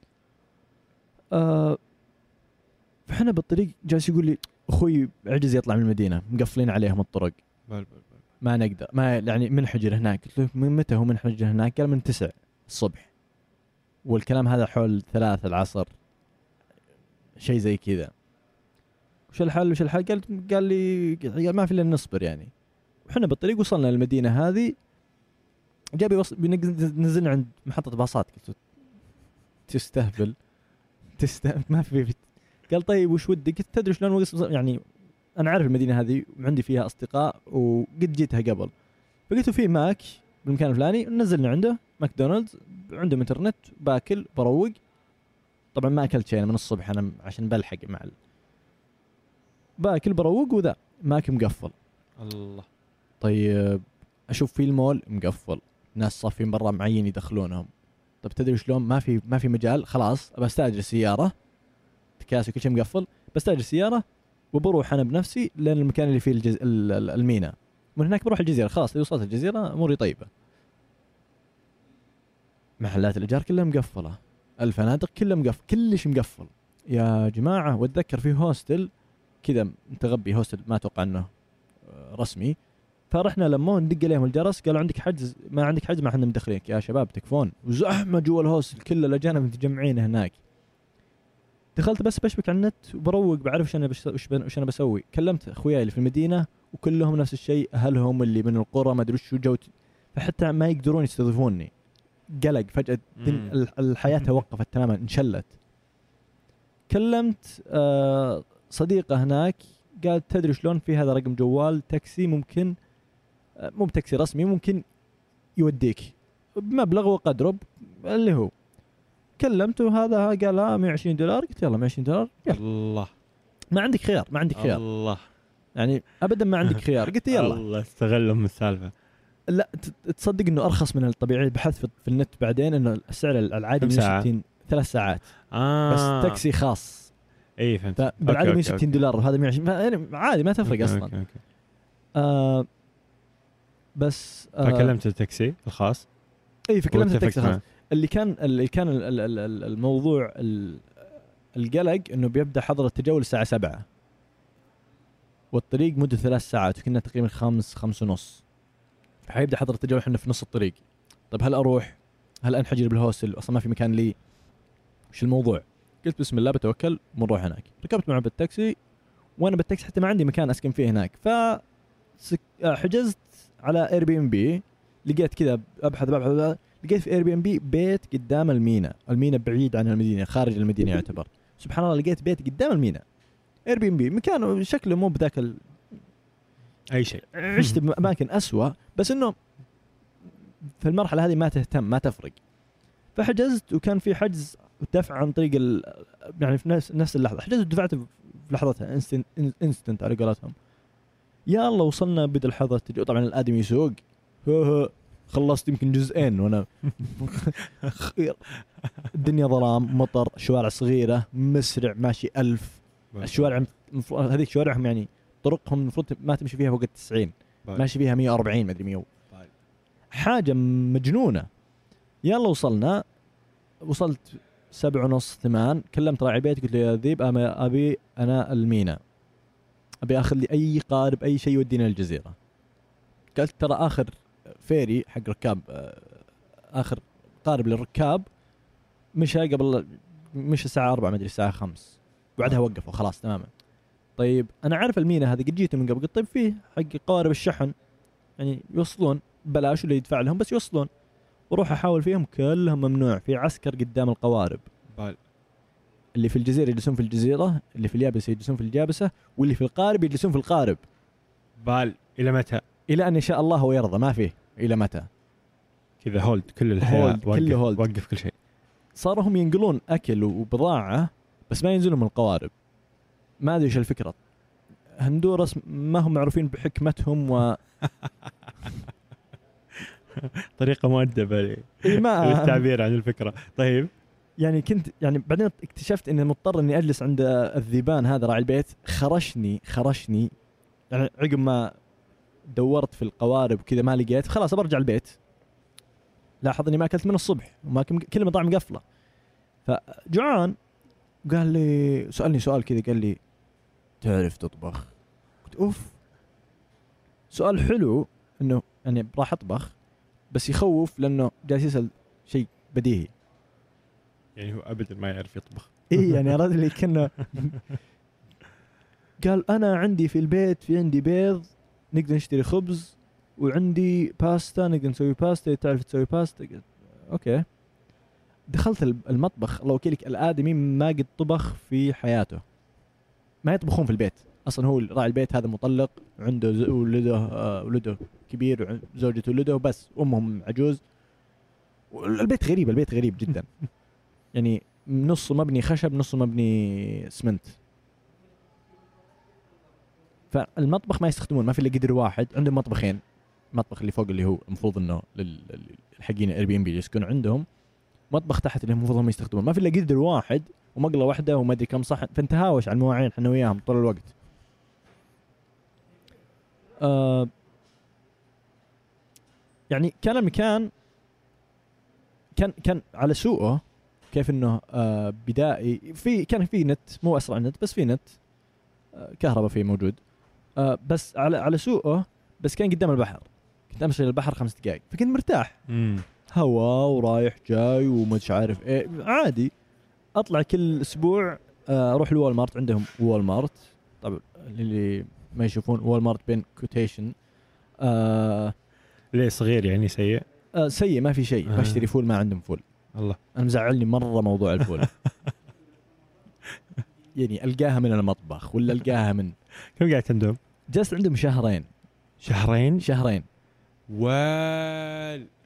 أه فحنا بالطريق جالس يقول لي أخوي عجز يطلع من المدينة مقفلين عليهم الطرق بل بل بل. ما نقدر ما يعني منحجر هناك. قلت له من متى هو منحجر هناك؟ قال من تسع الصبح والكلام هذا حول ثلاث العصر شيء زي كذا. وش الحل وش الحل؟ قال قال لي قال ما في الا نصبر يعني. وحنا بالطريق وصلنا للمدينة هذه جاب يوصل بنزلنا عند محطة باصات. قلت تستهبل تستهبل ما في. قال طيب وش ودك؟ قلت تدري شلون يعني أنا عارف المدينة هذه وعندي فيها أصدقاء وقد جيتها قبل. فقلت في ماك بالمكان الفلاني نزلنا عنده ماكدونالدز عنده انترنت باكل بروق. طبعا ما أكلت شيء من الصبح أنا عشان بلحق مع ال... باكل بروق وذا ماك مقفل. الله. طيب أشوف في المول مقفل ناس صافين برا معين يدخلونهم. طب تدري شلون ما في ما في مجال خلاص بستأجر سيارة تكاسي كل شيء مقفل بستأجر سيارة وبروح أنا بنفسي لين المكان اللي فيه الجز... المينا من هناك بروح الجزيرة. خلاص إذا وصلت الجزيرة أموري طيبة. محلات الإيجار كلها مقفلة الفنادق كلها مقفل كل شيء مقفل يا جماعة. واتذكر في هوستل كذا متغبي هوستل ما أتوقع أنه رسمي فرحنا لما ندق عليهم الجرس قالوا عندك حجز، ما عندك حجز ما احنا مدخلينك يا شباب تكفون، وزحمه جوا الهوستل كل الاجانب متجمعين هناك. دخلت بس بشبك على النت وبروق بعرف ايش انا بش... وش انا بسوي. كلمت اخوياي اللي في المدينه وكلهم نفس الشيء، اهلهم اللي من القرى ما ادري وش جو، فحتى ما يقدرون يستضيفوني. قلق فجاه دن... الحياه توقفت تماما، انشلت. كلمت آه صديقه هناك قال تدري شلون في هذا رقم جوال تاكسي ممكن آه مو بتاكسي رسمي ممكن يوديك بمبلغ وقدره اللي هو. كلمته هذا قال ها مية وعشرين دولار، قلت يلا مية وعشرين دولار يلا. الله ما عندك خيار، ما عندك خيار الله يعني ابدا ما عندك خيار. قلت يلا الله استغلهم السالفه. لا تصدق انه ارخص من الطبيعي. بحثت في النت بعدين انه السعر العادي مية وستين ثلاث ساعات آه. بس تاكسي خاص اي فهمت. بالعادي مية وستين دولار وهذا مية وعشرين يعني عادي ما تفرق أوكي اصلا. أوكي أوكي. آه بس آه فكلمت التاكسي الخاص. اي فكلمت التاكسي الخاص اللي كان اللي كان الموضوع القلق انه بيبدا حظر التجول الساعه سبعة والطريق مدة ثلاث ساعات وكنا تقريبا خمس خمس ونص، فحيبدا حظر التجول احنا في نص الطريق. طيب هل اروح هل انحجر بالهوستل اصلا ما في مكان لي وش الموضوع؟ قلت بسم الله بتوكل ونروح هناك. ركبت معه بالتاكسي وانا بالتاكسي حتى ما عندي مكان اسكن فيه هناك، ف حجزت على اير بي ام بي. لقيت كذا ابحث ببحث لقيت في اير بي ام بي بيت قدام المينا. المينا بعيد عن المدينه خارج المدينه يعتبر. سبحان الله لقيت بيت قدام المينا اير بي ام بي، مكانه شكله مو بذاك ال... اي شيء. عشت باماكن اسوأ بس انه في المرحله هذه ما تهتم ما تفرق. فحجزت وكان في حجز دفع عن طريق ال... يعني في نفس نفس اللحظه حجزت ودفعت في لحظتها انستنت انستنت على قولتهم. يا الله وصلنا بدل حظر التجول. طبعا الادمي يسوق خلصت يمكن جزئين وانا الدنيا ظلام مطر شوارع صغيره مسرع ماشي ألف. الشوارع هذيك شوارعهم يعني طرقهم المفروض ما تمشي فيها فوق التسعين ماشي فيها مية وأربعين ما ادري مية حاجه مجنونه. يلا وصلنا وصلت سبع ونص ثمان. كلمت راعي بيت قلت له يا ذيب ابي انا المينا ابي اخذ لي اي قارب اي شيء يودينا للجزيره. قلت ترى اخر فيري حق ركاب اخر قارب للركاب مش قبل مش الساعه أربعة ما ادري الساعه خمس بعدها وقفوا خلاص تماما. طيب انا عارف المينا هذه قد جيت من قبل. قلت طيب فيه حق قوارب الشحن يعني يوصلون بلاش اللي يدفع لهم بس يوصلون. وروح احاول فيهم كلهم ممنوع. في عسكر قدام القوارب بال. اللي في الجزيره يجلسون في الجزيره اللي في اليابسه يجلسون في اليابسه واللي في القارب يجلسون في القارب. بال الى متى؟ الى ان يشاء الله ويرضى ما فيه الى متى كذا هولد كل الحياه هولد كله هولد وقف كل شيء. صاروا هم ينقلون اكل وبضاعه بس ما ينزلون من القوارب. ما ادري ايش الفكره. هندورس ما هم معروفين بحكمتهم و طريقه مؤدبه لي ما للتعبير عن الفكره. طيب يعني كنت يعني بعدين اكتشفت اني مضطر اني اجلس عند الذيبان هذا راعي البيت. خرشني خرشني يعني عقب ما دورت في القوارب كذا ما لقيت. خلاص برجع البيت لاحظ اني ما اكلت من الصبح وما كل المطاعم مقفله. فجوعان قال لي سألني سؤال كذا قال لي تعرف تطبخ؟ قلت اوف سؤال حلو انه يعني راح اطبخ بس يخوف لانه جالس يسأل شيء بديهي. يعني هو ابدا ما يعرف يطبخ. ايه يعني اراد لي كنا قال انا عندي في البيت في عندي بيض نقدر نشتري خبز وعندي باستا نقدر نسوي باستا تعرف تسوي باستا. اوكي دخلت المطبخ الله وكيلك الآدمي ما قد طبخ في حياته. ما يطبخون في البيت أصلا. هو راعي البيت هذا مطلق عنده ولده آه ولده كبير وزوجته ولده بس أمهم عجوز. البيت غريب البيت غريب جدا يعني نصه مبني خشب نصه مبني اسمنت. فالمطبخ ما يستخدمون ما في إلا قدر واحد. عندهم مطبخين المطبخ اللي فوق اللي هو المفروض إنه للحقين اير بي ام بي يسكنون عندهم مطبخ تحت اللي المفروض هم يستخدمون ما في الا قدر واحد ومقله واحده وما ادري كم صحن. فانتهاوش على المواعين احنا وياهم طول الوقت. آه يعني كان المكان كان كان على سوءه كيف انه آه بدائي. في كان في نت مو اسرع نت بس في نت آه كهرباء فيه موجود. آه بس على على سوءه بس كان قدام البحر، كنت امشي للبحر خمس دقائق فكنت مرتاح، امم هوا ورايح جاي ومش عارف ايه عادي. اطلع كل اسبوع اروح الوال مارت، عندهم وال مارت طبعا اللي ما يشوفون وال مارت بين كوتيشن آه ليه صغير يعني سيء؟ آه سيء ما في شيء، آه. بشتري فول ما عندهم فول. الله انا مزعلني مره موضوع الفول. يعني القاها من المطبخ ولا القاها من كم قاعد عندهم؟ جلست عندهم شهرين شهرين شهرين وال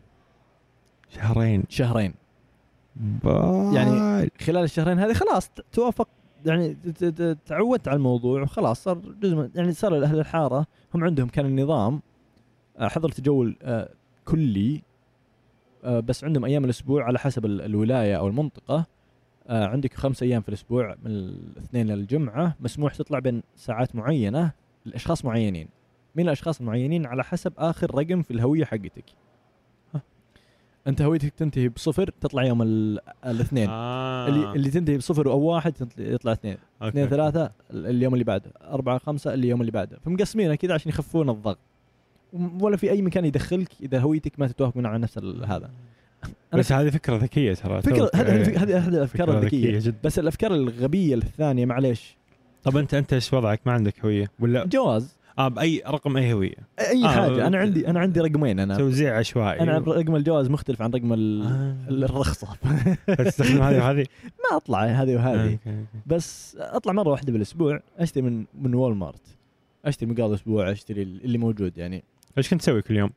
شهرين شهرين بال. يعني خلال الشهرين هذه خلاص توافق، يعني ت- ت- تعودت على الموضوع وخلاص صار جزء من- يعني صار اهل الحاره هم عندهم كان النظام آه، حظر تجول آه، كلي آه، بس عندهم ايام الاسبوع على حسب ال- الولايه او المنطقه. آه، عندك خمس ايام في الاسبوع من الاثنين للجمعه مسموح تطلع بين ساعات معينه لاشخاص معينين. من الاشخاص المعينين على حسب اخر رقم في الهويه حقتك. ها. انت هويتك تنتهي بصفر تطلع يوم ال- الاثنين آه. اللي اللي تنتهي بصفر او واحد تطلع- يطلع اثنين أوكي. اثنين ثلاثة اليوم اللي بعده، أربعة خمسة اليوم اللي بعده، فمقسمينها كذا عشان يخفون الضغط. وم- ولا في أي مكان يدخلك إذا هويتك ما تتوافق مع نفس ال- هذا. أنا بس هذه فكرة ذكية ترى. فكرة توك- هذه إيه. هذه هذه الأفكار فكرة الذكية، جدا. بس الأفكار الغبية الثانية معليش. طب أنت أنت إيش وضعك؟ ما عندك هوية ولا؟ جواز آه بأي رقم أي هوية؟ أي آه، حاجة. أنا عندي أنا عندي رقمين. أنا توزيع عشوائي. أنا رقم الجواز مختلف عن رقم ال- آه. الرخصة. تستخدم هذه وهذه؟ ما أطلع هذه وهذه، أوكي، أوكي. بس أطلع مرة واحدة بالأسبوع أشتري من من وول مارت، أشتري مقاضي أسبوع، أشتري اللي موجود يعني. إيش كنت تسوي كل يوم؟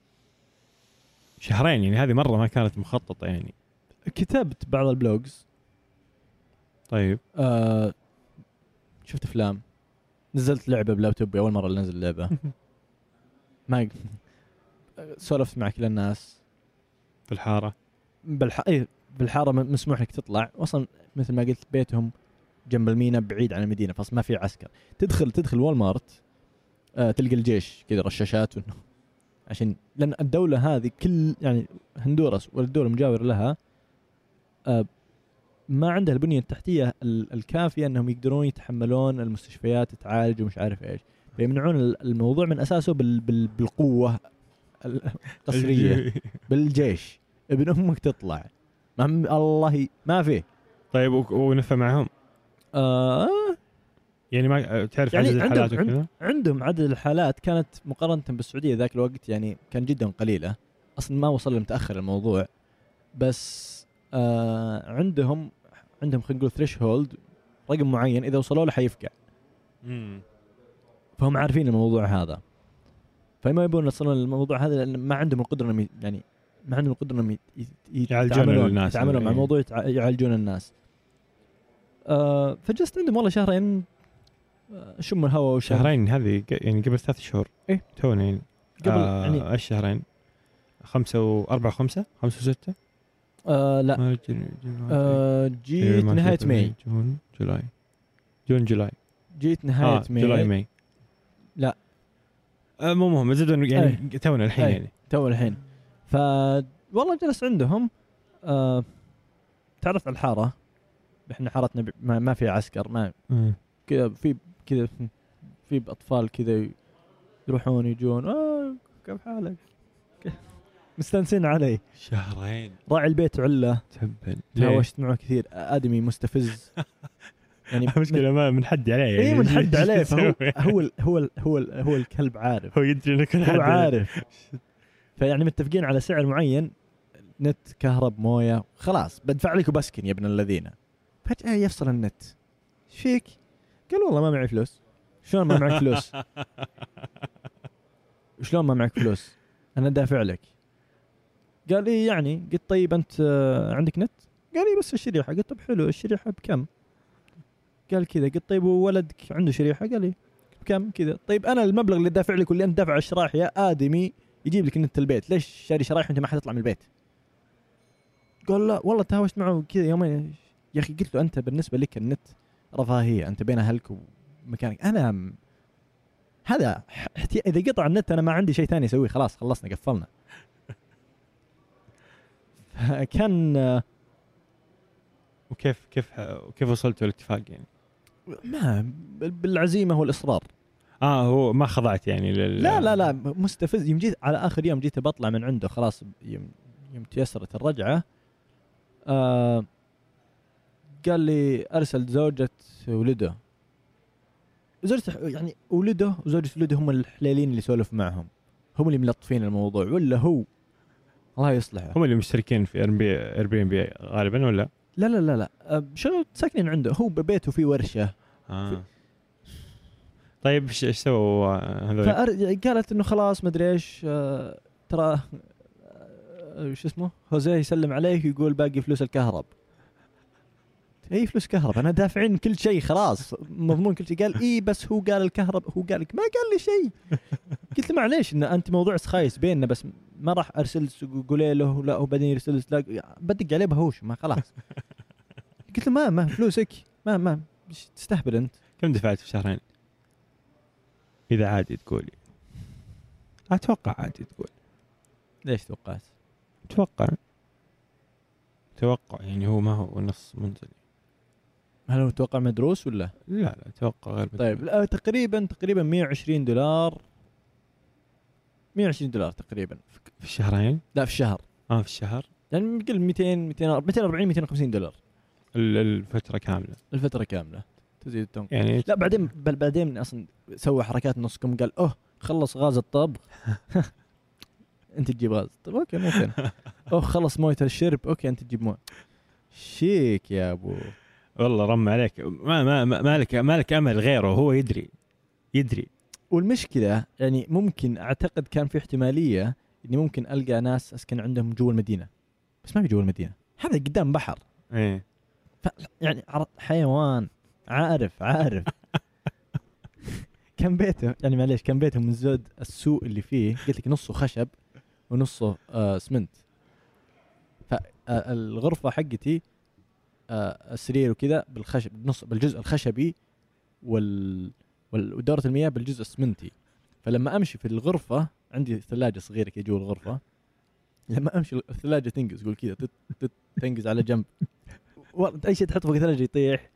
شهرين يعني هذه مرة ما كانت مخططة يعني. كتبت بعض البلوجز. طيب آه شفت افلام، نزلت لعبه بلابتوبي اول مره نزل لعبه. ما سولفت مع كل الناس في الحارة. بالح... إيه بالحاره م- مسموح لك تطلع اصلا مثل ما قلت بيتهم جنب المينا بعيد عن المدينه فاصلا ما في عسكر. تدخل تدخل وول مارت آه تلقى الجيش كذا رشاشات ون... عشان لان الدوله هذه كل يعني هندوراس والدوله المجاوره لها آه ما عندها البنية التحتية ال- الكافية أنهم يقدرون يتحملون المستشفيات تعالج ومش عارف إيش، فيمنعون ال- الموضوع من أساسه بال بال بالقوة القصرية بالجيش. ابن أمك تطلع ما م- الله ي- ما فيه. طيب و- ونفع معهم آه يعني ما تعرف يعني عدد الحالات عندهم وكذا؟ عندهم عدد الحالات كانت مقارنة بالسعودية ذاك الوقت يعني كان جدا قليلة، أصلا ما وصل متأخر الموضوع. بس آه عندهم عندهم خلينا نقول ثريش هولد رقم معين إذا وصلوا له حيفقع، امم فهم عارفين الموضوع هذا، فما يبون يوصلون للموضوع هذا لأن ما عندهم القدرة انهم ي- يعني ما عندهم القدرة انهم يت- يت- يعالجون يتعاملون الناس يتعاملون مع إيه. الموضوع يتع- يعالجون الناس. آه فجلست عندهم والله شهرين آه، شم الهواء وشهر شهرين هذه ق- يعني قبل ثلاث شهور. إيه. تونا يعني قبل آه يعني ايش شهرين؟ خمسة وأربعة وخمسة خمسة وستة. آه لا ما جن- جن- آه إيه، جيت ما نهاية شفت. ماي جون جولاي جون جولاي جيت نهاية آه ماي جولاي ماي. لا. آه مو مهم زدوا يعني تونا الحين أي. يعني. تو الحين. ف والله جلست عندهم آه تعرفت على الحارة، احنا حارتنا ب- ما, ما فيها عسكر، ما مم. كذا في كذا في اطفال كذا يروحون يجون اه كيف حالك ك- مستانسين علي. شهرين راعي البيت عله تبا. ليه؟ تهاوشت معه كثير، ادمي مستفز يعني مشكلة ما من حد عليه يعني. اي من حد عليه، إيش فهو يسوي؟ هو ال هو ال هو ال هو الكلب عارف، هو يدري انه كل هو حد عارف. فيعني متفقين على سعر معين، نت كهرب مويه خلاص بدفع لك وبسكن يا ابن الذين. فجأة يفصل النت، ايش فيك؟ قال والله ما معي فلوس. شلون ما معك فلوس؟ شلون ما معك فلوس؟ انا دافع لك. قال لي يعني، قلت طيب انت آه، عندك نت؟ قال لي بس الشريحه. قلت طب حلو الشريحه بكم؟ قال كذا. قلت طيب وولدك عنده شريحه؟ قال لي بكم كذا. طيب انا المبلغ اللي دافع لك واللي انت دافع الشرايح يا ادمي يجيب لك نت البيت، ليش شاري شرايح وانت ما حتطلع من البيت؟ قال لا والله تهاوشت معه كذا يومين. يا اخي قلت له انت بالنسبه لك النت رفاهيه، انت بين اهلك ومكانك. انا م... هذا احتي... اذا قطع النت انا ما عندي شيء ثاني اسويه، خلاص خلصنا قفلنا. كان وكيف كيف كيف وصلتوا للاتفاق يعني؟ ما بالعزيمه والاصرار. اه هو ما خضعت يعني لل... لا لا لا مستفز. يوم جيت على اخر يوم جيت بطلع من عنده خلاص، يوم يوم تيسرت الرجعه آه قال لي ارسل زوجة ولده. زوجته يعني ولده وزوجة ولده هم الحليلين اللي سولف معهم، هم اللي ملطفين الموضوع، ولا هو الله يصلحه هم اللي مشتركين في اير بي ام بي غالبا ولا لا لا لا لا شو ساكنين عنده، هو ببيته في ورشه. آه. طيب ايش ايش سووا هذول؟ قالت انه خلاص ما ادري ايش آه ترى آه شو اسمه هوزيه يسلم عليك ويقول باقي فلوس الكهرب. اي فلوس كهرب انا دافعين كل شيء خلاص مضمون كل شيء. قال اي بس هو قال الكهرب، هو قال لك ما قال لي شيء. قلت له معليش ان انت موضوع خايس بيننا بس ما راح ارسل قولي له لا وبعدين يرسل لا بدق عليه بهوش ما خلاص. قلت له ما ما فلوسك ما ما تستهبل انت. كم دفعت في شهرين اذا عادي تقولي؟ اتوقع عادي تقول. ليش توقعت؟ اتوقع توقع يعني هو ما هو نص منزلي. هل هو توقع مدروس ولا لا لا توقع غير مدروس. طيب لا تقريبا تقريبا مية وعشرين دولار مية وعشرين دولار تقريبا في الشهرين. لا في الشهر. اه في الشهر يعني يقل مئتين مئتين وأربعين مئتين وخمسين دولار الفترة كاملة. الفترة كاملة تزيد التنقيط يعني لا بعدين بل بعدين اصلا سوى حركات نص كم قال اوه خلص غاز الطبخ انت تجيب غاز طب اوكي ممكن. اوه خلص مويه الشرب اوكي انت تجيب مويه. شيك يا ابو والله رم عليك. ما ما مالك مالك امل غيره. هو يدري يدري والمشكله يعني ممكن اعتقد كان في احتماليه اني ممكن القى ناس اسكن عندهم جوا المدينه بس ما في جوا المدينه. هذا قدام بحر ايه يعني حيوان عارف عارف كان بيته يعني معليش كان بيته من زود السوق اللي فيه قلت لك نصه خشب ونصه آه سمنت. فالغرفة حقتي آه السرير وكذا بالخشب بالنص بالجزء الخشبي وال ودورة المياه بالجزء السمنتي. فلما امشي في الغرفة عندي ثلاجة صغيرة كده جوا الغرفة لما امشي الثلاجة تنقز يقول كذا تنقز على جنب اي شيء تحطه فوق الثلاجة يطيح.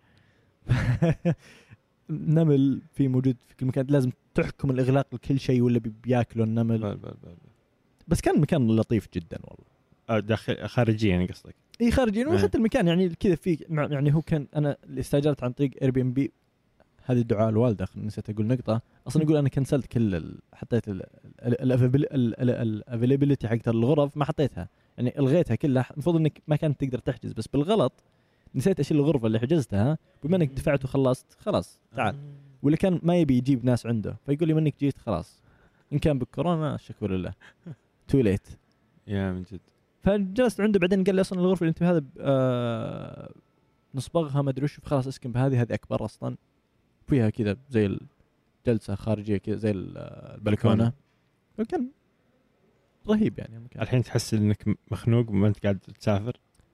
نمل في موجود في كل مكان لازم تحكم الاغلاق لكل شيء ولا بياكلوا النمل. بل بل بل. بس كان مكان لطيف جدا والله. اه داخل خارجيا يعني قصدك؟ اي خارجيا وحتى المكان يعني كذا في يعني هو كان انا اللي استاجرت عن طريق اير بي ام بي. هذه الدعاء الوالده نسيت اقول نقطه اصلا يقول انا كنسلت كل ال... حطيت الافيلابيلتي حقت الغرف ما حطيتها يعني الغيتها كلها. المفروض انك ما كانت تقدر تحجز بس بالغلط نسيت اشيل الغرفه اللي حجزتها. بما انك دفعت وخلصت خلاص تعال. واللي كان ما يبي يجيب ناس عنده فيقول لي منك جيت خلاص ان كان بالكورونا شكر لله تو ليت يا من جد. فجلست عنده بعدين قال لي اصلا الغرفه اللي انت هذا آه نصبغها ما ادري وش خلاص اسكن بهذه هذه اكبر اصلا فيها كذا زي الجلسه خارجيه كذا زي البلكونه. فكان رهيب يعني المكان. الحين تحس انك مخنوق وما انت قاعد تسافر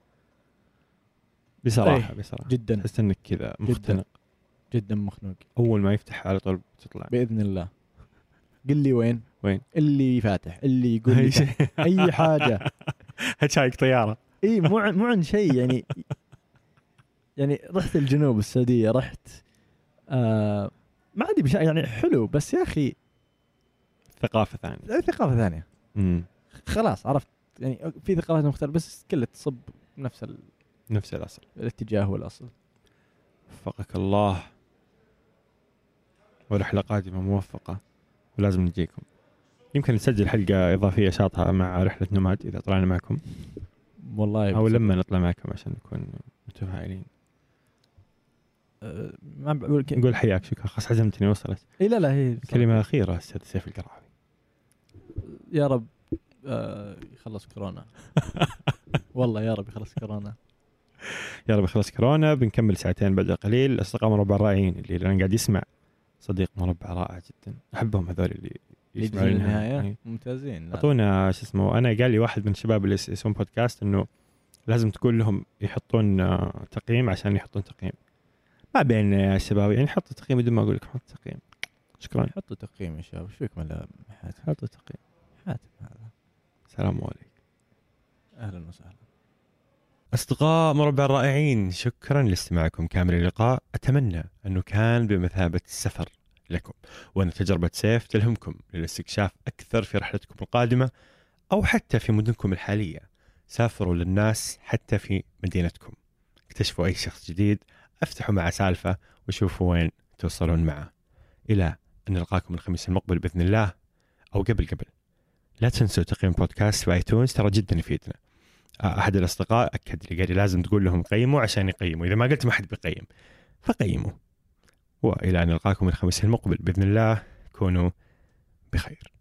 بصراحه أيه بصراحه جدا تحس انك كذا مختنق جدا, جدا مخنوق. اول ما يفتح على طول تطلع باذن الله. قل لي وين وين اللي فاتح اللي يقول لي اي حاجه هتشايك طياره. اي مو عن مو عن شيء يعني يعني رحت الجنوب السعوديه رحت آه ما عندي بشيء يعني حلو بس يا اخي ثقافه ثانيه ثقافه ثانيه امم خلاص عرفت يعني في ثقافات مختلفه بس كلها تصب نفس ال... نفس الاصل الاتجاه والاصل. وفقك الله ورحله قادمه موفقه ولازم نجيكم. يمكن نسجل حلقه اضافيه شاطحه مع رحله نوماد اذا طلعنا معكم والله او لما نطلع معكم عشان نكون متفائلين. أه ما بقول ك... نقول حياك شكرا خلاص عزمتني وصلت. اي لا لا هي كلمه اخيره استاذ سيف القرعاوي. يا رب أه يخلص كورونا والله يا رب يخلص كورونا يا رب يخلص كورونا. بنكمل ساعتين بعد قليل. اصدقاء مربع الرائعين اللي الان قاعد يسمع صديق مربع رائع جدا احبهم هذول اللي يسمعون النهايه ممتازين. اعطونا شو اسمه. انا قال لي واحد من الشباب اللي يسوون بودكاست انه لازم تقول لهم يحطون تقييم عشان يحطون تقييم. ما بين يا شباب يعني حطوا تقييم بدون ما اقول لكم حطوا تقييم. شكرا. حطوا تقييم يا شباب. وش فيكم ولا حاتم؟ حطوا تقييم. حاتم هذا. السلام عليكم. اهلا وسهلا. أصدقاء مربع الرائعين شكرا لاستماعكم كامل اللقاء. أتمنى أنه كان بمثابة السفر لكم، وأن تجربة سيف تلهمكم للاستكشاف أكثر في رحلتكم القادمة أو حتى في مدنكم الحالية. سافروا للناس حتى في مدينتكم، اكتشفوا أي شخص جديد، افتحوا معه سالفة وشوفوا وين توصلون معه. إلى أن نلقاكم الخميس المقبل بإذن الله، أو قبل قبل لا تنسوا تقييم بودكاست في آيتونز، ترى جدا يفيدنا. أحد الأصدقاء أكد لي قال لي لازم تقول لهم قيموا عشان يقيموا، إذا ما قلت ما حد بيقيم، فقيموا. وإلى أن نلقاكم الخميس المقبل بإذن الله، كونوا بخير.